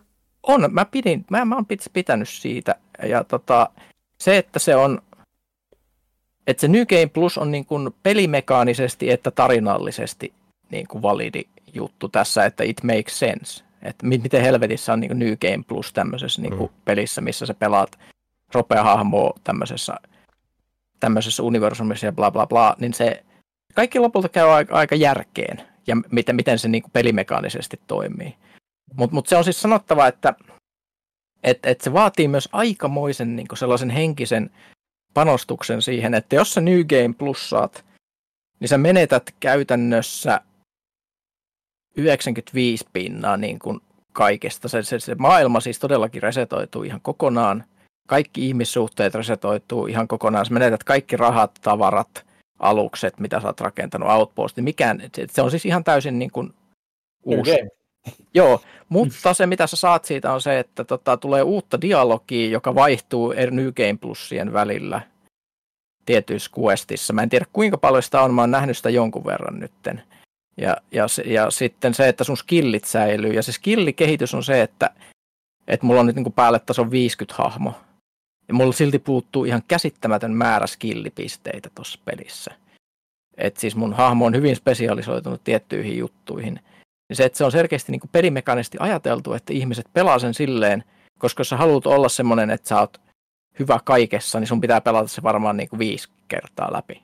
On, mä pidin, mä, mä oon pitänyt siitä. Ja tota, se, että se on, että se New Game Plus on niin kuin pelimekaanisesti että tarinallisesti niin kuin validi juttu tässä, että it makes sense. Että miten helvetissä on niin kuin New Game Plus tämmöisessä niin kuin mm. pelissä, missä sä pelaat ropea-hahmoa tämmöisessä, tämmöisessä universumissa ja bla bla bla, niin se kaikki lopulta käy aika, aika järkeen ja miten, miten se niin kuin pelimekaanisesti toimii. Mutta mut se on siis sanottava, että et, et se vaatii myös aikamoisen niin kuin sellaisen henkisen panostuksen siihen, että jos sä New Game Plus saat, niin sä menetät käytännössä yhdeksänkymmentäviisi pinnaa niin kuin kaikesta. Se, se, se maailma siis todellakin resetoituu ihan kokonaan. Kaikki ihmissuhteet resetoituu ihan kokonaan. Sä menetät kaikki rahat, tavarat, alukset, mitä sä oot rakentanut, outpostit. Mikään, se, se on siis ihan täysin niin kuin uusi. Okay. Joo, mutta se mitä sä saat siitä on se, että tota, tulee uutta dialogia, joka vaihtuu New Game Plusien välillä tietyissä questissa. Mä en tiedä kuinka paljon sitä on, mä oon nähnyt sitä jonkun verran nytten. Ja, ja, ja sitten se, että sun skillit säilyy. Ja se skillikehitys on se, että, että mulla on nyt niin kuin päälle tason viisikymmentä hahmo. Ja mulla silti puuttuu ihan käsittämätön määrä skillipisteitä tuossa pelissä. Että siis mun hahmo on hyvin spesialisoitunut tiettyihin juttuihin. Ja se, että se on selkeästi niin kuin pelimekaanisesti ajateltu, että ihmiset pelaa sen silleen, koska jos sä haluat olla semmoinen, että sä oot hyvä kaikessa, niin sun pitää pelata se varmaan niin kuin viisi kertaa läpi.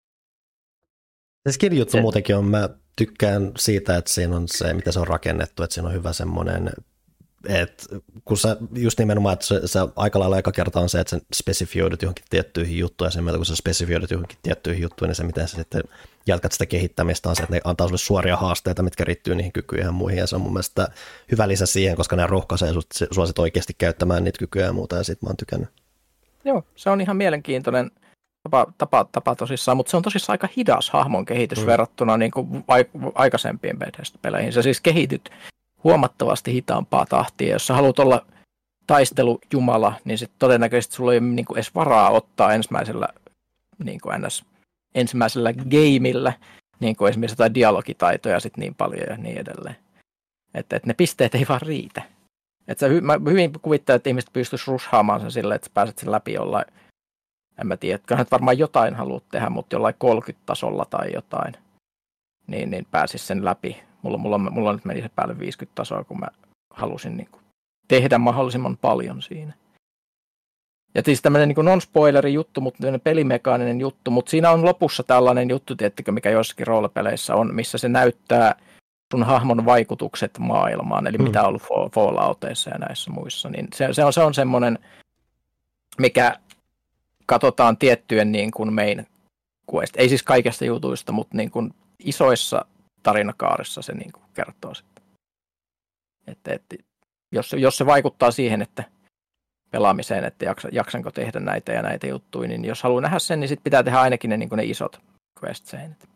Se skill-juttu se muutenkin on, mä tykkään siitä, että siinä on se, mitä se on rakennettu, että siinä on hyvä semmoinen, että kun sä just nimenomaan, että se, se aika lailla eka kerta on se, että sä spesifioidut johonkin tiettyihin juttuihin, ja sen mieltä, kun sä spesifioidut johonkin tiettyihin juttuihin, niin se, miten sä sitten jatkat sitä kehittämistä, on se, että ne antaa sulle suoria haasteita, mitkä riittyy niihin kykyihin ja muihin, ja se on mun mielestä hyvä lisä siihen, koska ne rohkaisee sua sit oikeasti käyttämään niitä kykyjä ja muuta, ja sit mä oon tykännyt. Joo, se on ihan mielenkiintoinen tapa, tapa, tapa tosissaan, mutta se on tosissaan aika hidas hahmon kehitys mm. verrattuna niin kuin aikaisempiin peleihin. Sä siis kehityt huomattavasti hitaampaa tahtia. Jos sä haluat olla taistelujumala, niin sit todennäköisesti sulla ei ole niin kuin edes varaa ottaa ensimmäisellä, niin kuin ns, ensimmäisellä gameillä niin kuin esimerkiksi jotain dialogitaitoja sit niin paljon ja niin edelleen. Että et ne pisteet ei vaan riitä. Et sä, mä hyvin kuvittelen, että ihmiset pystyisivät rushaamaan sen silleen, että sä pääset sen läpi jollain, en mä tiedä, että varmaan jotain haluat tehdä, mutta jollain kolmekymmentä-tasolla tai jotain, niin, niin pääsis sen läpi. Mulla, mulla, mulla nyt meni se päälle viisikymmentä tasoa, kun mä halusin niin kuin tehdä mahdollisimman paljon siinä. Ja siis tämmöinen niin non-spoileri juttu, mutta tämmöinen pelimekaaninen juttu, mutta siinä on lopussa tällainen juttu, tiettikö, mikä joissakin roolipeleissä on, missä se näyttää sun hahmon vaikutukset maailmaan, eli mm. mitä on ollut Fallouteissa ja näissä muissa, niin se, se on, se on semmoinen, mikä katsotaan tiettyjen niin kuin main quest, ei siis kaikesta jutuista, mutta niin kuin isoissa tarinakaarissa se niin kuin kertoo sitten. Että, että jos, jos se vaikuttaa siihen, että pelaamiseen, että jaksa, jaksanko tehdä näitä ja näitä juttuja, niin jos haluaa nähdä sen, niin sitten pitää tehdä ainakin ne, niin kuin ne isot quest-seinät.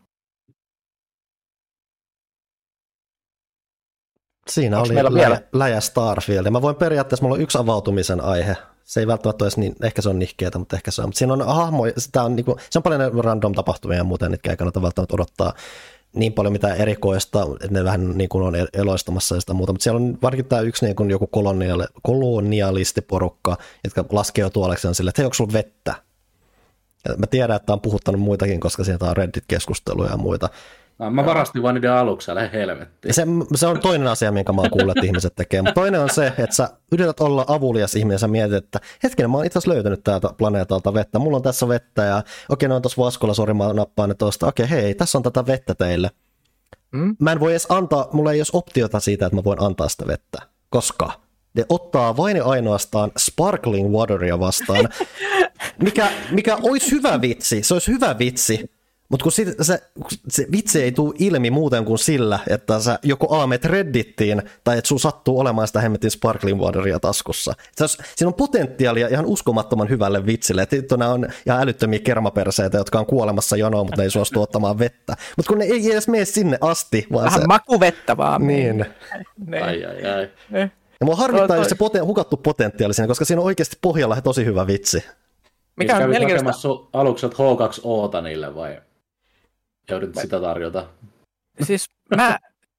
Siinä Onks oli lä- läjä Starfield. Ja mä voin periaatteessa, mulla on yksi avautumisen aihe. Se ei välttämättä ole niin, ehkä se on nihkeetä, mutta ehkä se on. Mutta siinä on hahmo, sitä on, niinku, se on paljon random tapahtumia ja muuten, mitkä ei kannata välttämättä odottaa niin paljon mitään erikoista, että ne vähän niin kuin on eloistamassa ja sitä muuta. Mutta siellä on varsinkin tämä yksi niin kuin joku koloniali, kolonialistiporukka, jotka laskeutuu Aleksan sille, että hei, onko sulla vettä? Ja mä tiedän, että on puhuttanut muitakin, koska sieltä on Reddit-keskusteluja ja muita. Mä varastin vaan niiden aluksi, älä helvettiin. Se, se on toinen asia, minkä mä oon kuullut, että ihmiset tekee. Mutta toinen on se, että sä yrität olla avulias ihminen ja sä mietit, että hetkinen, mä oon itse asiassa löytänyt täältä planeetalta vettä. Mulla on tässä vettä ja okei, ne on tuossa vaskolla, sori, mä nappaan ne tuosta. Okei, hei, tässä on tätä vettä teille. Mm? Mä en voi edes antaa, mulla ei ole optiota siitä, että mä voin antaa sitä vettä. Koska ne ottaa vain ja ainoastaan sparkling wateria vastaan, mikä, mikä olisi hyvä vitsi, se olisi hyvä vitsi. Mutta kun se, se, se vitsi ei tule ilmi muuten kuin sillä, että sä joko A menet Reddittiin, tai että sun sattuu olemaan sitä hemmetin sparkling wateria taskussa. Olisi, siinä on potentiaalia ihan uskomattoman hyvälle vitsille, että nämä on ihan älyttömiä kermaperseitä, jotka on kuolemassa jonoon, mutta ne ei suostu ottamaan vettä. Mutta kun ne ei edes mene sinne asti. Vaan vähän se, makuvettä vaan. Niin. Ai ai ai. Ne. Ja mua harmittaa just se poten, hukattu potentiaali siinä, koska siinä on oikeasti pohjalla tosi hyvä vitsi. Mikä on melkein sun alukset H kaksi O:ta niille vai joudut sitä tarjota? Siis mä,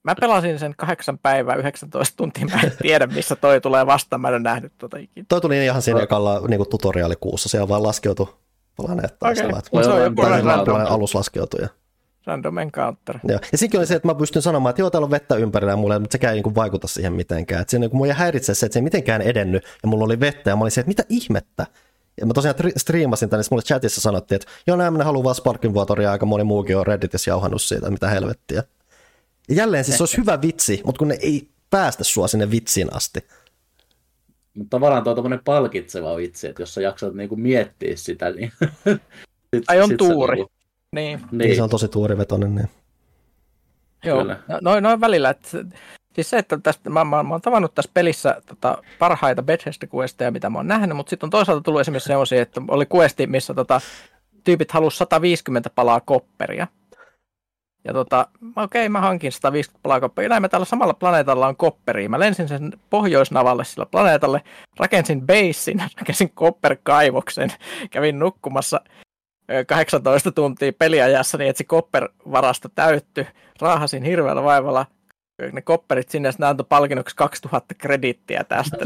Mä pelasin sen kahdeksan päivää, yhdeksäntoista tuntia, mä en tiedä missä toi tulee vastaan, mä en ole nähnyt tota ikinä. Toi tuli ihan siinä ekalla niin tutoriaalikuussa, siellä vaan laskeutui planeettaa. Okei, Okay. se on joku random alus laskeutui. Random encounter. Joo. Ja siinäkin oli se, että mä pystyn sanomaan, että joo, täällä on vettä ympärillä ja mulle, mutta sekään ei niin vaikuta siihen mitenkään. Että se niin mua häiritsee se, että se ei mitenkään edennyt ja mulla oli vettä ja mä olin se, että mitä ihmettä. Ja mä tosiaan striimasin tänne, mulle chatissa sanottiin, että joo, näin minä haluan vaan Sparkin vuotoria, aika moni muukin on Redditissä jauhannut siitä, mitä helvettiä. Ja jälleen siis se olisi hyvä vitsi, mutta kun ne ei päästä sua sinne vitsiin asti. Mutta tavallaan tuo on tommoinen palkitseva vitsi, että jos sä jaksat niinku miettiä sitä, niin... sit, Ai on sit tuuri. Niinku... Niin. niin. Se on tosi tuurivetoinen. Niin. Joo, no, noin no välillä. Että, siis se, että tästä, mä, mä, mä oon tavannut tässä pelissä tota, parhaita Bethesda-questeja, mitä mä oon nähnyt, mutta sitten on toisaalta tullut esimerkiksi sellaisia, että oli questi, missä tota, tyypit halusi sata viisikymmentä palaa kopperia. Ja tota, okei, okay, mä hankin sata viisikymmentä palaa kopperia. Näin mä täällä samalla planeetalla on kopperia. Mä lensin sen pohjoisnavalle sillä planeetalle, rakensin basein, rakensin kopperkaivoksen, kävin nukkumassa kahdeksantoista tuntia peliajassa niin, että se koppervarasto täyttyi. Raahasin hirveällä vaivalla ne kopperit sinne, ja ne antoi palkinnoksi kaksituhatta krediittiä tästä.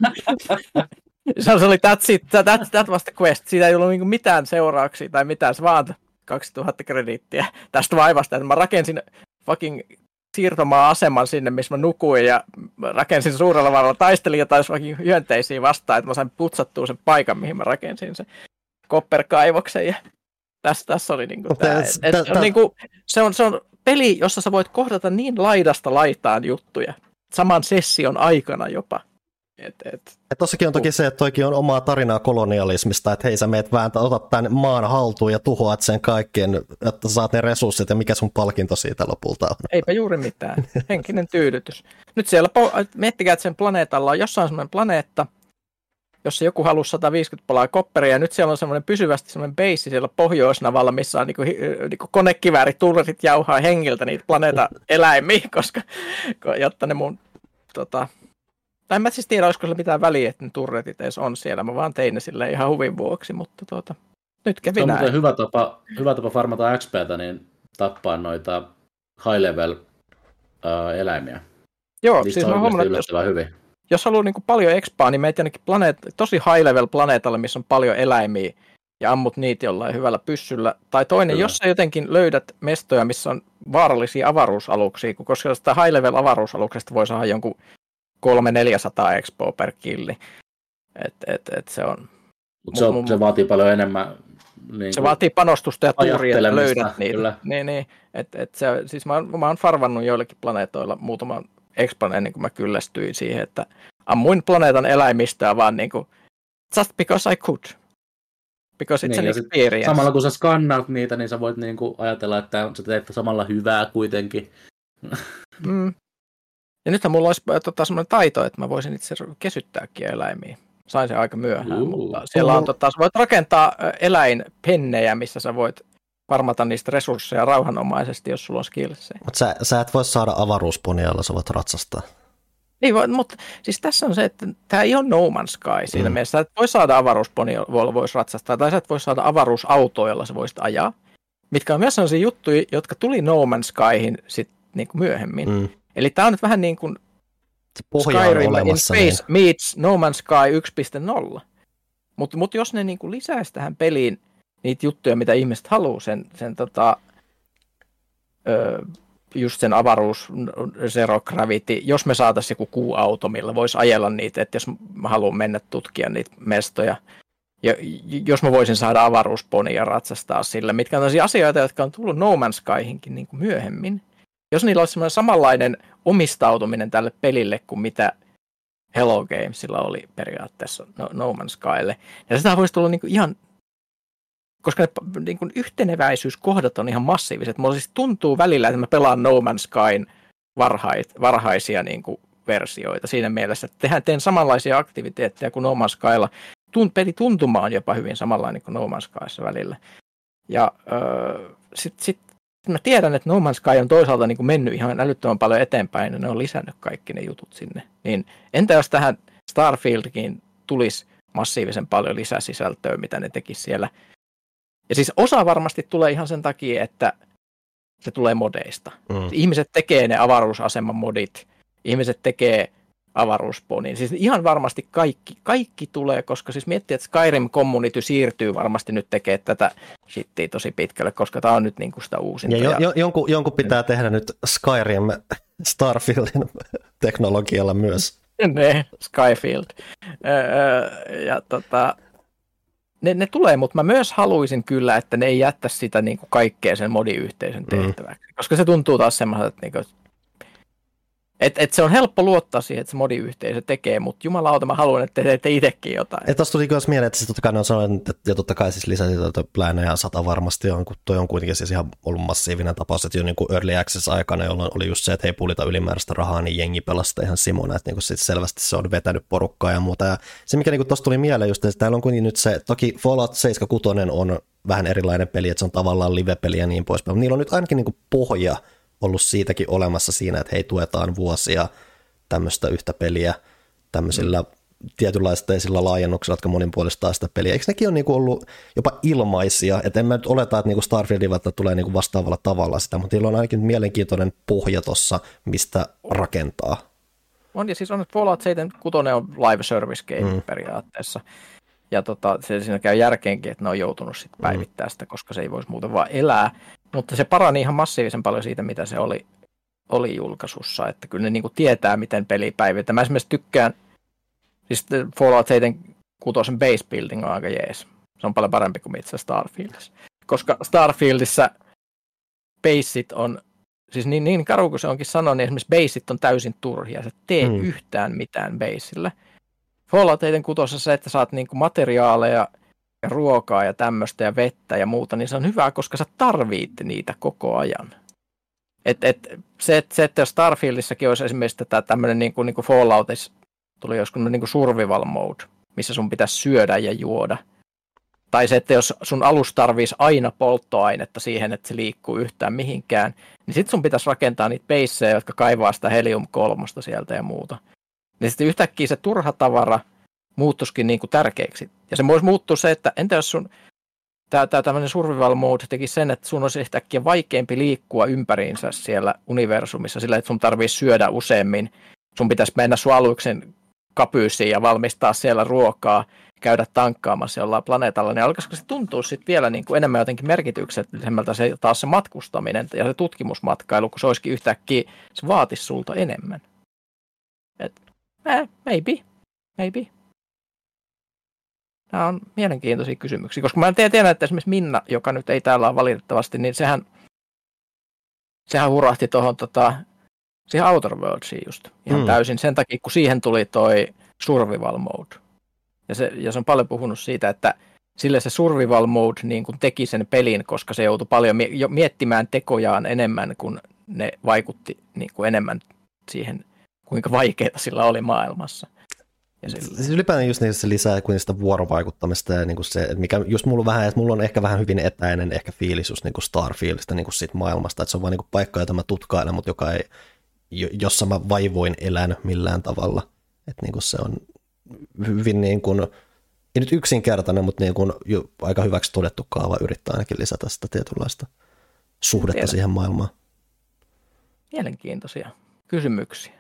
Se oli that's it, that, that was the quest. Siitä ei ollut niinku mitään seurauksia tai mitään, se vaan kaksituhatta krediittiä tästä vaivasta. Että mä rakensin fucking siirtomaa-aseman sinne, missä mä nukuin, ja rakensin suurella vaivalla, taistelin jotain fucking hyönteisiä vastaan, että mä sain putsattua sen paikan, mihin mä rakensin sen kopperkaivoksen, ja tässä, tässä oli niinku tää. Et, et, se, on niinku, se, on, se on peli, jossa sä voit kohdata niin laidasta laitaan juttuja, saman session aikana jopa. Et, et. Ja tossakin on toki se, että toikin on omaa tarinaa kolonialismista, että hei sä meet vääntää, otat tämän maan haltuun ja tuhoat sen kaikkien, että saat ne resurssit ja mikä sun palkinto siitä lopulta on. Eipä juuri mitään. Henkinen tyydytys. Nyt siellä, miettikää, että sen planeetalla on jossain semmoinen planeetta, jossa joku halusi sata viisikymmentä palaa kopperia, ja nyt siellä on semmoinen pysyvästi semmoinen base siellä pohjoisnavalla, missä on niinku, niinku konekiväärit, turretit jauhaa hengiltä niitä planeetan eläimiä, koska, jotta ne mun, tota, tai en mä siis tiedä, olisiko sillä mitään väliä, että ne turretit edes on siellä, mä vaan tein ne silleen ihan huvin vuoksi, mutta tota, nyt kävi näin. Se on hyvä tapa, hyvä tapa farmata X P:tä, niin tappaa noita high level uh, eläimiä. Joo, niistä siis mä huomannut, että jos, hyvin. jos haluaa niin paljon expaa, niin meet jonnekin planeet, tosi high level planeetalle, missä on paljon eläimiä, ja ammut niitä jollain hyvällä pyssyllä. Tai toinen, Kyllä. jos sä jotenkin löydät mestoja, missä on vaarallisia avaruusaluksia, koska sitä high level avaruusaluksesta voi saada jonkun kolme neljäsataa expoa per killi. Et, et, et se on... Mut se, on, se vaatii paljon enemmän... Niin se vaatii panostusta ja tuuria, että löydät niitä. Niin, niin. Et, et se, siis mä, mä oon farvannut joillekin planeetoilla muutaman expan ennen kuin mä kyllästyin siihen, että ammuin planeetan eläimistöä vaan niin kuin just because I could. Because it's niin, an experience. Samalla kun sä skannaat niitä, niin sä voit niin kuin ajatella, että sä teet samalla hyvää kuitenkin. Mm. Ja nythän mulla olisi tota, semmoinen taito, että mä voisin itse kesyttääkin eläimiä. Sain sen aika myöhään, uh, mutta siellä on, tota, sä voit rakentaa eläinpennejä, missä sä voit varmata niistä resursseja rauhanomaisesti, jos sulla on skillsejä. Mutta sä, sä et voi saada avaruusponia, jolla sä voit ratsastaa. Niin, mutta siis tässä on se, että tämä ei ole No Man's Sky siinä mm. mielessä. Sä et voi saada avaruusponia, jolla voisi ratsastaa, tai sä et voi saada avaruusautoa, jolla sä voisit ajaa. Mitkä on myös sellaisia juttuja, jotka tuli No Man's Skyhin sit niinku myöhemmin. Mm. Eli tämä on nyt vähän niin kuin Skyrim in Space niin. meets No Man's Sky yksi piste nolla. Mutta mut jos ne niinku lisäisi tähän peliin niitä juttuja, mitä ihmiset haluaa, sen, sen tota, ö, just sen avaruus, zero gravity, jos me saataisiin joku kuuauto, millä voisi ajella niitä, että jos mä haluan mennä tutkia niitä mestoja, ja jos mä voisin saada avaruusponia ratsastaa sille, mitkä on tällaisia asioita, jotka on tullut No Man's Skyhinkin niin kuin myöhemmin. Jos niillä olisi semmoinen samanlainen omistautuminen tälle pelille kuin mitä Hello Gamesilla oli periaatteessa No, no Man's Skylle, ja sitä voisi tulla niin kuin ihan, koska ne niin kuin yhteneväisyyskohdat on ihan massiiviset. Mulla siis tuntuu välillä, että mä pelaan No Man's Skyn varhait, varhaisia niin kuin versioita siinä mielessä, että tehdään, teen samanlaisia aktiviteetteja kuin No Man's Skylla. Tunt, peli tuntuma on jopa hyvin samanlainen kuin No Man's Skyssa välillä. Ja öö, sitten sit, mä tiedän, että No Man's Sky on toisaalta niin kuin mennyt ihan älyttömän paljon eteenpäin, ja ne on lisännyt kaikki ne jutut sinne. Niin entä jos tähän Starfieldkin tulisi massiivisen paljon lisäsisältöä, mitä ne tekisi siellä. Ja siis osa varmasti tulee ihan sen takia, että se tulee modeista. Mm. Ihmiset tekee ne avaruusaseman modit, ihmiset tekee avaruusponin. Siis ihan varmasti kaikki, kaikki tulee, koska siis miettii, että Skyrim Community siirtyy varmasti nyt tekemään tätä shittiä tosi pitkälle, koska tämä on nyt niinku sitä uusinta. Ja, jo, jo, jonkun, jonkun pitää tehdä nyt Skyrim Starfieldin teknologialla myös. Ne, Skyfield. Öö, ja tota, ne, ne tulee, mutta mä myös haluaisin kyllä, että ne ei jättäisi sitä niinku kaikkea sen modiyhteisön tehtäväksi, mm. koska se tuntuu taas semmoiselta, että niinku, et, et se on helppo luottaa siihen, että se modiyhteisö tekee, mutta jumalauta mä haluan, että te teette itsekin jotain. Ja tuossa tuli myös mieleen, että siis totta kai ne on sanonut, että ja totta kai siis lisäsi pläänejä sata varmasti on, kun toi on kuitenkin siis ihan ollut massiivinen tapaus, että jo niin kuin early access aikana, jolloin oli just se, että hei pulita ylimääräistä rahaa, niin jengi pelasta ihan simona, että niin kuin siis selvästi se on vetänyt porukkaa ja muuta. Ja se, mikä niin tuossa tuli mieleen just, että täällä on kuitenkin nyt se, toki Fallout seitsemänkymmentäkuusi on vähän erilainen peli, että se on tavallaan live-peli ja niin poispäin, mutta niillä on nyt ainakin niin kuin pohja ollut siitäkin olemassa siinä, että hei, tuetaan vuosia tämmöistä yhtä peliä tämmöisillä tietynlaisilla laajennuksilla, jotka monipuolistaa sitä peliä. Eikö nekin ole niinku ollut jopa ilmaisia? Et en mä nyt oleta, että niinku Starfieldilta tulee niinku vastaavalla tavalla sitä, mutta niillä on ainakin mielenkiintoinen pohja tuossa, mistä rakentaa. On, ja siis on, että Fallout seitsemänkymmentäkuusi on live service game mm. periaatteessa. Ja tota, se siinä käy järkeenkin, että ne on joutunut sit päivittämään sitä, koska se ei voisi muuten vaan elää. Mutta se parani ihan massiivisen paljon siitä, mitä se oli, oli julkaisussa. Että kyllä ne niinku tietää, miten peli päivitetään. Mä esimerkiksi tykkään, siis Fallout seitsemänkymmentäkuusi base building on aika jees. Se on paljon parempi kuin itse Starfieldissa. Koska Starfieldissa baseit on, siis niin, niin karu kuin se onkin sanonut, niin esimerkiksi baseit on täysin turhia. Sä tee mm. yhtään mitään baseillä. Fallout seitsemänkymmentäkuusi se, että saat niinku materiaaleja ja ruokaa ja tämmöistä ja vettä ja muuta, niin se on hyvä, koska sä tarvit niitä koko ajan. Et, et, se, et, se, että jos Starfieldissäkin olisi esimerkiksi tätä tämmöinen niinku, niinku Falloutissa tuli joskus niinku survival mode, missä sun pitäisi syödä ja juoda. Tai se, että jos sun alus tarvitsisi aina polttoainetta siihen, että se liikkuu yhtään mihinkään, niin sit sun pitäisi rakentaa niitä baseja, jotka kaivaa sitä helium kolmosta sieltä ja muuta. Niin sitten yhtäkkiä se turha tavara muuttuisikin niin kuin tärkeäksi. Ja se voisi muuttua se, että entä jos sun tämä tämmöinen survival mode teki sen, että sun olisi yhtäkkiä vaikeampi liikkua ympäriinsä siellä universumissa sillä, että sun tarvitsisi syödä useammin. Sun pitäisi mennä sun aluksen kapyysiin ja valmistaa siellä ruokaa, käydä tankkaamassa jollain planeetalla, niin alkaisiko se tuntua sitten vielä niin kuin enemmän jotenkin merkityksellisemmältä se, taas se matkustaminen ja se tutkimusmatkailu, kun se olisikin yhtäkkiä, se vaatisi sulta enemmän. Et, eh, maybe, maybe. Nämä on mielenkiintoisia kysymyksiä, koska mä tiedän, että esimerkiksi Minna, joka nyt ei täällä ole valitettavasti, niin sehän, sehän hurahti tuohon tota, siihen Outer Worldsiin just ihan mm. täysin sen takia, kun siihen tuli toi survival mode. Ja se, ja se on paljon puhunut siitä, että sille se survival mode niin kun teki sen pelin, koska se joutui paljon miettimään tekojaan enemmän, kun ne vaikutti niin kuin enemmän siihen, kuinka vaikeaa sillä oli maailmassa. Ja siis ylipäätään just niin, se lisää kuin sitä vuorovaikuttamista ja niin kuin se, mikä just mulla, vähän, että mulla on ehkä vähän hyvin etäinen ehkä fiilis just niin kuin Starfieldista niin kuin siitä maailmasta, että se on vaan niin kuin paikka, jota mä tutkailen, mutta joka ei, jossa mä vaivoin elän millään tavalla. Että niin kuin se on hyvin niin kuin, ei nyt yksinkertainen, mutta niin kuin jo aika hyväksi todettu kaava yrittää ainakin lisätä sitä tietynlaista suhdetta Tiedän. siihen maailmaan. Mielenkiintoisia kysymyksiä.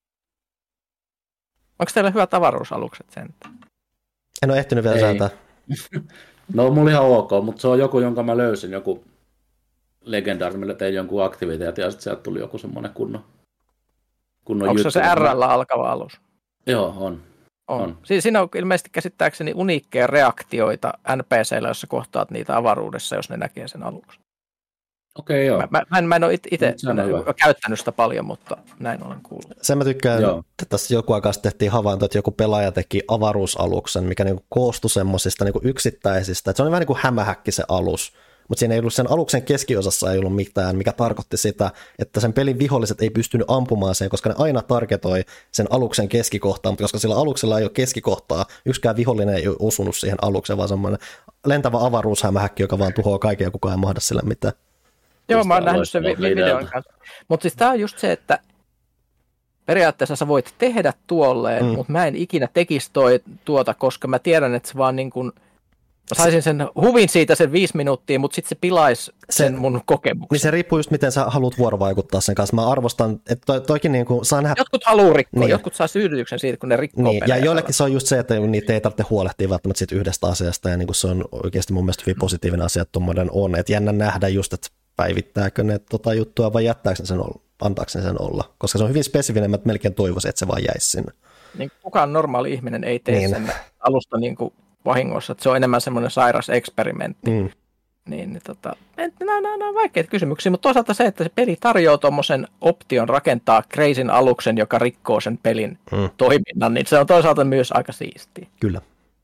Onko teillä hyvät avaruusalukset sen? En ole ehtinyt vielä säätää. No mulla ihan ok, mutta se on joku, jonka mä löysin, joku legendaari, millä tein jonkun aktiviteetin ja sitten sieltä tuli joku semmoinen kunnon, kunnon Onko juttu. se se R-llä alkava alus? Joo, on. on. on. Si- siinä on ilmeisesti käsittääkseni uniikkeja reaktioita N P C:llä, jos sä kohtaat niitä avaruudessa, jos ne näkee sen aluksen. Okei, joo. Mä, mä, mä en, mä en ole itse käyttänyt sitä paljon, mutta näin olen kuullut. Sen mä tykkään, joo. että tässä joku aika tehtiin havainto, että joku pelaaja teki avaruusaluksen, mikä niinku koostui semmoisista niinku yksittäisistä. Että se on vähän niin kuin hämähäkki se alus, mutta siinä ei ollut sen aluksen keskiosassa ei ollut mitään, mikä tarkoitti sitä, että sen pelin viholliset ei pystynyt ampumaan sen, koska ne aina targetoi sen aluksen keskikohtaan, mutta koska sillä aluksella ei ole keskikohtaa, yksikään vihollinen ei ole osunut siihen alukseen, vaan semmoinen lentävä avaruushämähäkki, joka vaan tuhoaa kaiken ja kukaan ei mahda sillä mitään. Joo, mä oon nähnyt sen vi- videon kanssa. Mutta siis tää on just se, että periaatteessa sä voit tehdä tuolleen, mm. mutta mä en ikinä tekisi toi, tuota, koska mä tiedän, että se vaan niin kun saisin sen huvin siitä sen viisi minuuttia, mutta sitten se pilaisi sen, sen mun kokemuksen. Niin se riippuu just miten sä haluat vuorovaikuttaa sen kanssa. Mä arvostan, että toi, toikin niin kuin saa nähdä... Jotkut haluaa rikkoa, niin. Jotkut saa syydytyksen siitä, kun ne rikkoo niin. pelejä. Ja joillekin se on just se, että niitä ei tarvitse huolehtia välttämättä siitä yhdestä asiasta, ja niin kuin se on oikeasti mun mielestä hyvin positiivinen asia, että tuommoinen on. Että jännä nähdä just, että päivittääkö ne tota juttua vai jättääkö ne sen olla, antaako ne sen olla. Koska se on hyvin spesifinen, että melkein toivoisin, että se vaan jäisi sinne. Niin kukaan normaali ihminen ei tee niin. sen alusta niin kuin vahingossa, että se on enemmän semmoinen sairas eksperimentti. Mm. Niin, niin tota, nämä, nämä, nämä on vaikeita kysymyksiä, mutta toisaalta se, että se peli tarjoaa tuommoisen option rakentaa crazyn aluksen, joka rikkoo sen pelin mm. toiminnan, niin se on toisaalta myös aika siistiä. Kyllä.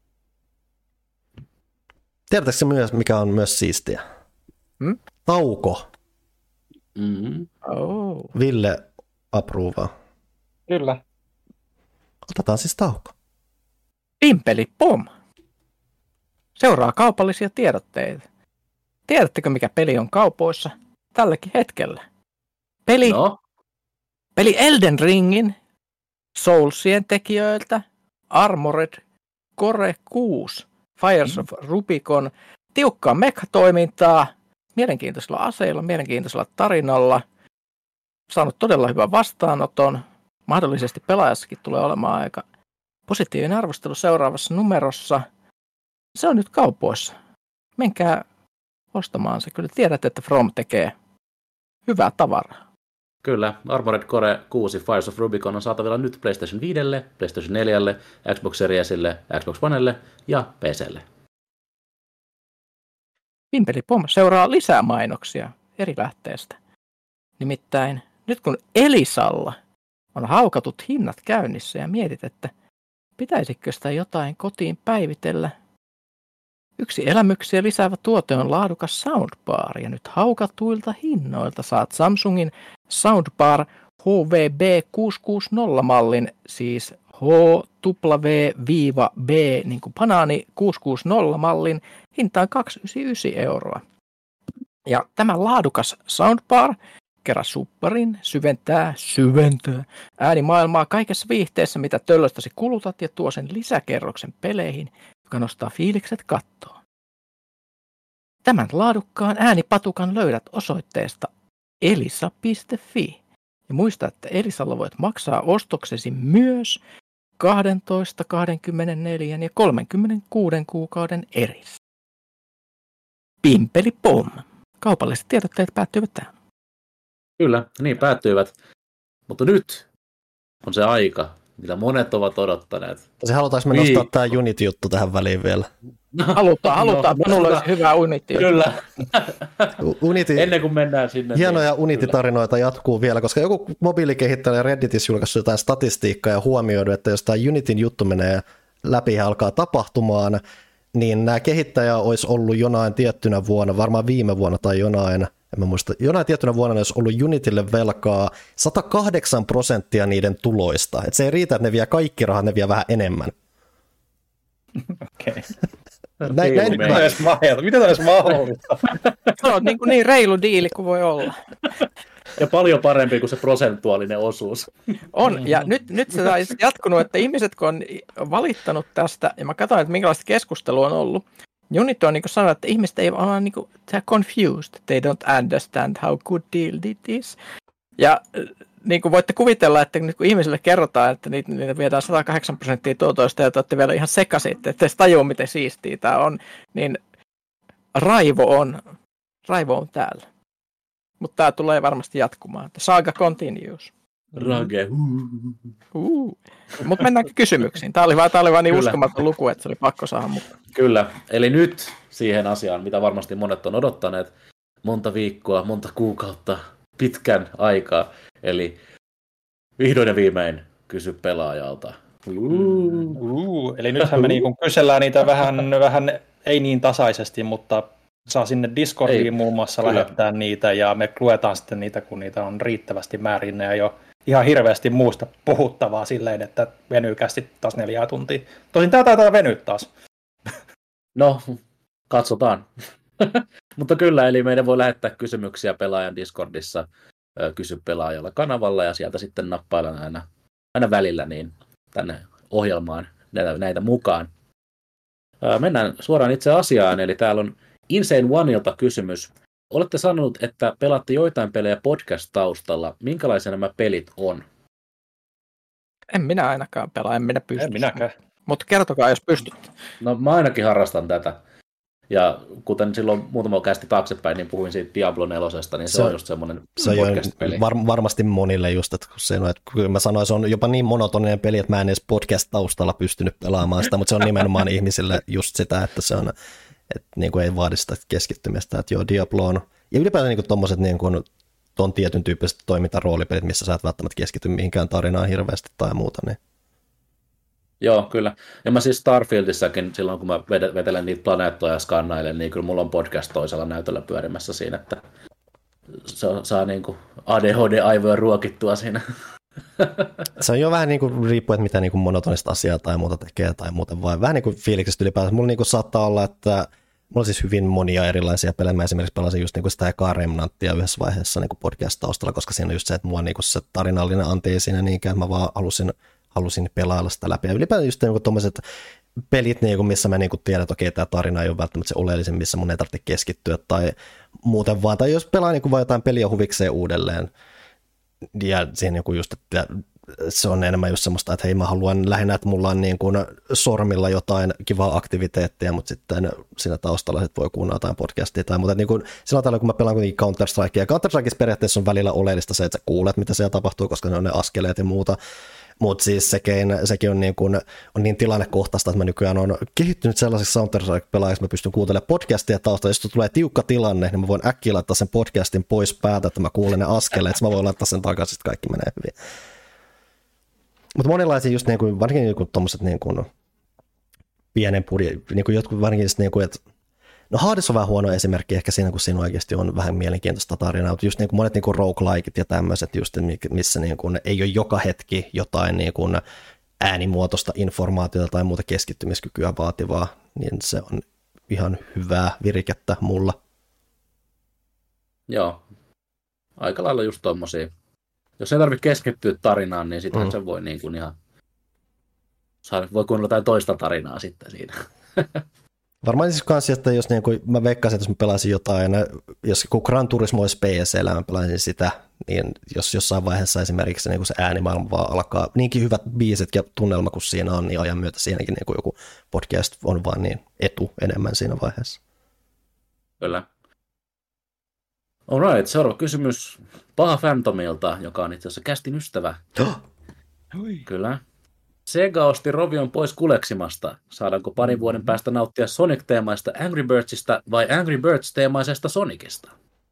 Tiedätkö se myös, mikä on myös siistiä? Hmm? Tauko. Mm-hmm. Oh. Ville approovaa. Kyllä. Otetaan siis tauko. Pimpeli pom. Seuraa kaupallisia tiedotteita. Tiedättekö, mikä peli on kaupoissa tälläkin hetkellä? Peli, no. peli Elden Ringin, Soulsien tekijöiltä, Armored Core kuusi, Fires of Rubicon, tiukkaa mekatoimintaa, mielenkiintoisilla aseilla, mielenkiintoisella tarinalla, saanut todella hyvän vastaanoton, mahdollisesti pelaajassakin tulee olemaan aika positiivinen arvostelu seuraavassa numerossa. Se on nyt kaupoissa. Menkää ostamaan se. Kyllä tiedät, että From tekee hyvää tavaraa. Kyllä, Armored Core kuusi Fires of Rubicon on saatavilla nyt PlayStation viidelle, PlayStation neljälle, Xbox Seriesille, Xbox Onelle ja P C:lle. Pimpeli Pom seuraa lisää mainoksia eri lähteestä. Nimittäin nyt kun Elisalla on haukatut hinnat käynnissä ja mietit, että pitäisikö sitä jotain kotiin päivitellä. Yksi elämyksiä lisäävä tuote on laadukas soundbar ja nyt haukatuilta hinnoilta saat Samsungin Soundbar H V B kuusisataakuusikymmentä-mallin, siis H W-B, niin kuin banaani kuusisataakuusikymmentä-mallin, hintaan kaksisataayhdeksänkymmentäyhdeksän euroa. Ja tämä laadukas soundbar kerran supparin, syventää, syventää äänimaailmaa kaikessa viihteessä, mitä töllöstäsi kulutat, ja tuo sen lisäkerroksen peleihin, joka nostaa fiilikset kattoon. Tämän laadukkaan äänipatukan löydät osoitteesta elisa piste fi. Ja muista, että Elisalla voit maksaa ostoksesi myös kaksitoista, kaksikymmentäneljä ja kolmekymmentäkuusi kuukauden erissä. Pimpeli pom. Kaupalliset tiedotteet päättyvät tähän. Kyllä, niin päättyivät. Mutta nyt on se aika, mitä monet ovat odottaneet. Se halutaanko me nostaa tämä Unity-juttu tähän väliin vielä? Halutaan, halutaan. No, minulla olisi hyvää Unity. Kyllä. Unity, ennen kuin mennään sinne. Hienoja niin, Unity-tarinoita jatkuu vielä, koska joku mobiilikehittäjä Redditissä julkaissut jotain statistiikkaa ja huomioidu, että jos tämä Unityn juttu menee läpi ja alkaa tapahtumaan, niin nämä kehittäjä olisi ollut jonain tiettynä vuonna, varmaan viime vuonna tai jonain, en mä muista, jonain tiettynä vuonna olisi ollut Unitylle velkaa sata kahdeksan prosenttia niiden tuloista. Et se ei riitä, että ne vie kaikki rahat, ne vie vähän enemmän. Okei. Näin, näin, Miten tämä olisi mahdollista? Se on niin, kuin niin reilu diili kuin voi olla. Ja paljon parempi kuin se prosentuaalinen osuus. On, ja nyt, nyt se olisi jatkunut, että ihmiset kun on valittanut tästä, ja mä katsoin, että minkälaista keskustelua on ollut, Unity on niin kuin sanonut, että ihmiset ei ole niin kuin, they're confused, they don't understand how good deal it is. Ja niin kuin voitte kuvitella, että nyt kun ihmisille kerrotaan, että niitä, niitä viedään sata kahdeksan prosenttia tuotoista, ja te olette vielä ihan sekaisin, että ette tajua, miten siistiä tämä on, niin raivo on, raivo on täällä. Mutta tämä tulee varmasti jatkumaan. The saga continues. Rage. Uh. Mutta mennäänkö kysymyksiin? Tämä oli vaan, tämä oli vaan niin Kyllä. uskomaton luku, että se oli pakko saada mukaan. Kyllä, eli nyt siihen asiaan, mitä varmasti monet on odottaneet monta viikkoa, monta kuukautta, pitkän aikaa. Eli vihdoin ja viimein kysy pelaajalta. Uh, uh, eli nythän me niin kysellään niitä vähän, vähän, ei niin tasaisesti, mutta saa sinne Discordiin ei, muun muassa kyllä. lähettää niitä, ja me luetaan sitten niitä, kun niitä on riittävästi määrin, ja jo ihan hirveästi muusta puhuttavaa silleen, että venyy kästi taas neljää tuntia. Tosin tää taitaa venyä taas. No, katsotaan. Mutta kyllä, eli meidän voi lähettää kysymyksiä pelaajan Discordissa, kysy pelaajalla kanavalla, ja sieltä sitten nappaillaan aina, aina välillä niin tänne ohjelmaan näitä, näitä mukaan. Mennään suoraan itse asiaan, eli täällä on Insane Oneilta kysymys. Olette sanonut, että pelaatte joitain pelejä podcast-taustalla. Minkälaisia nämä pelit on? En minä ainakaan pelaa, en minä pysty. En minäkään. Mutta kertokaa, jos pystytte. No mä ainakin harrastan tätä. Ja kuten silloin muutama kästi taaksepäin, niin puhuin siitä Diablo nelosesta, niin se, se on just semmoinen podcast-peli. Var, varmasti monille just, että, se on, että kyllä mä sanoin, se on jopa niin monotoninen peli, että mä en edes podcast-taustalla pystynyt pelaamaan sitä, mutta se on nimenomaan ihmisille just sitä, että se on, että niin kuin ei vaadi sitä keskittymistä, että joo, Diablo on, ja ylipäätään niin kuin tommoset niin kuin ton tietyn tyyppiset toimintaroolipelit, missä sä et välttämättä keskity mihinkään tarinaan hirveästi tai muuta, niin joo, kyllä. Ja mä siis Starfieldissäkin, silloin kun mä vetelen niitä planeettoja ja skannailen, niin kyllä mulla on podcast toisella näytöllä pyörimässä siinä, että se saa niin kuin A D H D-aivoja ruokittua siinä. Se on jo vähän niin kuin riippuen, että mitä niin kuin monotonista asiaa tai muuta tekee tai muuten, vai vähän niin kuin fiiliksestä ylipäätään. Mulla niin kuin saattaa olla, että mulla on siis hyvin monia erilaisia pelejä. Mä esimerkiksi pelasin just niin kuin sitä ekaa Remnantia yhdessä vaiheessa niin kuin podcast-taustalla, koska siinä on just se, että mua niin kuin se tarinallinen anti ei siinä niinkään, mä vaan halusin halusin pelailla sitä läpi. Ja ylipäätään just niin tuommoiset pelit, niin kuin, missä mä niin kuin tiedän, että okei, tämä tarina ei ole välttämättä se oleellisen, missä mun ei tarvitse keskittyä tai muuten vaan. Tai jos pelaa niin kuin vaan jotain peliä huvikseen uudelleen, ja siinä niin kuin just, että se on enemmän just semmoista, että hei, mä haluan lähinnä, että mulla on niin kuin sormilla jotain kivaa aktiviteettia, mutta sitten siinä taustalla sit voi kuunnella jotain podcastia tai muuta. Niin kuin sillä tavalla, kun mä pelaan kuitenkin Counter-Strikea, ja Counter-Strikeissa periaatteessa on välillä oleellista se, että sä kuulet, mitä siellä tapahtuu, koska ne on ne askeleet ja muuta. Mutta siis sekin, sekin on, niin kuin, on niin tilannekohtaista, että mä nykyään on kehittynyt sellaisiksi Counter-Strike-pelaajiksi, että mä pystyn kuuntelemaan podcastia taustalla. Jos tulee tiukka tilanne, niin mä voin äkkiä laittaa sen podcastin pois päältä, että mä kuulen ne askeleet, että mä voin laittaa sen takaisin, että kaikki menee hyvin. Mutta monenlaisia just niin kuin, varsinkin niin kuin tommoset niin kuin pienen budjetin, niin kuin jotkut varsinkin niin kuin, että no Hades on vähän huono esimerkki ehkä siinä, kun siinä oikeasti on vähän mielenkiintoista tarinaa, mutta just niin kuin monet niin kuin roguelikeit ja tämmöiset, just missä niin kuin ei ole joka hetki jotain niin kuin äänimuotoista informaatiota tai muuta keskittymiskykyä vaativaa, niin se on ihan hyvää virikettä mulla. Joo, aika lailla just tommosia. Jos ei tarvitse keskittyä tarinaan, niin sitten mm. se voi niin kuin ihan, voi kuunnella jotain toista tarinaa sitten siinä. Varmaan siis kanssa, että jos niin kuin, mä veikkaisin, että jos mä pelaisin jotain, jos kun Gran Turismo olisi P C-llä, mä pelaisin sitä, niin jos jossain vaiheessa esimerkiksi niin kuin se äänimaailma vaan alkaa, niinkin hyvät biisit ja tunnelma kuin siinä on, niin ajan myötä siinäkin niin kuin joku podcast on vaan niin etu enemmän siinä vaiheessa. Kyllä. Alright, seuraava kysymys Paha Phantomilta, joka on itse asiassa kästin ystävä. Oh. Kyllä. Sega osti Rovion pois kuleksimasta. Saadaanko parin vuoden päästä nauttia Sonic-teemaista Angry Birdsista vai Angry Birds-teemaisesta Sonicista?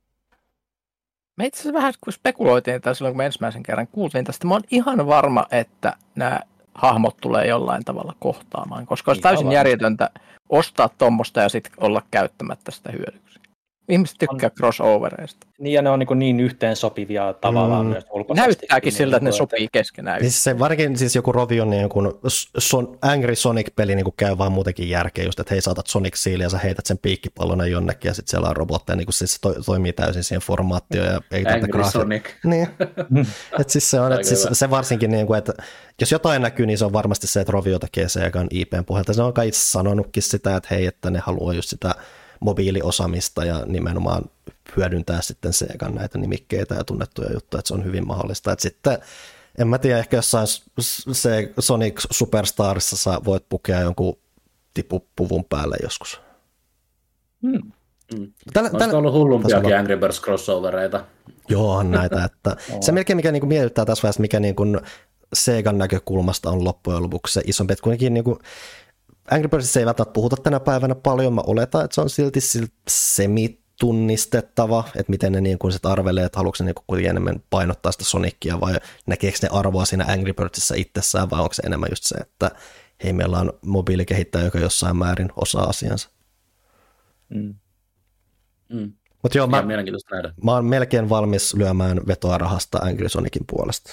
Me itse asiassa vähän kun spekuloitiin tai silloin, kun me ensimmäisen kerran kuultiin tästä, mä oon ihan varma, että nämä hahmot tulee jollain tavalla kohtaamaan, koska olisi täysin järjetöntä ostaa tuommoista ja sitten olla käyttämättä sitä hyödyksi. Ihmiset tykkää on crossovereista. Niin, ja ne on niin, niin yhteen sopivia tavallaan mm. myös ulkoisesti. Näyttääkin siltä, että ne sopii keskenään. Siis se varsinkin siis joku Rovion niin son, Angry Sonic-peli niin käy vaan muutenkin järkeä, just, että hei, saatat Sonic-siiliä ja sä heität sen piikkipallona jonnekin, ja sitten siellä on robotteja, niin siis se to, toimii täysin siihen formaatioon. Ja ei Angry Sonic. Niin. Et siis se on, että siis se varsinkin, niin kuin, että jos jotain näkyy, niin se on varmasti se, että Rovio tekee Segan I P:n pohjalta. Se on kai itse sanonutkin sitä, että hei, että ne haluaa just sitä mobiiliosaamista ja nimenomaan hyödyntää sitten Segan näitä nimikkeitä ja tunnettuja juttuja, että se on hyvin mahdollista. Että sitten, en mä tiedä, ehkä jossain se Sonic Superstarissa sä voit pukea jonkun tipupuvun päälle joskus. Hmm. Mm. Tällä, tällä, ollut hullumpiakin Angry Birds crossovereita. Joo, näitä. Että se melkein, mikä niinku mietittää tässä vaiheessa, mikä niinku Segan näkökulmasta on loppujen lopuksi se isompi, että kuitenkin niinku Angry Birds ei välttämättä puhuta tänä päivänä paljon, mä oletan, että se on silti semi-tunnistettava, että miten ne niin kuin sit arvelee, että haluatko ne niin enemmän painottaa sitä Sonicia vai näkeekö ne arvoa siinä Angry Birdsissa itsessään vai onko se enemmän just se, että hei, meillä on mobiilikehittäjä, joka jossain määrin osaa asiansa. Mm. Mm. Mutta joo, mä, nähdä. mä oon melkein valmis lyömään vetoa rahasta Angry Sonicin puolesta.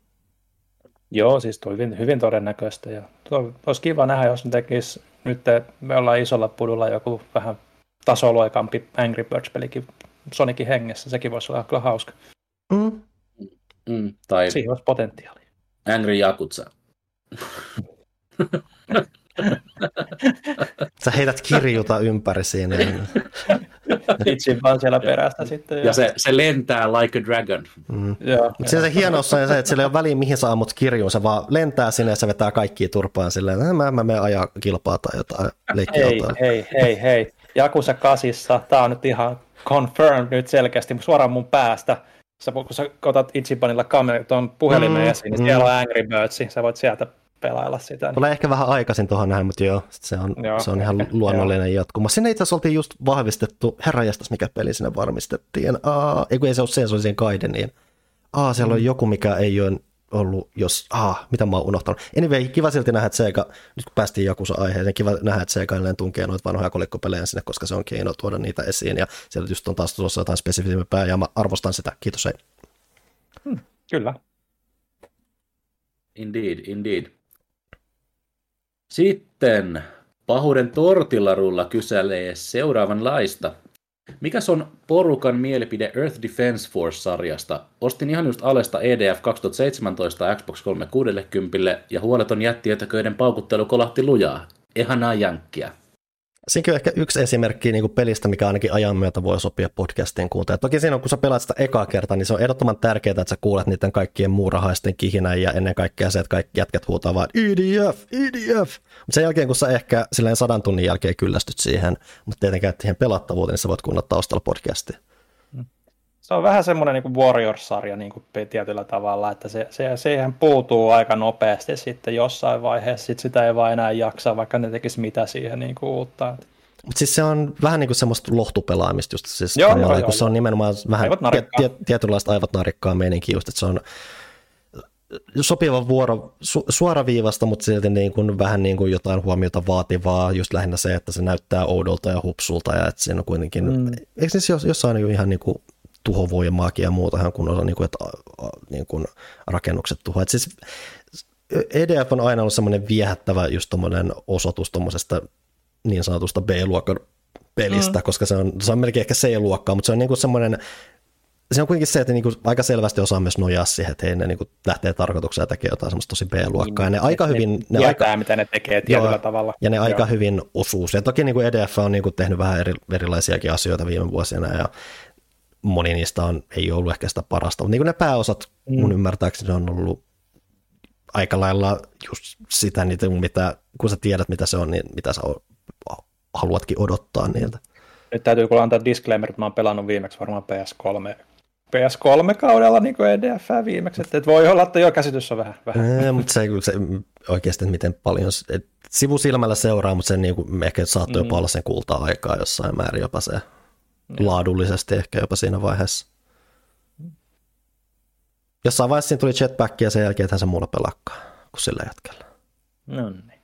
Joo, siis tuo hyvin, hyvin todennäköistä. Ja tuo, olisi kiva nähdä, jos ne tekisi, nyt me ollaan isolla pudulla joku vähän tasoloikampi Angry Birds-pelikin Sonicin hengessä. Sekin voisi olla kyllä hauska. Mm. Mm, tai siihen olisi potentiaalia. Angry Yakuza. Sä heität kirjuta ympäri siinä. Itse vaan siellä perästä sitten. Ja, ja se, se lentää like a dragon. Mm. Mutta se, se hienous on se, että sillä ei ole väliä mihin sä ammut kirjuun, se vaan lentää sinne ja se vetää kaikkia turpaan silleen, että mä, mä menen ajaa kilpaa tai jotain leikkiä. Hei, hei, hei, hei. Yakuza kasissa, tää on nyt ihan confirmed nyt selkeästi suoraan mun päästä. Sä, kun sä otat Ichibanilla kameran tuon puhelimen mm, esiin, niin mm. siellä on Angry Birds, sä voit sieltä pelailla sitä. Tulee ehkä vähän aikaisin tuohon näin, mutta joo, se on, joo, se on ihan ehkä, luonnollinen joo. jatkuma. Sinne itse asiassa oltiin just vahvistettu, herranjestas mikä peli sinne varmistettiin. Aa, ei kun ei se ole se, se oli siihen Gaideniin. Aa, siellä mm. on joku, mikä ei ole ollut, jos, aa, mitä mä oon unohtanut. Anyway, kiva silti nähdä, että Sega, nyt kun päästiin Yakuza-aiheeseen, kiva nähdä, että Sega edelleen tunkee noita vanhoja kolikkopelejä sinne, koska se on keino tuoda niitä esiin, ja siellä just on taas tuossa jotain spesifisempää, ja mä arvostan sitä. Kiitos, hei. Hmm, kyllä. Indeed, indeed. Sitten pahuuden tortillarulla kyselee seuraavanlaista. Mikäs on porukan mielipide Earth Defense Force-sarjasta? Ostin ihan just Alesta E D F kaksituhattaseitsemäntoista Xbox kolmesataakuusikymmentä ja huoleton jättietäköiden paukuttelu kolahti lujaa. Ihanaa jänkkiä. Siinä on ehkä yksi esimerkki niin kuin pelistä, mikä ainakin ajan myötä voi sopia podcastiin kuunteen. Toki siinä on, kun sä pelaat sitä ekaa kertaa, niin se on ehdottoman tärkeää, että sä kuulet niiden kaikkien muurahaisten kihinän ja ennen kaikkea se, että kaikki jätkät huutaa vaan E D F, E D F. Mutta sen jälkeen, kun sä ehkä silleen sadan tunnin jälkeen kyllästyt siihen, mutta tietenkään siihen pelattavuuteen, niin sä voit kuunnella taustalla podcastia. Se on vähän semmoinen niin kuin Warriors-sarja niin kuin tietyllä tavalla, että se, se, siihen puutuu aika nopeasti sitten jossain vaiheessa, sit sitä ei vaan enää jaksa, vaikka ne tekisi mitä siihen niin kuin uutta. Mutta siis se on vähän niin kuin semmoista lohtupelaamista, just siis joo, kamala, joo, kun joo, se on nimenomaan vähän tie, tie, tietynlaista aivot narikkaa meininkiä, just, että se on sopiva vuoro, su, suoraviivasta, mutta silti niin kuin, vähän niin kuin jotain huomiota vaativaa, just lähinnä se, että se näyttää oudolta ja hupsulta, ja että siinä on kuitenkin, mm. eikö siis jossain ihan niin kuin tuhovoimaakin ja muutahan, kun on niin kuin, että niin kuin rakennukset tuhoaa. Siis E D F on aina ollut semmoinen viehättävä just tommoinen osoitus tommosesta niin sanotusta B-luokan pelistä, mm. koska se on, se on melkein ehkä C-luokkaa, mutta se on niin kuin semmoinen, se on kuitenkin se, että niin kuin aika selvästi osaa myös nojaa siihen, että hei, ne niin kuin lähtee tarkoitukseen ja tekee jotain semmoista tosi B-luokkaa. Niin, ja ne aika ne hyvin... Ne tietää, aika, mitä ne tekee tietyllä joo, tavalla. Ja ne joo. aika hyvin osuu. Ja toki niin kuin E D F on niin kuin tehnyt vähän eri, erilaisiakin asioita viime vuosina, ja moni niistä on, ei ollut ehkä sitä parasta, mutta niin kuin ne pääosat mm. mun ymmärtääkseni on ollut aika lailla just sitä, niitä, mitä, kun sä tiedät mitä se on, niin mitä sä haluatkin odottaa niiltä. Nyt täytyy kyllä antaa disclaimer, että mä oon pelannut viimeksi varmaan P S kolme, P S kolme kaudella niin kuin E D F viimeksi, että voi olla, että jo käsitys on vähän. vähän. Ee, mutta se, se oikeasti, että miten paljon, et sivusilmällä seuraa, mutta se niin kuin, ehkä saattoi mm. jopa olla sen kultaa aikaa jossain määrin jopa se. Laadullisesti ehkä jopa siinä vaiheessa. Jossain vaiheessa siinä tuli jetpack ja sen jälkeen, että se muulla pelakkaa kuin sillä jätkellä. No niin.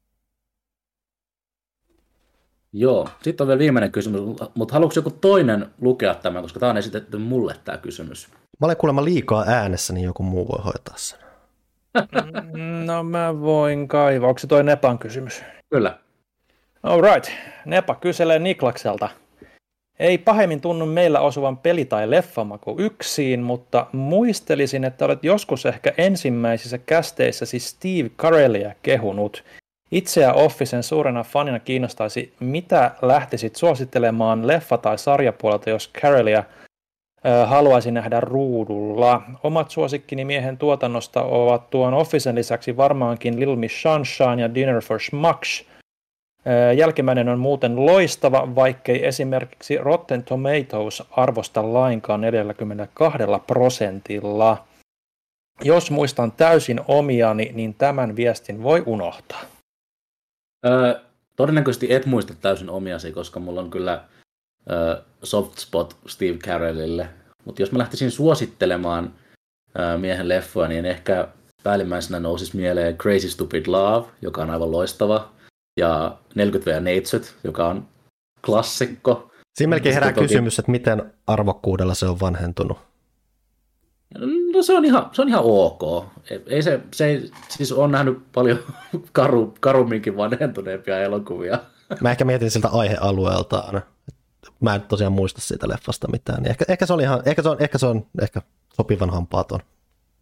Joo, sitten on vielä viimeinen kysymys, mutta haluatko joku toinen lukea tämän, koska tämä on esitetty mulle tämä kysymys. Mä olen kuulemma liikaa äänessä, niin joku muu voi hoitaa sen. No mä voin kaivaa. Onko se toi Nepan kysymys? Kyllä. All right. Nepa kyselee Niklakselta. Ei pahemmin tunnu meillä osuvan peli- tai leffamaku yksin, mutta muistelisin, että olet joskus ehkä ensimmäisissä kästeissäsi Steve Carellia kehunut. Itseä Officen suurena fanina kiinnostaisi, mitä lähtisit suosittelemaan leffa- tai sarjapuolelta, jos Carellia äh, haluaisi nähdä ruudulla. Omat suosikkini miehen tuotannosta ovat tuon Officen lisäksi varmaankin Little Miss Sunshine ja Dinner for Schmucks. Jälkimmäinen on muuten loistava, vaikkei esimerkiksi Rotten Tomatoes arvosta lainkaan neljäkymmentäkaksi prosentilla. Jos muistan täysin omiani, niin tämän viestin voi unohtaa. Öö, todennäköisesti et muista täysin omiasi, koska mulla on kyllä öö, soft spot Steve Carellille. Mutta jos mä lähtisin suosittelemaan öö, miehen leffoja, niin ehkä päällimmäisenä nousisi mieleen Crazy Stupid Love, joka on aivan loistava. Ja neljäkymmentä V Neitsyt, joka on klassikko. Siinä melkein herää toki kysymys, että miten arvokkuudella se on vanhentunut. No se on ihan, se on ihan ok. Ei se, se ei, siis on nähnyt paljon karu, karumminkin vanhentuneempia elokuvia. Mä ehkä mietin siltä aihealueeltaan. Mä en tosiaan muista siitä leffasta mitään. Ehkä, ehkä se on ihan, ehkä se on, ehkä se on ehkä sopivan hampaaton.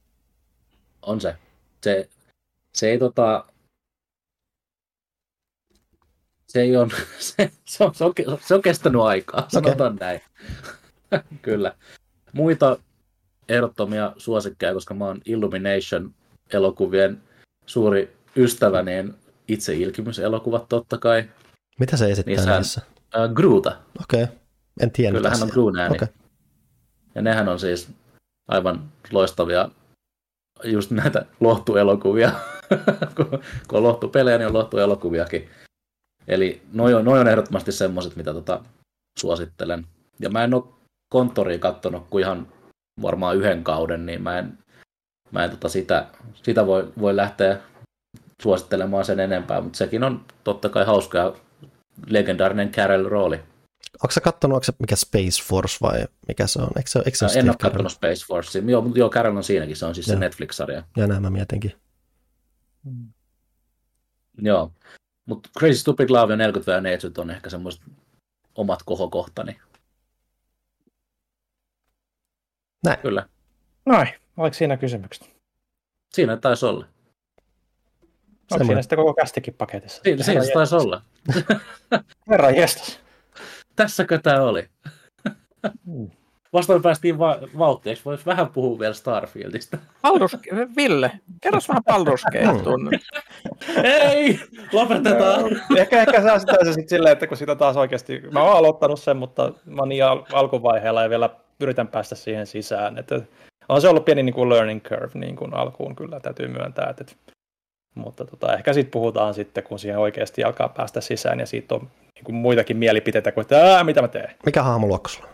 On se. Se, se ei tota... Se, ei on, se, se, on, se, on, se on kestänyt aikaa, sanotaan okay. näin. Kyllä. Muita ehdottomia suosikkeja, koska mä oon Illumination-elokuvien suuri ystävä, niin itse ilkimyselokuvat totta kai. Mitä se esittää Niissähän, niissä? Äh, Groota. Okei, okay. En tiedä. Kyllä hän on Groon ääni. Okay. Ja nehän on siis aivan loistavia, just näitä lohtuelokuvia. kun on lohtupelejä, niin on lohtuelokuviakin. Eli noi on, noi on ehdottomasti semmoiset, mitä tota, suosittelen. Ja mä en ole konttoria kattonut kuin ihan varmaan yhden kauden, niin mä en, mä en tota sitä, sitä voi, voi lähteä suosittelemaan sen enempää, mutta sekin on totta kai hauska ja legendaarinen Carell-rooli. Onko sä kattonut, onko se mikä Space Force vai mikä se on? Eikö se, eikö se en ole kattonut Space Force. Joo, mutta joo, Carell on siinäkin, se on siis ja. se Netflix-sarja. Ja näin mä mietinkin. Mm. Joo, mutta Crazy Stupid Love ja neljäkymmentä neitsyt on ehkä semmoiset omat kohokohtani. Näin. Kyllä. Noin, oliko siinä kysymykset? Siinä taisi olla. Onko siinä sitten koko kästikin paketissa? Siinä, siinä se taisi olla. Herran jestas. Tässäkö tämä oli? Mm. Vastaan päästiin va- vauhtiin. Eikö voisi vähän puhua vielä Starfieldista? Baldur's, Ville, kerros vähän Baldur's Gate tunnet. Ei, lopetetaan. ehkä ehkä saa sitä se sitten silleen, että kun sitä taas oikeasti, mä oon aloittanut sen, mutta mä oon niin al- alkuvaiheella ja vielä yritän päästä siihen sisään. Että on se ollut pieni niin kuin learning curve niin kuin alkuun kyllä, täytyy myöntää. Että, mutta tota, ehkä sitten puhutaan sitten, kun siihen oikeasti alkaa päästä sisään ja siitä on niin kuin muitakin mielipiteitä kuin, että ää, mitä mä teen. Mikä hahmoluokka sulla?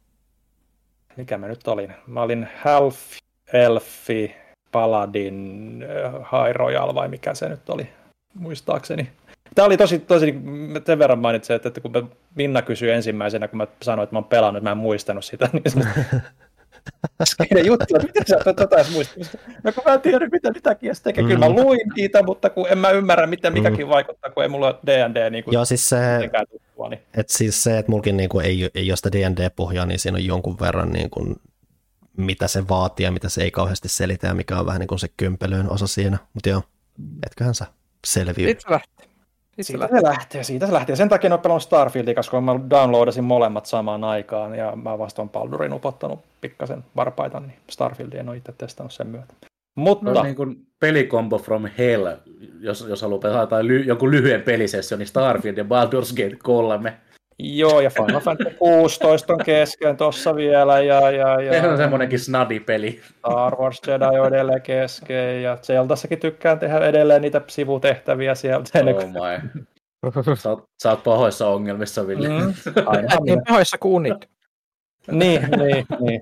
Mikä mä nyt olin? Mä olin Half, Elfi, Paladin, High Royal vai mikä se nyt oli, muistaakseni. Tämä oli tosi, tosi sen verran mainitsin, että kun Minna kysyi ensimmäisenä, kun mä sanoin, että mä oon pelannut, että mä en muistanut sitä, niin äskeinen juttu, että miten sä oot tota edes muistanut? No kun mä en tiedä, mitä mitäkin se tekee. Kyllä mä luin niitä, mutta kun en mä ymmärrä, miten mikäkin mm. vaikuttaa, kun ei mulla ole D and D niin kuin Joo, siis se, tuttua. Niin. Et siis se, että mulkin niin kuin ei, ei ole sitä D and D-pohjaa, niin siinä on jonkun verran, niin kuin, mitä se vaatii ja mitä se ei kauheasti selitä ja mikä on vähän niin kuin se kömpelöön osa siinä. Mutta joo, etköhän sä selviy. Siitä se lähtee. Siitä se lähtee, siitä se lähtee. Sen takia en ole pelannut Starfieldia, koska mä downloadasin molemmat samaan aikaan ja mä vasta on Baldurin upottanut pikkasen varpaita, niin Starfieldia en ole itse testannut sen myötä. Mutta... No niin kuin pelikombo from hell, jos, jos haluaa pelata ly- jonkun lyhyen pelisessio, niin Starfield ja Baldur's Gate kolme. Joo, ja Final Fantasy kuusitoista on kesken tuossa vielä. Ja, ja, ja... Se on semmoinenkin snadi-peli. Star Wars Jedi on edelleen kesken, ja Zeldassakin tykkään tehdä edelleen niitä sivutehtäviä sieltä. Oh my. Sä oot, sä oot pahoissa ongelmissa, Ville. Mm, aina niin pahoissa kuunit. niin, niin, niin.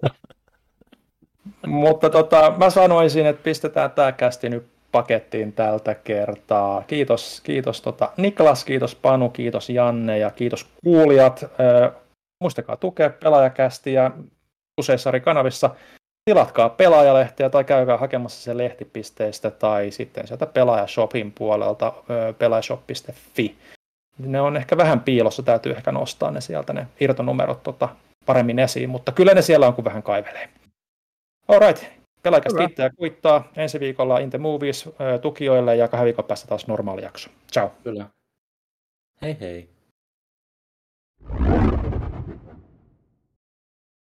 Mutta tota, mä sanoisin, että pistetään tää kästi nyt pakettiin tältä kertaa. Kiitos, kiitos tota Niklas, kiitos Panu, kiitos Janne ja kiitos kuulijat. Äh, muistakaa tukea Pelaajakästiä useissa eri kanavissa. Tilatkaa Pelaajalehteä tai käykää hakemassa se lehtipisteistä tai sitten sieltä Pelaajashopin puolelta äh, pelaajashop piste fi. Ne on ehkä vähän piilossa, täytyy ehkä nostaa ne sieltä ne irtonumerot tota, paremmin esiin, mutta kyllä ne siellä on, kun vähän kaivelee. Alright. Pelaajakästi kiittää ja kuittaa. Ensi viikolla In the Movies tukijoille ja kahden viikon päästä taas normaali jakso. Ciao. Kyllä. Hei hei.